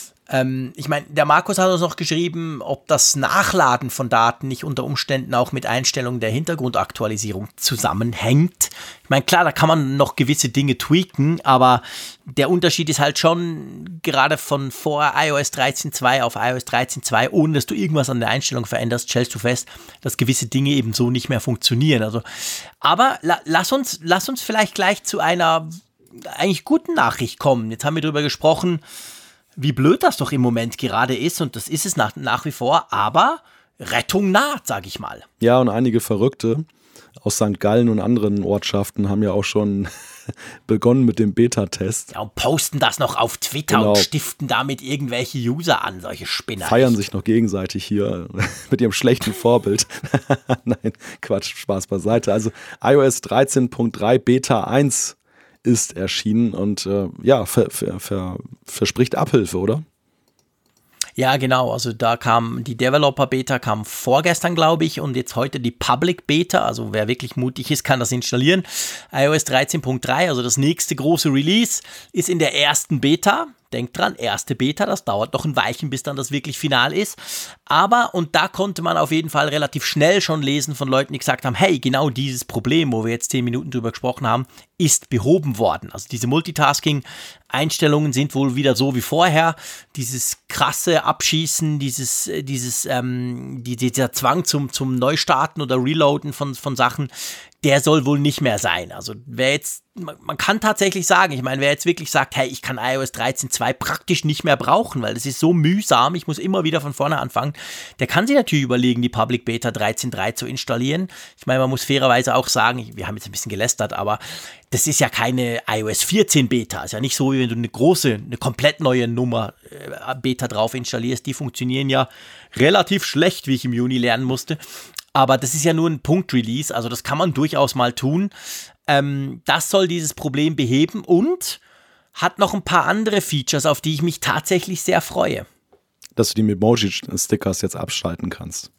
ähm, ich meine, der Markus hat uns noch geschrieben, ob das Nachladen von Daten nicht unter Umständen auch mit Einstellungen der Hintergrundaktualisierung zusammenhängt. Ich meine, klar, da kann man noch gewisse Dinge tweaken, aber der Unterschied ist halt schon gerade von vor iOS dreizehn Punkt zwei auf iOS dreizehn Punkt zwei, ohne dass du irgendwas an der Einstellung veränderst, stellst du fest, dass gewisse Dinge eben so nicht mehr funktionieren. Also, aber la- lass uns, lass uns vielleicht gleich zu einer eigentlich guten Nachricht kommen. Jetzt haben wir darüber gesprochen, wie blöd das doch im Moment gerade ist und das ist es nach, nach wie vor, aber Rettung naht, sage ich mal. Ja, und einige Verrückte aus Sankt Gallen und anderen Ortschaften haben ja auch schon begonnen mit dem Beta-Test. Ja, und posten das noch auf Twitter genau. und stiften damit irgendwelche User an, solche Spinner. Feiern sich noch gegenseitig hier mit ihrem schlechten Vorbild. Nein, Quatsch, Spaß beiseite. Also iOS dreizehn Punkt drei Beta eins ist erschienen und äh, ja, ver, ver, ver, verspricht Abhilfe, oder? Ja, genau. Also da kam die Developer-Beta, kam vorgestern, glaube ich, und jetzt heute die Public-Beta. Also wer wirklich mutig ist, kann das installieren. iOS dreizehn Punkt drei, also das nächste große Release, ist in der ersten Beta. Denkt dran, erste Beta, das dauert noch ein Weilchen, bis dann das wirklich final ist. Aber, und da konnte man auf jeden Fall relativ schnell schon lesen von Leuten, die gesagt haben, hey, genau dieses Problem, wo wir jetzt zehn Minuten drüber gesprochen haben, ist behoben worden. Also diese Multitasking-Einstellungen sind wohl wieder so wie vorher. Dieses krasse Abschießen, dieses, dieses, ähm, die, dieser Zwang zum, zum Neustarten oder Reloaden von, von Sachen, der soll wohl nicht mehr sein. Also wer jetzt, man, man kann tatsächlich sagen, ich meine, wer jetzt wirklich sagt, hey, ich kann i O S dreizehn Punkt zwei praktisch nicht mehr brauchen, weil das ist so mühsam, ich muss immer wieder von vorne anfangen, der kann sich natürlich überlegen, die Public Beta dreizehn Punkt drei zu installieren. Ich meine, man muss fairerweise auch sagen, wir haben jetzt ein bisschen gelästert, aber das ist ja keine i O S vierzehn Beta. Ist ja nicht so, wie wenn du eine große, eine komplett neue Nummer äh, Beta drauf installierst. Die funktionieren ja relativ schlecht, wie ich im Juni lernen musste. Aber das ist ja nur ein Punkt-Release, also das kann man durchaus mal tun. Ähm, das soll dieses Problem beheben und hat noch ein paar andere Features, auf die ich mich tatsächlich sehr freue. Dass du die Memoji-Stickers jetzt abschalten kannst.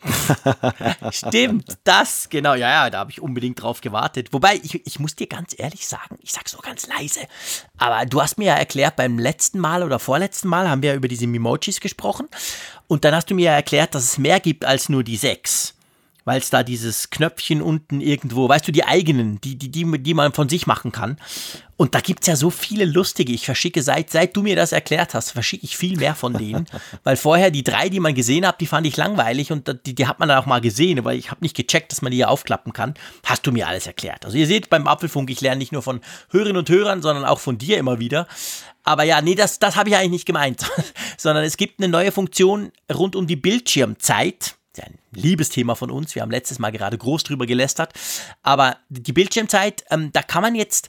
Stimmt, das, genau, ja, ja, da habe ich unbedingt drauf gewartet. Wobei, ich, ich muss dir ganz ehrlich sagen, ich sag's nur ganz leise, aber du hast mir ja erklärt, beim letzten Mal oder vorletzten Mal haben wir ja über diese Memojis gesprochen und dann hast du mir ja erklärt, dass es mehr gibt als nur die sechs. Weil es da dieses Knöpfchen unten irgendwo, weißt du, die eigenen, die, die, die, die man von sich machen kann. Und da gibt es ja so viele lustige. Ich verschicke, seit, seit du mir das erklärt hast, verschicke ich viel mehr von denen. Weil vorher die drei, die man gesehen hat, die fand ich langweilig und die, die hat man dann auch mal gesehen, aber ich habe nicht gecheckt, dass man die hier aufklappen kann. Hast du mir alles erklärt. Also ihr seht beim Apfelfunk, ich lerne nicht nur von Hörerinnen und Hörern, sondern auch von dir immer wieder. Aber ja, nee, das, das habe ich eigentlich nicht gemeint. Sondern es gibt eine neue Funktion rund um die Bildschirmzeit. Das ist ja ein Liebesthema von uns. Wir haben letztes Mal gerade groß drüber gelästert. Aber die Bildschirmzeit, ähm, da kann man jetzt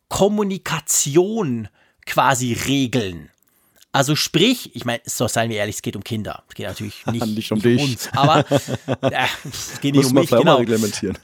Kommunikation quasi regeln. Also sprich, ich meine, so seien wir ehrlich, es geht um Kinder. Es geht natürlich nicht, nicht um nicht dich. um uns. Aber äh, es geht nicht Muss um man mich, genau. genau. Mal reglementieren.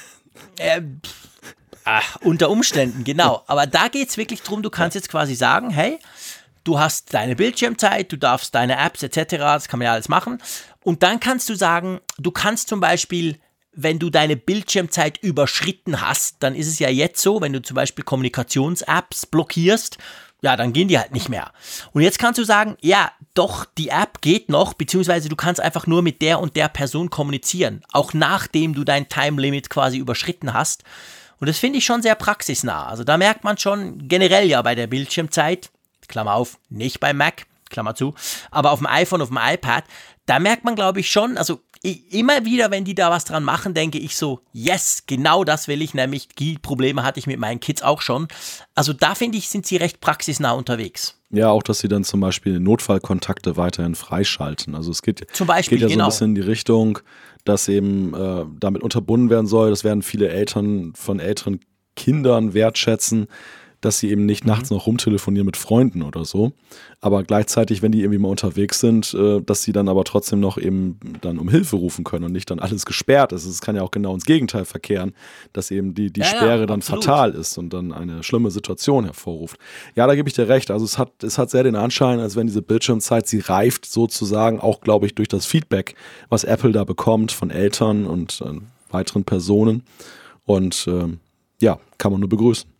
Äh, ach, unter Umständen, genau. Aber da geht es wirklich darum, du kannst jetzt quasi sagen, hey, du hast deine Bildschirmzeit, du darfst deine Apps et cetera, das kann man ja alles machen. Und dann kannst du sagen, du kannst zum Beispiel, wenn du deine Bildschirmzeit überschritten hast, dann ist es ja jetzt so, wenn du zum Beispiel Kommunikations-Apps blockierst, ja, dann gehen die halt nicht mehr. Und jetzt kannst du sagen, ja, doch, die App geht noch, beziehungsweise du kannst einfach nur mit der und der Person kommunizieren, auch nachdem du dein Time-Limit quasi überschritten hast. Und das finde ich schon sehr praxisnah. Also da merkt man schon generell ja bei der Bildschirmzeit, Klammer auf, nicht beim Mac, Klammer zu, aber auf dem iPhone, auf dem iPad, da merkt man, glaube ich, schon, also ich, immer wieder, wenn die da was dran machen, denke ich so, yes, genau das will ich, nämlich die Probleme hatte ich mit meinen Kids auch schon. Also da, finde ich, sind sie recht praxisnah unterwegs. Ja, auch, dass sie dann zum Beispiel Notfallkontakte weiterhin freischalten. Also es geht, zum Beispiel, geht ja so genau. ein bisschen in die Richtung, dass eben äh, damit unterbunden werden soll. Das werden viele Eltern von älteren Kindern wertschätzen, dass sie eben nicht mhm. nachts noch rumtelefonieren mit Freunden oder so. Aber gleichzeitig, wenn die irgendwie mal unterwegs sind, äh, dass sie dann aber trotzdem noch eben dann um Hilfe rufen können und nicht dann alles gesperrt ist. Es kann ja auch genau ins Gegenteil verkehren, dass eben die, die ja, Sperre ja, dann absolut. fatal ist und dann eine schlimme Situation hervorruft. Ja, da gebe ich dir recht. Also es hat, es hat sehr den Anschein, als wenn diese Bildschirmzeit, sie reift sozusagen auch, glaube ich, durch das Feedback, was Apple da bekommt von Eltern und äh, weiteren Personen. Und ähm, ja, kann man nur begrüßen.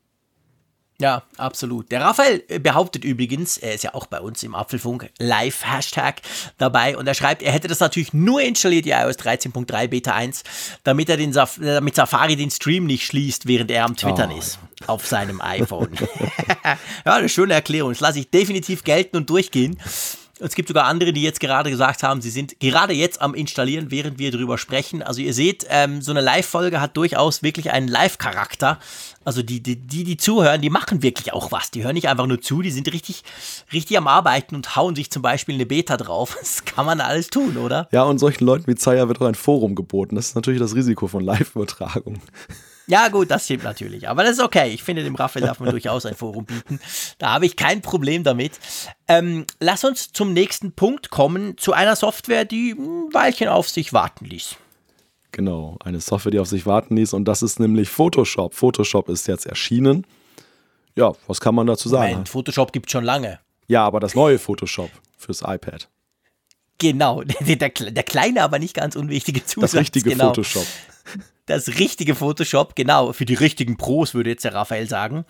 Ja, absolut. Der Raphael behauptet übrigens, er ist ja auch bei uns im Apfelfunk Live-Hashtag dabei und er schreibt, er hätte das natürlich nur installiert, die i O S dreizehn Punkt drei Beta eins, damit er den Saf- damit Safari den Stream nicht schließt, während er am Twittern oh. ist, auf seinem iPhone. Ja, eine schöne Erklärung. Das lasse ich definitiv gelten und durchgehen. Es gibt sogar andere, die jetzt gerade gesagt haben, sie sind gerade jetzt am Installieren, während wir drüber sprechen. Also ihr seht, ähm, so eine Live-Folge hat durchaus wirklich einen Live-Charakter. Also die, die, die, die zuhören, die machen wirklich auch was. Die hören nicht einfach nur zu, die sind richtig, richtig am Arbeiten und hauen sich zum Beispiel eine Beta drauf. Das kann man alles tun, oder? Ja, und solchen Leuten wie Zaya wird auch ein Forum geboten. Das ist natürlich das Risiko von Live-Übertragung. Ja gut, das stimmt natürlich, aber das ist okay. Ich finde, dem Raphael darf man durchaus ein Forum bieten. Da habe ich kein Problem damit. Ähm, lass uns zum nächsten Punkt kommen, zu einer Software, die ein Weilchen auf sich warten ließ. Genau, eine Software, die auf sich warten ließ und das ist nämlich Photoshop. Photoshop ist jetzt erschienen. Ja, was kann man dazu sagen? Moment, Photoshop gibt es schon lange. Ja, aber das neue Photoshop fürs iPad. Genau, der, der, der kleine, aber nicht ganz unwichtige Zusatz. Das richtige genau. Photoshop. Das richtige Photoshop, genau, für die richtigen Pros, würde jetzt der Raphael sagen.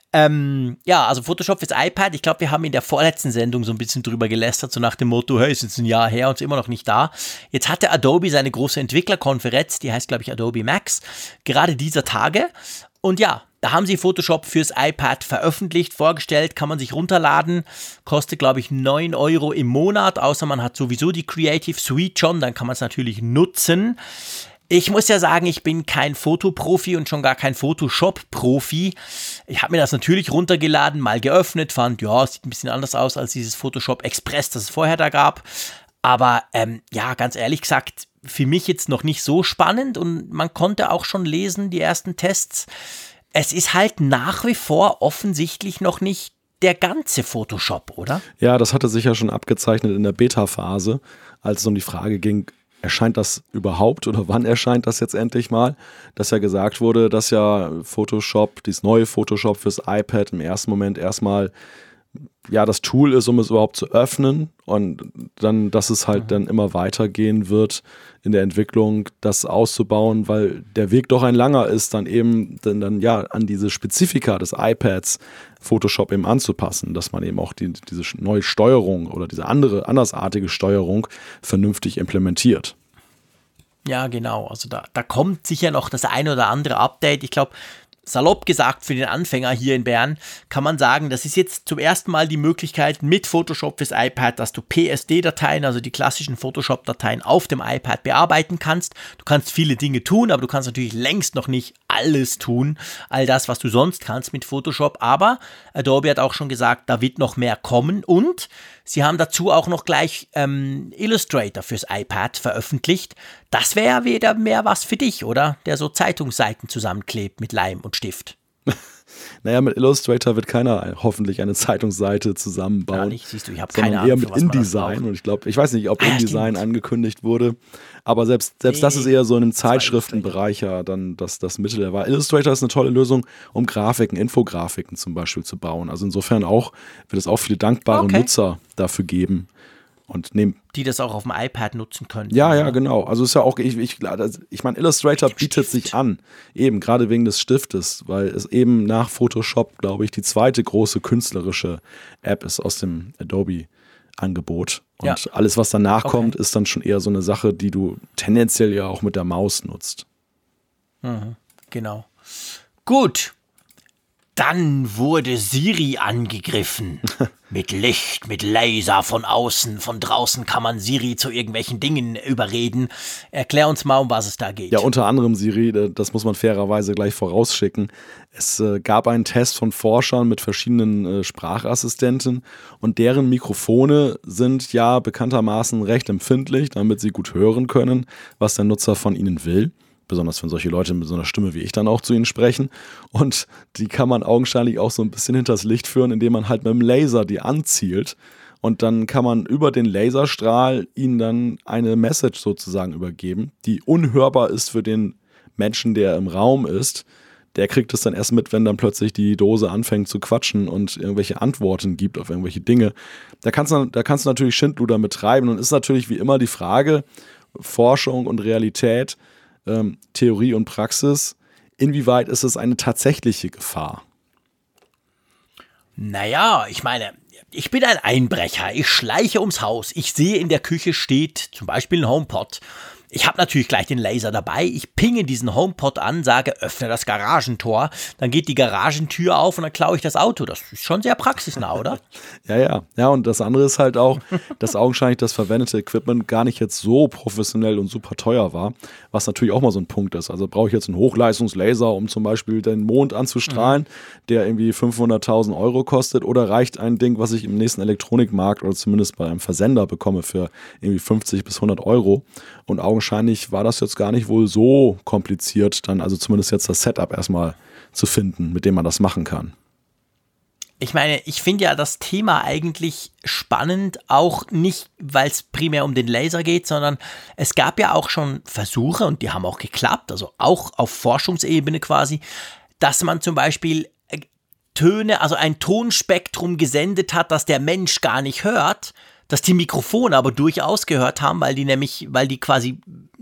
Ähm, ja, also Photoshop fürs iPad, ich glaube, wir haben in der vorletzten Sendung so ein bisschen drüber gelästert, so nach dem Motto, hey, ist jetzt ein Jahr her und ist immer noch nicht da. Jetzt hatte Adobe seine große Entwicklerkonferenz, die heißt, glaube ich, Adobe Max, gerade dieser Tage. Und ja, da haben sie Photoshop fürs iPad veröffentlicht, vorgestellt, kann man sich runterladen, kostet, glaube ich, neun Euro im Monat, außer man hat sowieso die Creative Suite schon, dann kann man es natürlich nutzen. Ich muss ja sagen, ich bin kein Fotoprofi und schon gar kein Photoshop-Profi. Ich habe mir das natürlich runtergeladen, mal geöffnet, fand, ja, es sieht ein bisschen anders aus als dieses Photoshop Express, das es vorher da gab. Aber ähm, ja, ganz ehrlich gesagt, für mich jetzt noch nicht so spannend und man konnte auch schon lesen, die ersten Tests. Es ist halt nach wie vor offensichtlich noch nicht der ganze Photoshop, oder? Ja, das hatte sich ja schon abgezeichnet in der Beta-Phase, als es um die Frage ging, erscheint das überhaupt oder wann erscheint das jetzt endlich mal? Dass ja gesagt wurde, dass ja Photoshop, dieses neue Photoshop fürs iPad im ersten Moment erstmal ja das Tool ist, um es überhaupt zu öffnen und dann, dass es halt mhm. dann immer weitergehen wird in der Entwicklung, das auszubauen, weil der Weg doch ein langer ist, dann eben dann, dann ja an diese Spezifika des iPads Photoshop eben anzupassen, dass man eben auch die, diese neue Steuerung oder diese andere, andersartige Steuerung vernünftig implementiert. Ja, genau. Also da, da kommt sicher noch das ein oder andere Update. Ich glaube, salopp gesagt, für den Anfänger hier in Bern kann man sagen, das ist jetzt zum ersten Mal die Möglichkeit mit Photoshop fürs iPad, dass du P S D-Dateien, also die klassischen Photoshop-Dateien auf dem iPad bearbeiten kannst. Du kannst viele Dinge tun, aber du kannst natürlich längst noch nicht alles tun, all das, was du sonst kannst mit Photoshop. Aber Adobe hat auch schon gesagt, da wird noch mehr kommen und sie haben dazu auch noch gleich ähm, Illustrator fürs iPad veröffentlicht. Das wäre ja wieder mehr was für dich, oder? Der so Zeitungsseiten zusammenklebt mit Leim und Stift. Naja, mit Illustrator wird keiner hoffentlich eine Zeitungsseite zusammenbauen. Ja, nicht, siehst du, ich habe keine Ahnung. Eher Ahnung, mit InDesign. Und ich glaube, ich weiß nicht, ob ah, InDesign stimmt. angekündigt wurde. Aber selbst, selbst nee, das ist eher so in einem Zeitschriftenbereich ja dann das, das Mittel der Wahl. Illustrator ist eine tolle Lösung, um Grafiken, Infografiken zum Beispiel zu bauen. Also insofern auch, wird es auch viele dankbare okay. Nutzer dafür geben. Und nehmen. Die das auch auf dem iPad nutzen können. Ja, ja, genau. Also ist ja auch, ich, ich, ich meine, Illustrator bietet Stift. sich an, eben gerade wegen des Stiftes, weil es eben nach Photoshop, glaube ich, die zweite große künstlerische App ist aus dem Adobe-Angebot. Und ja. alles, was danach okay. kommt, ist dann schon eher so eine Sache, die du tendenziell ja auch mit der Maus nutzt. Mhm, genau. Gut. Dann wurde Siri angegriffen. Mit Licht, mit Laser von außen. Von draußen kann man Siri zu irgendwelchen Dingen überreden. Erklär uns mal, um was es da geht. Ja, unter anderem Siri, das muss man fairerweise gleich vorausschicken. Es äh, gab einen Test von Forschern mit verschiedenen äh, Sprachassistenten und deren Mikrofone sind ja bekanntermaßen recht empfindlich, damit sie gut hören können, was der Nutzer von ihnen will. Besonders wenn solche Leute mit so einer Stimme wie ich dann auch zu ihnen sprechen. Und die kann man augenscheinlich auch so ein bisschen hinters Licht führen, indem man halt mit dem Laser die anzielt. Und dann kann man über den Laserstrahl ihnen dann eine Message sozusagen übergeben, die unhörbar ist für den Menschen, der im Raum ist. Der kriegt es dann erst mit, wenn dann plötzlich die Dose anfängt zu quatschen und irgendwelche Antworten gibt auf irgendwelche Dinge. Da kannst du, da kannst du natürlich Schindluder mit treiben. Und ist natürlich wie immer die Frage, Forschung und Realität, Ähm, Theorie und Praxis, inwieweit ist es eine tatsächliche Gefahr? Naja, ich meine, ich bin ein Einbrecher, ich schleiche ums Haus, ich sehe in der Küche steht zum Beispiel ein HomePod. Ich habe natürlich gleich den Laser dabei, ich pinge diesen HomePod an, sage, öffne das Garagentor, dann geht die Garagentür auf und dann klaue ich das Auto. Das ist schon sehr praxisnah, oder? ja, ja. Ja, und das andere ist halt auch, dass augenscheinlich das verwendete Equipment gar nicht jetzt so professionell und super teuer war, was natürlich auch mal so ein Punkt ist. Also brauche ich jetzt einen Hochleistungslaser, um zum Beispiel den Mond anzustrahlen, mhm. der irgendwie fünfhunderttausend Euro kostet, oder reicht ein Ding, was ich im nächsten Elektronikmarkt oder zumindest bei einem Versender bekomme für irgendwie fünfzig bis hundert Euro. Und augenscheinlich war das jetzt gar nicht wohl so kompliziert, dann also zumindest jetzt das Setup erstmal zu finden, mit dem man das machen kann. Ich meine, ich finde ja das Thema eigentlich spannend, auch nicht, weil es primär um den Laser geht, sondern es gab ja auch schon Versuche, und die haben auch geklappt, also auch auf Forschungsebene quasi, dass man zum Beispiel Töne, also ein Tonspektrum gesendet hat, das der Mensch gar nicht hört, dass die Mikrofone aber durchaus gehört haben, weil die nämlich, weil die quasi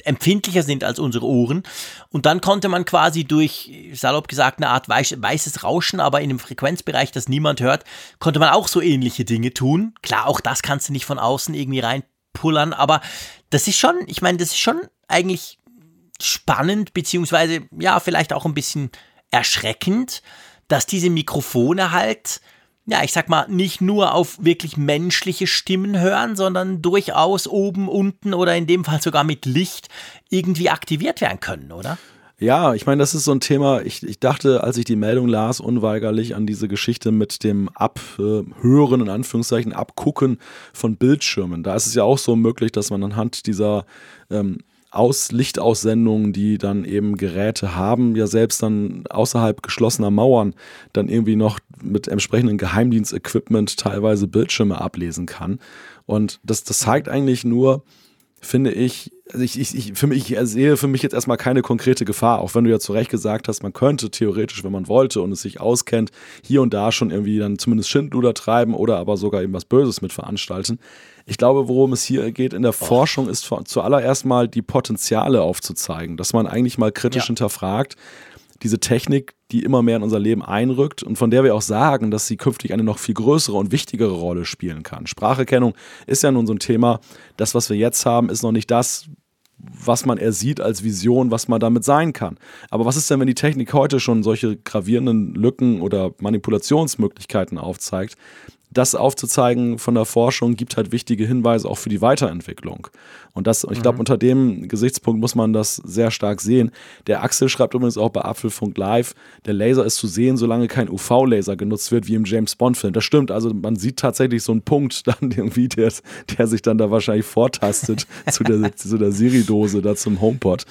empfindlicher sind als unsere Ohren. Und dann konnte man quasi durch, salopp gesagt, eine Art weiß, weißes Rauschen, aber in einem Frequenzbereich, das niemand hört, konnte man auch so ähnliche Dinge tun. Klar, auch das kannst du nicht von außen irgendwie reinpullern, aber das ist schon, ich meine, das ist schon eigentlich spannend, beziehungsweise ja, vielleicht auch ein bisschen erschreckend, dass diese Mikrofone halt, ja, ich sag mal, nicht nur auf wirklich menschliche Stimmen hören, sondern durchaus oben, unten oder in dem Fall sogar mit Licht irgendwie aktiviert werden können, oder? Ja, ich meine, das ist so ein Thema, ich, ich dachte, als ich die Meldung las, unweigerlich an diese Geschichte mit dem Abhören, in Anführungszeichen, Abgucken von Bildschirmen. Da ist es ja auch so möglich, dass man anhand dieser ähm, Aus Lichtaussendungen, die dann eben Geräte haben, ja selbst dann außerhalb geschlossener Mauern dann irgendwie noch mit entsprechendem Geheimdienstequipment teilweise Bildschirme ablesen kann. Und das, das zeigt eigentlich nur, finde ich, also ich, ich, ich, für mich, ich sehe für mich jetzt erstmal keine konkrete Gefahr, auch wenn du ja zu Recht gesagt hast, man könnte theoretisch, wenn man wollte und es sich auskennt, hier und da schon irgendwie dann zumindest Schindluder treiben oder aber sogar eben was Böses mit veranstalten. Ich glaube, worum es hier geht in der oh. Forschung, ist zuallererst mal die Potenziale aufzuzeigen, dass man eigentlich mal kritisch ja. hinterfragt, diese Technik, die immer mehr in unser Leben einrückt und von der wir auch sagen, dass sie künftig eine noch viel größere und wichtigere Rolle spielen kann. Spracherkennung ist ja nun so ein Thema, das, was wir jetzt haben, ist noch nicht das, was man ersieht als Vision, was man damit sein kann. Aber was ist denn, wenn die Technik heute schon solche gravierenden Lücken oder Manipulationsmöglichkeiten aufzeigt? Das aufzuzeigen von der Forschung gibt halt wichtige Hinweise auch für die Weiterentwicklung. Und das, ich glaube, mhm. unter dem Gesichtspunkt muss man das sehr stark sehen. Der Axel schreibt übrigens auch bei Apfelfunk Live, der Laser ist zu sehen, solange kein U V-Laser genutzt wird, wie im James-Bond-Film. Das stimmt, also man sieht tatsächlich so einen Punkt dann irgendwie, der, der sich dann da wahrscheinlich vortastet zu der, zu der Siri-Dose, da zum HomePod.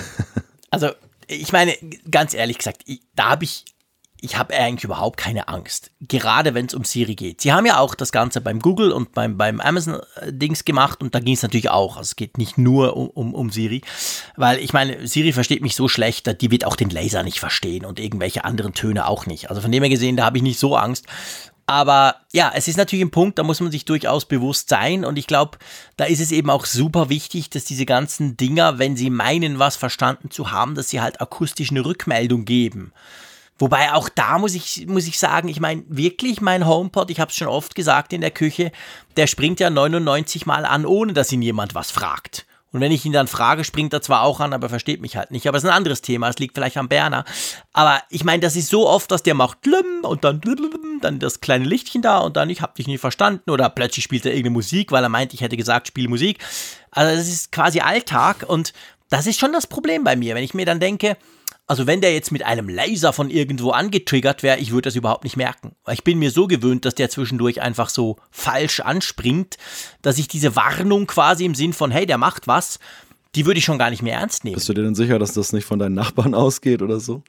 Also, ich meine, ganz ehrlich gesagt, ich, da habe ich Ich habe eigentlich überhaupt keine Angst, gerade wenn es um Siri geht. Sie haben ja auch das Ganze beim Google und beim, beim Amazon-Dings gemacht und da ging es natürlich auch. Also es geht nicht nur um, um, um Siri, weil ich meine, Siri versteht mich so schlecht, die wird auch den Laser nicht verstehen und irgendwelche anderen Töne auch nicht. Also von dem her gesehen, da habe ich nicht so Angst. Aber ja, es ist natürlich ein Punkt, da muss man sich durchaus bewusst sein und ich glaube, da ist es eben auch super wichtig, dass diese ganzen Dinger, wenn sie meinen, was verstanden zu haben, dass sie halt akustisch eine Rückmeldung geben. Wobei auch da muss ich, muss ich sagen, ich meine wirklich, mein HomePod, ich habe es schon oft gesagt in der Küche, der springt ja neunundneunzig Mal an, ohne dass ihn jemand was fragt. Und wenn ich ihn dann frage, springt er zwar auch an, aber er versteht mich halt nicht. Aber es ist ein anderes Thema, es liegt vielleicht am Berner. Aber ich meine, das ist so oft, dass der macht und dann dann das kleine Lichtchen da und dann, ich habe dich nicht verstanden. Oder plötzlich spielt er irgendeine Musik, weil er meint, ich hätte gesagt, spiel Musik. Also das ist quasi Alltag und das ist schon das Problem bei mir, wenn ich mir dann denke, also wenn der jetzt mit einem Laser von irgendwo angetriggert wäre, ich würde das überhaupt nicht merken. Weil ich bin mir so gewöhnt, dass der zwischendurch einfach so falsch anspringt, dass ich diese Warnung quasi im Sinn von, hey, der macht was, die würde ich schon gar nicht mehr ernst nehmen. Bist du dir denn sicher, dass das nicht von deinen Nachbarn ausgeht oder so?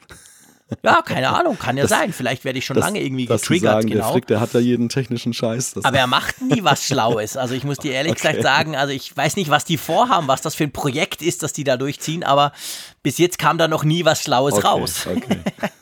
Ja, keine Ahnung, kann ja das, sein. Vielleicht werde ich schon das, lange irgendwie dass getriggert. Sagen, genau. Der Frick, der hat ja jeden technischen Scheiß. Aber er macht nie was Schlaues. Also ich muss dir ehrlich okay. gesagt sagen, also ich weiß nicht, was die vorhaben, was das für ein Projekt ist, das die da durchziehen, aber bis jetzt kam da noch nie was Schlaues okay, raus. Okay.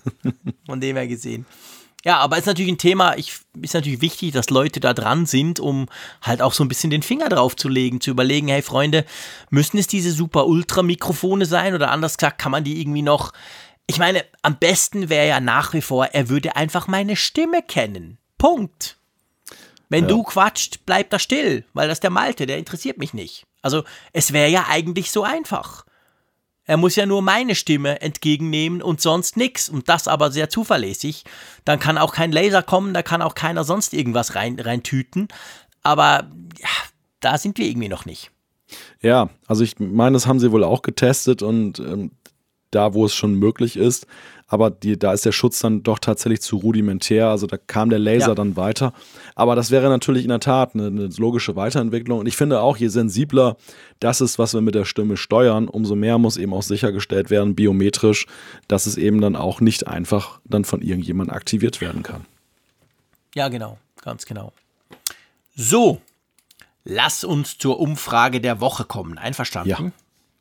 Von dem her gesehen. Ja, aber es ist natürlich ein Thema, ich, ist natürlich wichtig, dass Leute da dran sind, um halt auch so ein bisschen den Finger drauf zu legen, zu überlegen, hey Freunde, müssen es diese super-Ultra-Mikrofone sein oder anders gesagt, kann man die irgendwie noch. Ich meine, am besten wäre ja nach wie vor, er würde einfach meine Stimme kennen. Punkt. Wenn ja. du quatscht, bleib da still, weil das ist der Malte, der interessiert mich nicht. Also es wäre ja eigentlich so einfach. Er muss ja nur meine Stimme entgegennehmen und sonst nix. Und das aber sehr zuverlässig. Dann kann auch kein Laser kommen, da kann auch keiner sonst irgendwas rein, reintüten. Aber ja, da sind wir irgendwie noch nicht. Ja, also ich meine, das haben sie wohl auch getestet und ähm, da, wo es schon möglich ist. Aber die, da ist der Schutz dann doch tatsächlich zu rudimentär. Also da kam der Laser ja. dann weiter. Aber das wäre natürlich in der Tat eine, eine logische Weiterentwicklung. Und ich finde auch, je sensibler das ist, was wir mit der Stimme steuern, umso mehr muss eben auch sichergestellt werden, biometrisch, dass es eben dann auch nicht einfach dann von irgendjemandem aktiviert werden kann. Ja, genau. Ganz genau. So, lass uns zur Umfrage der Woche kommen. Einverstanden? Ja.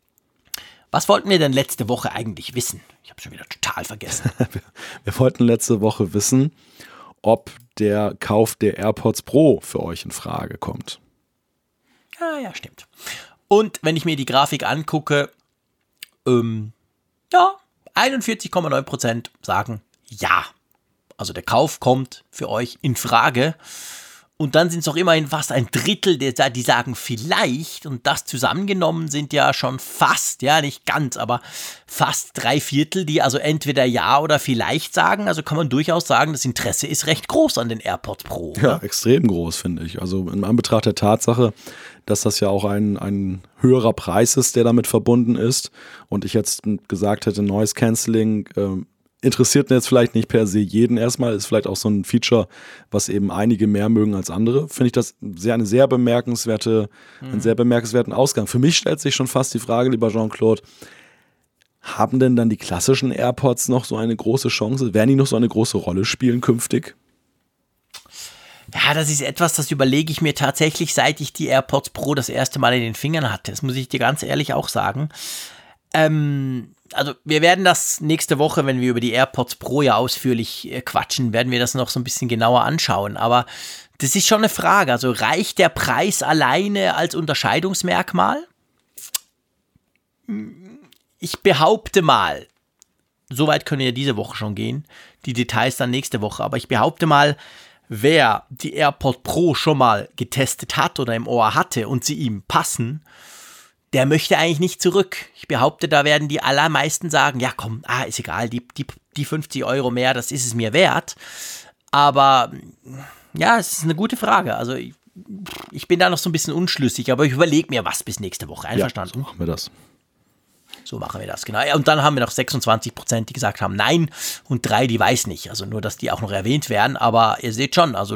Was wollten wir denn letzte Woche eigentlich wissen? Ich habe schon wieder total vergessen. wir, wir wollten letzte Woche wissen, ob der Kauf der AirPods Pro für euch in Frage kommt. Ah ja, stimmt. Und wenn ich mir die Grafik angucke, ähm, ja, einundvierzig Komma neun Prozent sagen ja. Also der Kauf kommt für euch in Frage. Und dann sind es auch immerhin fast ein Drittel, die sagen vielleicht, und das zusammengenommen sind ja schon fast, ja nicht ganz, aber fast drei Viertel, die also entweder ja oder vielleicht sagen. Also kann man durchaus sagen, das Interesse ist recht groß an den AirPods Pro. Ja, oder? Extrem groß, finde ich. Also in Anbetracht der Tatsache, dass das ja auch ein, ein höherer Preis ist, der damit verbunden ist. Und ich jetzt gesagt hätte, Noise Cancelling äh, interessiert jetzt vielleicht nicht per se jeden erstmal, ist vielleicht auch so ein Feature, was eben einige mehr mögen als andere. Finde ich das sehr eine sehr bemerkenswerte, mhm. einen sehr bemerkenswerten Ausgang. Für mich stellt sich schon fast die Frage, lieber Jean-Claude, haben denn dann die klassischen AirPods noch so eine große Chance? Werden die noch so eine große Rolle spielen künftig? Ja, das ist etwas, das überlege ich mir tatsächlich, seit ich die AirPods Pro das erste Mal in den Fingern hatte. Das muss ich dir ganz ehrlich auch sagen. Ähm, also wir werden das nächste Woche, wenn wir über die AirPods Pro ja ausführlich äh, quatschen, werden wir das noch so ein bisschen genauer anschauen. Aber das ist schon eine Frage. Also reicht der Preis alleine als Unterscheidungsmerkmal? Ich behaupte mal, soweit können wir diese Woche schon gehen, die Details dann nächste Woche, aber ich behaupte mal, wer die AirPods Pro schon mal getestet hat oder im Ohr hatte und sie ihm passen, der möchte eigentlich nicht zurück. Ich behaupte, da werden die allermeisten sagen, ja komm, ah, ist egal, die, die, die fünfzig Euro mehr, das ist es mir wert. Aber ja, es ist eine gute Frage. Also ich, ich bin da noch so ein bisschen unschlüssig, aber ich überlege mir was bis nächste Woche. Einverstanden? Ja, so machen wir das. So machen wir das, genau. Und dann haben wir noch sechsundzwanzig Prozent, die gesagt haben nein und drei, die weiß nicht. Also nur, dass die auch noch erwähnt werden. Aber ihr seht schon, also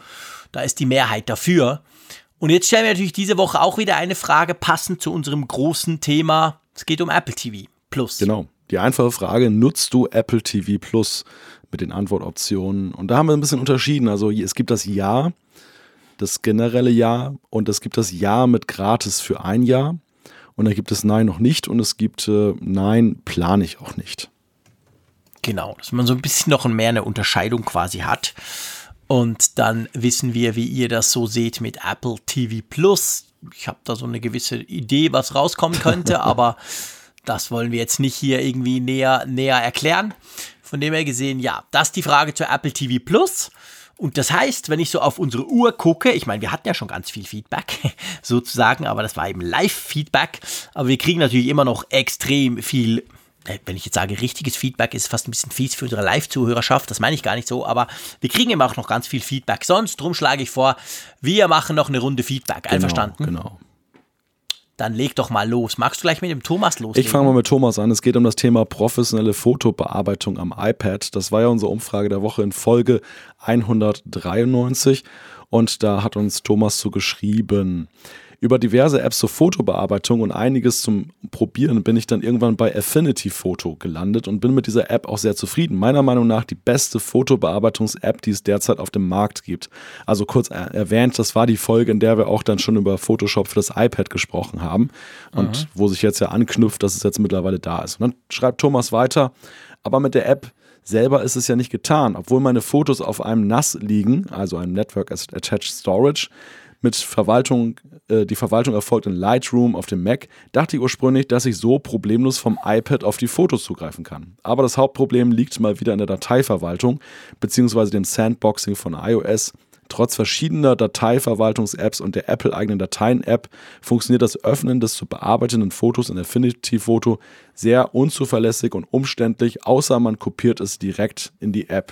da ist die Mehrheit dafür. Und jetzt stellen wir natürlich diese Woche auch wieder eine Frage, passend zu unserem großen Thema. Es geht um Apple T V Plus. Genau. Die einfache Frage, nutzt du Apple T V Plus mit den Antwortoptionen? Und da haben wir ein bisschen unterschieden. Also es gibt das Ja, das generelle Ja, und es gibt das Ja mit gratis für ein Jahr. Und da gibt es Nein noch nicht und es gibt äh, Nein, plane ich auch nicht. Genau, dass man so ein bisschen noch mehr eine Unterscheidung quasi hat. Und dann wissen wir, wie ihr das so seht mit Apple T V Plus. Ich habe da so eine gewisse Idee, was rauskommen könnte, aber das wollen wir jetzt nicht hier irgendwie näher, näher erklären. Von dem her gesehen, ja, das ist die Frage zur Apple T V Plus. Und das heißt, wenn ich so auf unsere Uhr gucke, ich meine, wir hatten ja schon ganz viel Feedback, sozusagen, aber das war eben Live-Feedback. Aber wir kriegen natürlich immer noch extrem viel, wenn ich jetzt sage, richtiges Feedback, ist fast ein bisschen fies für unsere Live-Zuhörerschaft, das meine ich gar nicht so, aber wir kriegen immer auch noch ganz viel Feedback. Sonst, drum schlage ich vor, wir machen noch eine Runde Feedback. Einverstanden? Genau, genau. Dann leg doch mal los. Magst du gleich mit dem Thomas loslegen? Ich fange mal mit Thomas an. Es geht um das Thema professionelle Fotobearbeitung am iPad. Das war ja unsere Umfrage der Woche in Folge hundertdreiundneunzig und da hat uns Thomas so geschrieben: Über diverse Apps zur Fotobearbeitung und einiges zum Probieren bin ich dann irgendwann bei Affinity Photo gelandet und bin mit dieser App auch sehr zufrieden. Meiner Meinung nach die beste Fotobearbeitungs-App, die es derzeit auf dem Markt gibt. Also kurz er- erwähnt, das war die Folge, in der wir auch dann schon über Photoshop für das iPad gesprochen haben und mhm. wo sich jetzt ja anknüpft, dass es jetzt mittlerweile da ist. Und dann schreibt Thomas weiter, aber mit der App selber ist es ja nicht getan. Obwohl meine Fotos auf einem N A S liegen, also einem Network Attached Storage, mit Verwaltung, äh, die Verwaltung erfolgt in Lightroom auf dem Mac, dachte ich ursprünglich, dass ich so problemlos vom iPad auf die Fotos zugreifen kann. Aber das Hauptproblem liegt mal wieder in der Dateiverwaltung bzw. dem Sandboxing von iOS. Trotz verschiedener Dateiverwaltungs-Apps und der Apple-eigenen Dateien-App funktioniert das Öffnen des zu bearbeitenden Fotos in Affinity Photo sehr unzuverlässig und umständlich, außer man kopiert es direkt in die App.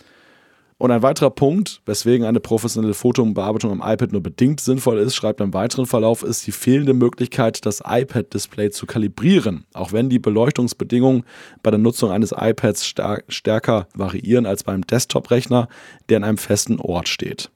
Und ein weiterer Punkt, weswegen eine professionelle Fotobearbeitung am iPad nur bedingt sinnvoll ist, schreibt im weiteren Verlauf, ist die fehlende Möglichkeit, das iPad-Display zu kalibrieren, auch wenn die Beleuchtungsbedingungen bei der Nutzung eines iPads star- stärker variieren als beim Desktop-Rechner, der an einem festen Ort steht.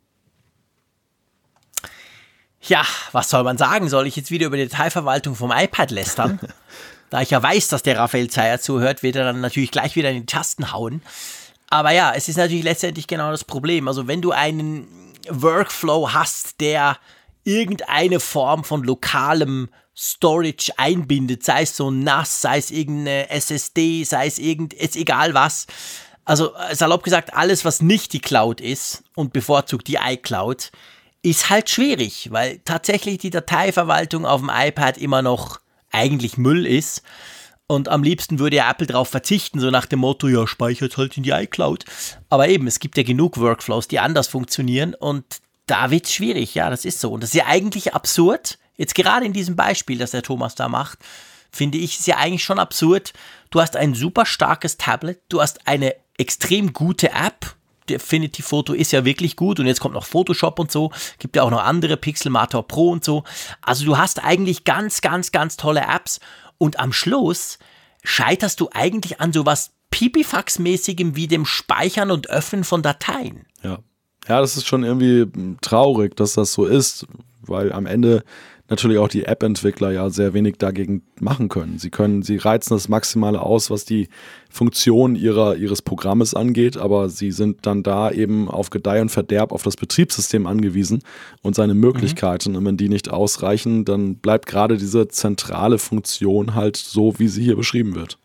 Ja, was soll man sagen? Soll ich jetzt wieder über die Detailverwaltung vom iPad lästern? Da ich ja weiß, dass der Raphael Zeyer zuhört, wird er dann natürlich gleich wieder in die Tasten hauen. Aber ja, es ist natürlich letztendlich genau das Problem. Also wenn du einen Workflow hast, der irgendeine Form von lokalem Storage einbindet, sei es so ein N A S, sei es irgendeine S S D, sei es irgend, ist egal was. Also salopp gesagt, alles, was nicht die Cloud ist und bevorzugt die iCloud, ist halt schwierig, weil tatsächlich die Dateiverwaltung auf dem iPad immer noch eigentlich Müll ist. Und am liebsten würde ja Apple darauf verzichten, so nach dem Motto, ja, speichert halt in die iCloud. Aber eben, es gibt ja genug Workflows, die anders funktionieren und da wird es schwierig, ja, das ist so. Und das ist ja eigentlich absurd, jetzt gerade in diesem Beispiel, das der Thomas da macht, finde ich, ist ja eigentlich schon absurd. Du hast ein super starkes Tablet, du hast eine extrem gute App, der Affinity Photo ist ja wirklich gut und jetzt kommt noch Photoshop und so, gibt ja auch noch andere, Pixelmator Pro und so. Also du hast eigentlich ganz, ganz, ganz tolle Apps und am Schluss scheiterst du eigentlich an sowas Pipifax-mäßigem wie dem Speichern und Öffnen von Dateien. Ja. Ja, das ist schon irgendwie traurig, dass das so ist, weil am Ende natürlich auch die App-Entwickler ja sehr wenig dagegen machen können. Sie können, sie reizen das Maximale aus, was die Funktion ihrer, ihres Programmes angeht, aber sie sind dann da eben auf Gedeih und Verderb auf das Betriebssystem angewiesen und seine Möglichkeiten. Mhm. Und wenn die nicht ausreichen, dann bleibt gerade diese zentrale Funktion halt so, wie sie hier beschrieben wird.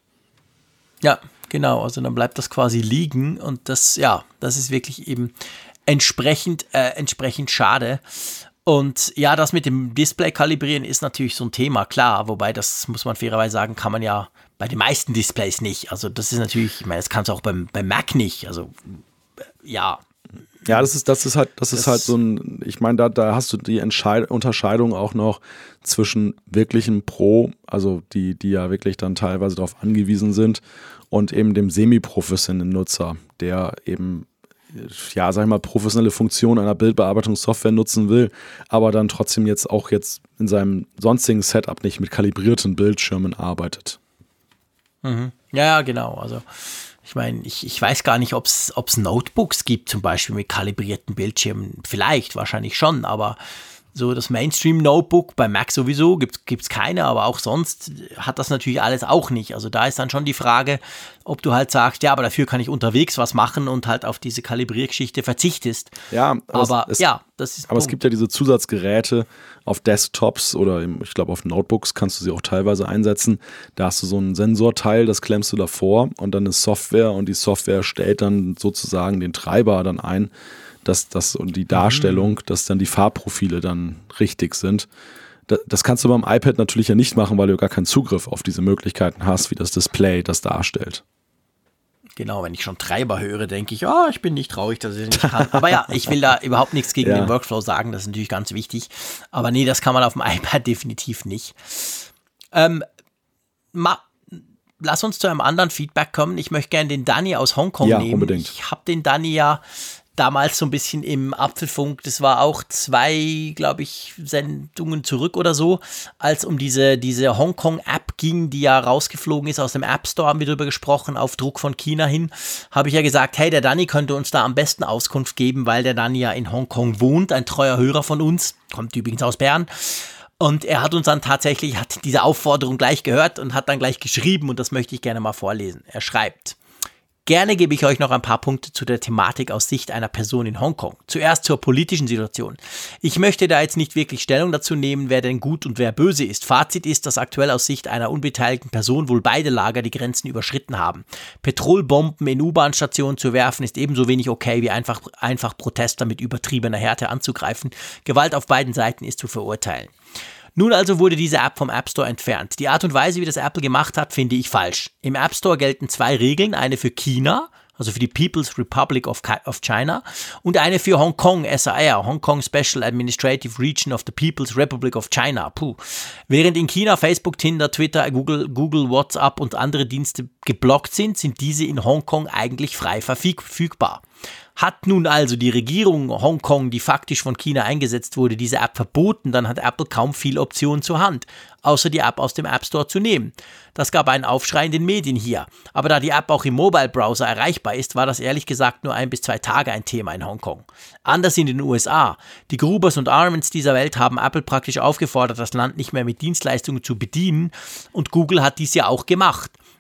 Ja, genau. Also dann bleibt das quasi liegen und das, ja, das ist wirklich eben entsprechend, äh, entsprechend schade. Und ja, das mit dem Display kalibrieren ist natürlich so ein Thema, klar, wobei das, muss man fairerweise sagen, kann man ja bei den meisten Displays nicht. Also das ist natürlich, ich meine, das kannst du auch beim, beim Mac nicht, also ja. Ja, das ist, das ist halt, das, das ist halt so ein, ich meine, da, da hast du die Entscheid- Unterscheidung auch noch zwischen wirklichen Pro, also die, die ja wirklich dann teilweise darauf angewiesen sind, und eben dem semi-professionellen Nutzer, der eben ja, sag ich mal, professionelle Funktionen einer Bildbearbeitungssoftware nutzen will, aber dann trotzdem jetzt auch jetzt in seinem sonstigen Setup nicht mit kalibrierten Bildschirmen arbeitet. Mhm. Ja, genau. Also ich meine, ich, ich weiß gar nicht, ob es Notebooks gibt, zum Beispiel mit kalibrierten Bildschirmen. Vielleicht, wahrscheinlich schon, aber so das Mainstream-Notebook, bei Mac sowieso gibt es keine, aber auch sonst hat das natürlich alles auch nicht. Also da ist dann schon die Frage, ob du halt sagst, ja, aber dafür kann ich unterwegs was machen und halt auf diese Kalibriergeschichte verzichtest. Ja, aber, aber es, ja, das ist aber es gibt ja diese Zusatzgeräte auf Desktops oder im, ich glaube auf Notebooks kannst du sie auch teilweise einsetzen. Da hast du so ein Sensorteil, das klemmst du davor und dann ist Software und die Software stellt dann sozusagen den Treiber dann ein, dass das und die Darstellung, mhm. dass dann die Farbprofile dann richtig sind. Das, das kannst du beim iPad natürlich ja nicht machen, weil du gar keinen Zugriff auf diese Möglichkeiten hast, wie das Display das darstellt. Genau, wenn ich schon Treiber höre, denke ich, oh, ich bin nicht traurig, dass ich das nicht kann. Aber ja, ich will da überhaupt nichts gegen ja. den Workflow sagen, das ist natürlich ganz wichtig. Aber nee, das kann man auf dem iPad definitiv nicht. Ähm, ma, lass uns zu einem anderen Feedback kommen. Ich möchte gerne den Danny aus Hongkong ja, nehmen. Unbedingt. Ich habe den Danny ja damals so ein bisschen im Apfelfunk, das war auch zwei, glaube ich, Sendungen zurück oder so, als um diese, diese Hongkong-App ging, die ja rausgeflogen ist aus dem App Store, haben wir drüber gesprochen, auf Druck von China hin, habe ich ja gesagt, hey, der Danny könnte uns da am besten Auskunft geben, weil der Danny ja in Hongkong wohnt, ein treuer Hörer von uns, kommt übrigens aus Bern. Und er hat uns dann tatsächlich, hat diese Aufforderung gleich gehört und hat dann gleich geschrieben und das möchte ich gerne mal vorlesen. Er schreibt: Gerne gebe ich euch noch ein paar Punkte zu der Thematik aus Sicht einer Person in Hongkong. Zuerst zur politischen Situation. Ich möchte da jetzt nicht wirklich Stellung dazu nehmen, wer denn gut und wer böse ist. Fazit ist, dass aktuell aus Sicht einer unbeteiligten Person wohl beide Lager die Grenzen überschritten haben. Petrolbomben in U-Bahn-Stationen zu werfen ist ebenso wenig okay, wie einfach, einfach Protester mit übertriebener Härte anzugreifen. Gewalt auf beiden Seiten ist zu verurteilen. Nun also wurde diese App vom App Store entfernt. Die Art und Weise, wie das Apple gemacht hat, finde ich falsch. Im App Store gelten zwei Regeln, eine für China, also für die People's Republic of, of China, und eine für Hongkong, S A R, Hong Kong Special Administrative Region of the People's Republic of China. Puh. Während in China Facebook, Tinder, Twitter, Google, Google, WhatsApp und andere Dienste geblockt sind, sind diese in Hongkong eigentlich frei verfügbar. Hat nun also die Regierung Hongkong, die faktisch von China eingesetzt wurde, diese App verboten, dann hat Apple kaum viele Optionen zur Hand, außer die App aus dem App Store zu nehmen. Das gab einen Aufschrei in den Medien hier. Aber da die App auch im Mobile-Browser erreichbar ist, war das ehrlich gesagt nur ein bis zwei Tage ein Thema in Hongkong. Anders in den U S A. Die Grubers und Armans dieser Welt haben Apple praktisch aufgefordert, das Land nicht mehr mit Dienstleistungen zu bedienen, und Google hat dies ja auch gemacht.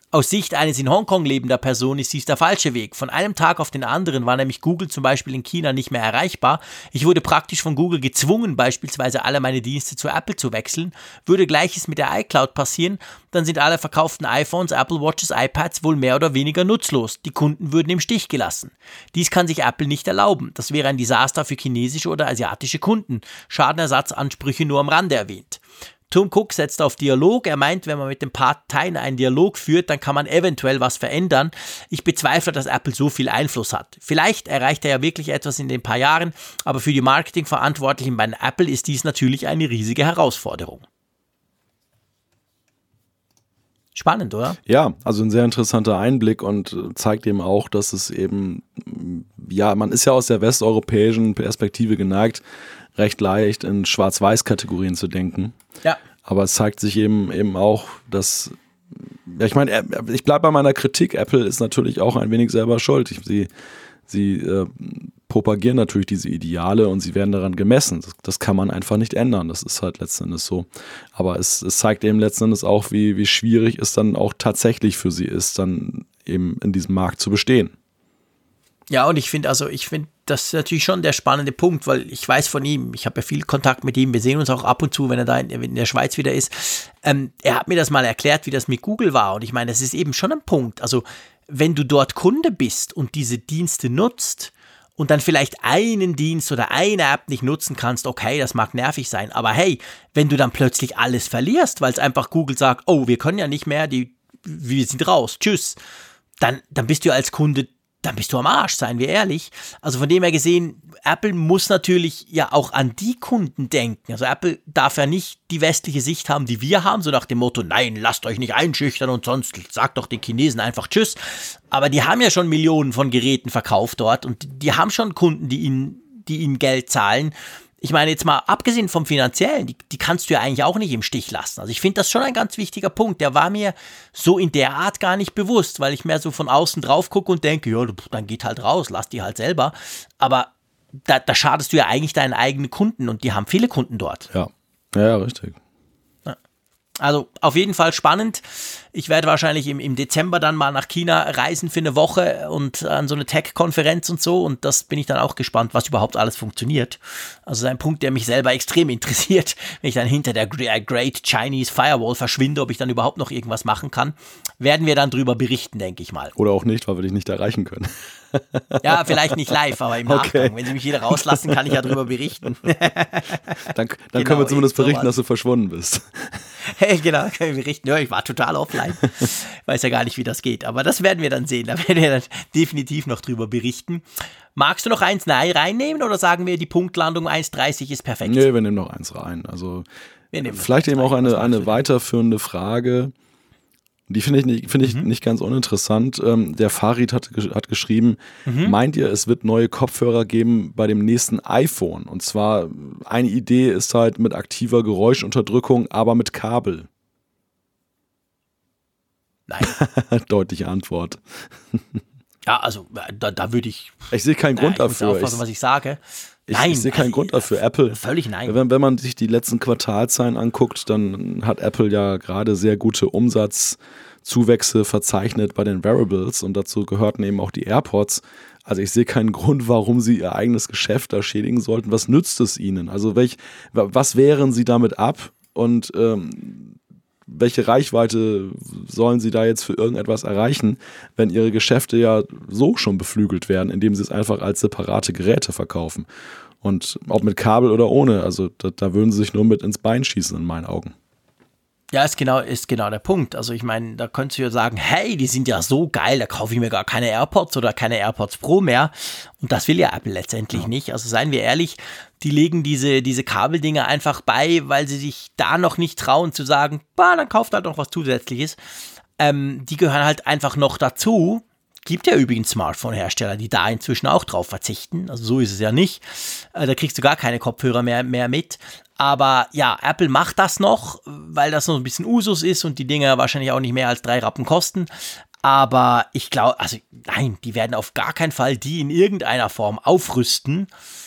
Aus Sicht eines in Hongkong lebender Person ist dies der falsche Weg. Von einem Tag auf den anderen war nämlich Google zum Beispiel in China nicht mehr erreichbar. Ich wurde praktisch von Google gezwungen, beispielsweise alle meine Dienste zu Apple zu wechseln. Würde Gleiches mit der iCloud passieren, dann sind alle verkauften iPhones, Apple Watches, iPads wohl mehr oder weniger nutzlos. Die Kunden würden im Stich gelassen. Dies kann sich Apple nicht erlauben. Das wäre ein Desaster für chinesische oder asiatische Kunden. Schadenersatzansprüche nur am Rande erwähnt. Tim Cook setzt auf Dialog. Er meint, wenn man mit den Parteien einen Dialog führt, dann kann man eventuell was verändern. Ich bezweifle, dass Apple so viel Einfluss hat. Vielleicht erreicht er ja wirklich etwas in den paar Jahren, aber für die Marketingverantwortlichen bei Apple ist dies natürlich eine riesige Herausforderung. Spannend, oder? Ja, also ein sehr interessanter Einblick und zeigt eben auch, dass es eben, ja, man ist ja aus der westeuropäischen Perspektive geneigt, recht leicht in Schwarz-Weiß-Kategorien zu denken. Ja. Aber es zeigt sich eben eben auch, dass, ja, ich meine, ich bleibe bei meiner Kritik, Apple ist natürlich auch ein wenig selber schuld. Ich, sie sie äh, propagieren natürlich diese Ideale und sie werden daran gemessen. Das, das kann man einfach nicht ändern. Das ist halt letzten Endes so. Aber es, es zeigt eben letzten Endes auch, wie, wie schwierig es dann auch tatsächlich für sie ist, dann eben in diesem Markt zu bestehen. Ja, und ich finde, also ich finde, das ist natürlich schon der spannende Punkt, weil ich weiß von ihm, ich habe ja viel Kontakt mit ihm, wir sehen uns auch ab und zu, wenn er da in, in der Schweiz wieder ist. Ähm, er hat mir das mal erklärt, wie das mit Google war und ich meine, das ist eben schon ein Punkt. Also wenn du dort Kunde bist und diese Dienste nutzt und dann vielleicht einen Dienst oder eine App nicht nutzen kannst, okay, das mag nervig sein, aber hey, wenn du dann plötzlich alles verlierst, weil es einfach Google sagt, oh, wir können ja nicht mehr, die, wir sind raus, tschüss, dann, dann bist du als Kunde dann bist du am Arsch, seien wir ehrlich. Also von dem her gesehen, Apple muss natürlich ja auch an die Kunden denken. Also Apple darf ja nicht die westliche Sicht haben, die wir haben, so nach dem Motto, nein, lasst euch nicht einschüchtern und sonst sagt doch den Chinesen einfach Tschüss. Aber die haben ja schon Millionen von Geräten verkauft dort und die haben schon Kunden, die ihnen, die ihnen Geld zahlen. Ich meine, jetzt mal abgesehen vom Finanziellen, die, die kannst du ja eigentlich auch nicht im Stich lassen. Also ich finde das schon ein ganz wichtiger Punkt. Der war mir so in der Art gar nicht bewusst, weil ich mehr so von außen drauf gucke und denke, ja, dann geht halt raus, lass die halt selber. Aber da, da schadest du ja eigentlich deinen eigenen Kunden und die haben viele Kunden dort. Ja, ja, richtig. Also auf jeden Fall spannend. Ich werde wahrscheinlich im, im Dezember dann mal nach China reisen für eine Woche und an so eine Tech-Konferenz und so. Und das bin ich dann auch gespannt, was überhaupt alles funktioniert. Also ein Punkt, der mich selber extrem interessiert, wenn ich dann hinter der Great Chinese Firewall verschwinde, ob ich dann überhaupt noch irgendwas machen kann. Werden wir dann drüber berichten, denke ich mal. Oder auch nicht, weil wir dich nicht erreichen können. Ja, vielleicht nicht live, aber im Nachgang. Okay. Wenn sie mich wieder rauslassen, kann ich ja drüber berichten. Dann, dann genau, können wir zumindest berichten, sowas. Dass du verschwunden bist. Hey, genau, können wir berichten. Ja, ich war total offline. Weiß ja gar nicht, wie das geht. Aber das werden wir dann sehen. Da werden wir dann definitiv noch drüber berichten. Magst du noch eins reinnehmen oder sagen wir, die Punktlandung eins dreißig ist perfekt? Nee, wir nehmen noch eins rein. Also vielleicht eben auch eine, eine weiterführende Frage. Die finde ich, nicht, find ich mhm. nicht ganz uninteressant. Ähm, der Farid hat, hat geschrieben, mhm. meint ihr, es wird neue Kopfhörer geben bei dem nächsten iPhone? Und zwar, eine Idee ist halt mit aktiver Geräuschunterdrückung, aber mit Kabel. Nein. Deutliche Antwort. Ja, also da, da würde ich... Ich sehe keinen Grund ich dafür. Muss aufpassen, was ich sage. Ich, nein, ich sehe keinen also, Grund dafür. Apple, völlig nein. Wenn, wenn man sich die letzten Quartalzahlen anguckt, dann hat Apple ja gerade sehr gute Umsatzzuwächse verzeichnet bei den Wearables und dazu gehörten eben auch die AirPods. Also ich sehe keinen Grund, warum sie ihr eigenes Geschäft da schädigen sollten. Was nützt es ihnen? Also welch, was wehren sie damit ab und ähm, welche Reichweite sollen sie da jetzt für irgendetwas erreichen, wenn ihre Geschäfte ja so schon beflügelt werden, indem sie es einfach als separate Geräte verkaufen. Und ob mit Kabel oder ohne, also da, da würden sie sich nur mit ins Bein schießen in meinen Augen. Ja, ist genau, ist genau der Punkt. Also ich meine, da könntest du ja sagen, hey, die sind ja so geil, da kaufe ich mir gar keine AirPods oder keine AirPods Pro mehr. Und das will ja Apple letztendlich ja. nicht. Also seien wir ehrlich, die legen diese, diese Kabeldinger einfach bei, weil sie sich da noch nicht trauen zu sagen, bah, dann kauft halt noch was Zusätzliches. Ähm, die gehören halt einfach noch dazu. Gibt ja übrigens Smartphone-Hersteller, die da inzwischen auch drauf verzichten. Also so ist es ja nicht. Äh, da kriegst du gar keine Kopfhörer mehr, mehr mit. Aber ja, Apple macht das noch, weil das noch ein bisschen Usus ist und die Dinger wahrscheinlich auch nicht mehr als drei Rappen kosten. Aber ich glaube, also nein, die werden auf gar keinen Fall die in irgendeiner Form aufrüsten.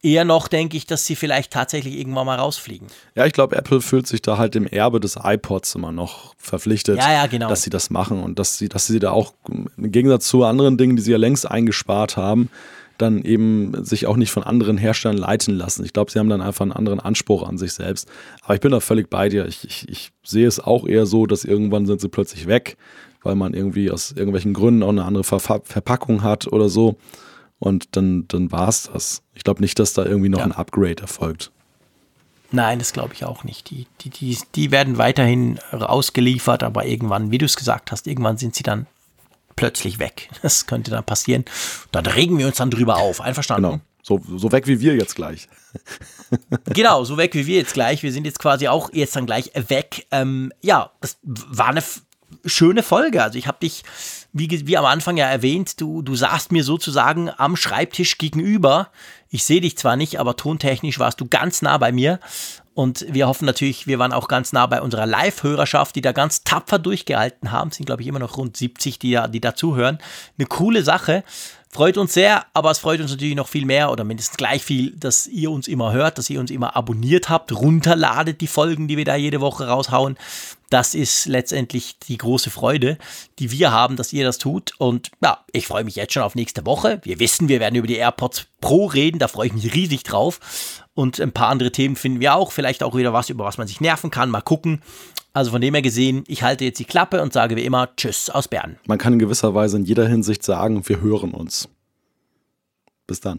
eher noch denke ich, dass sie vielleicht tatsächlich irgendwann mal rausfliegen. Ja, ich glaube, Apple fühlt sich da halt dem Erbe des iPods immer noch verpflichtet, ja, ja, genau. dass sie das machen und dass sie, dass sie da auch im Gegensatz zu anderen Dingen, die sie ja längst eingespart haben, dann eben sich auch nicht von anderen Herstellern leiten lassen. Ich glaube, sie haben dann einfach einen anderen Anspruch an sich selbst. Aber ich bin da völlig bei dir. Ich, ich, ich sehe es auch eher so, dass irgendwann sind sie plötzlich weg, weil man irgendwie aus irgendwelchen Gründen auch eine andere Ver- Verpackung hat oder so. Und dann, dann war es das. Ich glaube nicht, dass da irgendwie noch ja. ein Upgrade erfolgt. Nein, das glaube ich auch nicht. Die, die, die, die werden weiterhin ausgeliefert, aber irgendwann, wie du es gesagt hast, irgendwann sind sie dann plötzlich weg. Das könnte dann passieren. Dann regen wir uns dann drüber auf. Einverstanden? Genau. So, so weg wie wir jetzt gleich. Genau, so weg wie wir jetzt gleich. Wir sind jetzt quasi auch jetzt dann gleich weg. Ähm, ja, das war eine f- schöne Folge. Also ich habe dich, wie, wie am Anfang ja erwähnt, du, du saßt mir sozusagen am Schreibtisch gegenüber. Ich sehe dich zwar nicht, aber tontechnisch warst du ganz nah bei mir. Und wir hoffen natürlich, wir waren auch ganz nah bei unserer Live-Hörerschaft, die da ganz tapfer durchgehalten haben. Es sind, glaube ich, immer noch rund siebzig, die da, die da zuhören. Eine coole Sache. Freut uns sehr, aber es freut uns natürlich noch viel mehr oder mindestens gleich viel, dass ihr uns immer hört, dass ihr uns immer abonniert habt, runterladet die Folgen, die wir da jede Woche raushauen. Das ist letztendlich die große Freude, die wir haben, dass ihr das tut. Und ja, ich freue mich jetzt schon auf nächste Woche. Wir wissen, wir werden über die AirPods Pro reden, da freue ich mich riesig drauf. Und ein paar andere Themen finden wir auch, vielleicht auch wieder was, über was man sich nerven kann, mal gucken. Also von dem her gesehen, ich halte jetzt die Klappe und sage wie immer Tschüss aus Bern. Man kann in gewisser Weise in jeder Hinsicht sagen, wir hören uns. Bis dann.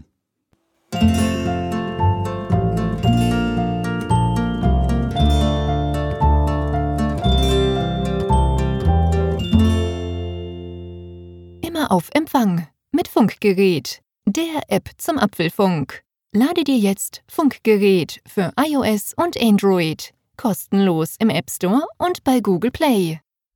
Immer auf Empfang mit Funkgerät, der App zum Apfelfunk. Lade dir jetzt Funkgerät für iOS und Android kostenlos im App Store und bei Google Play.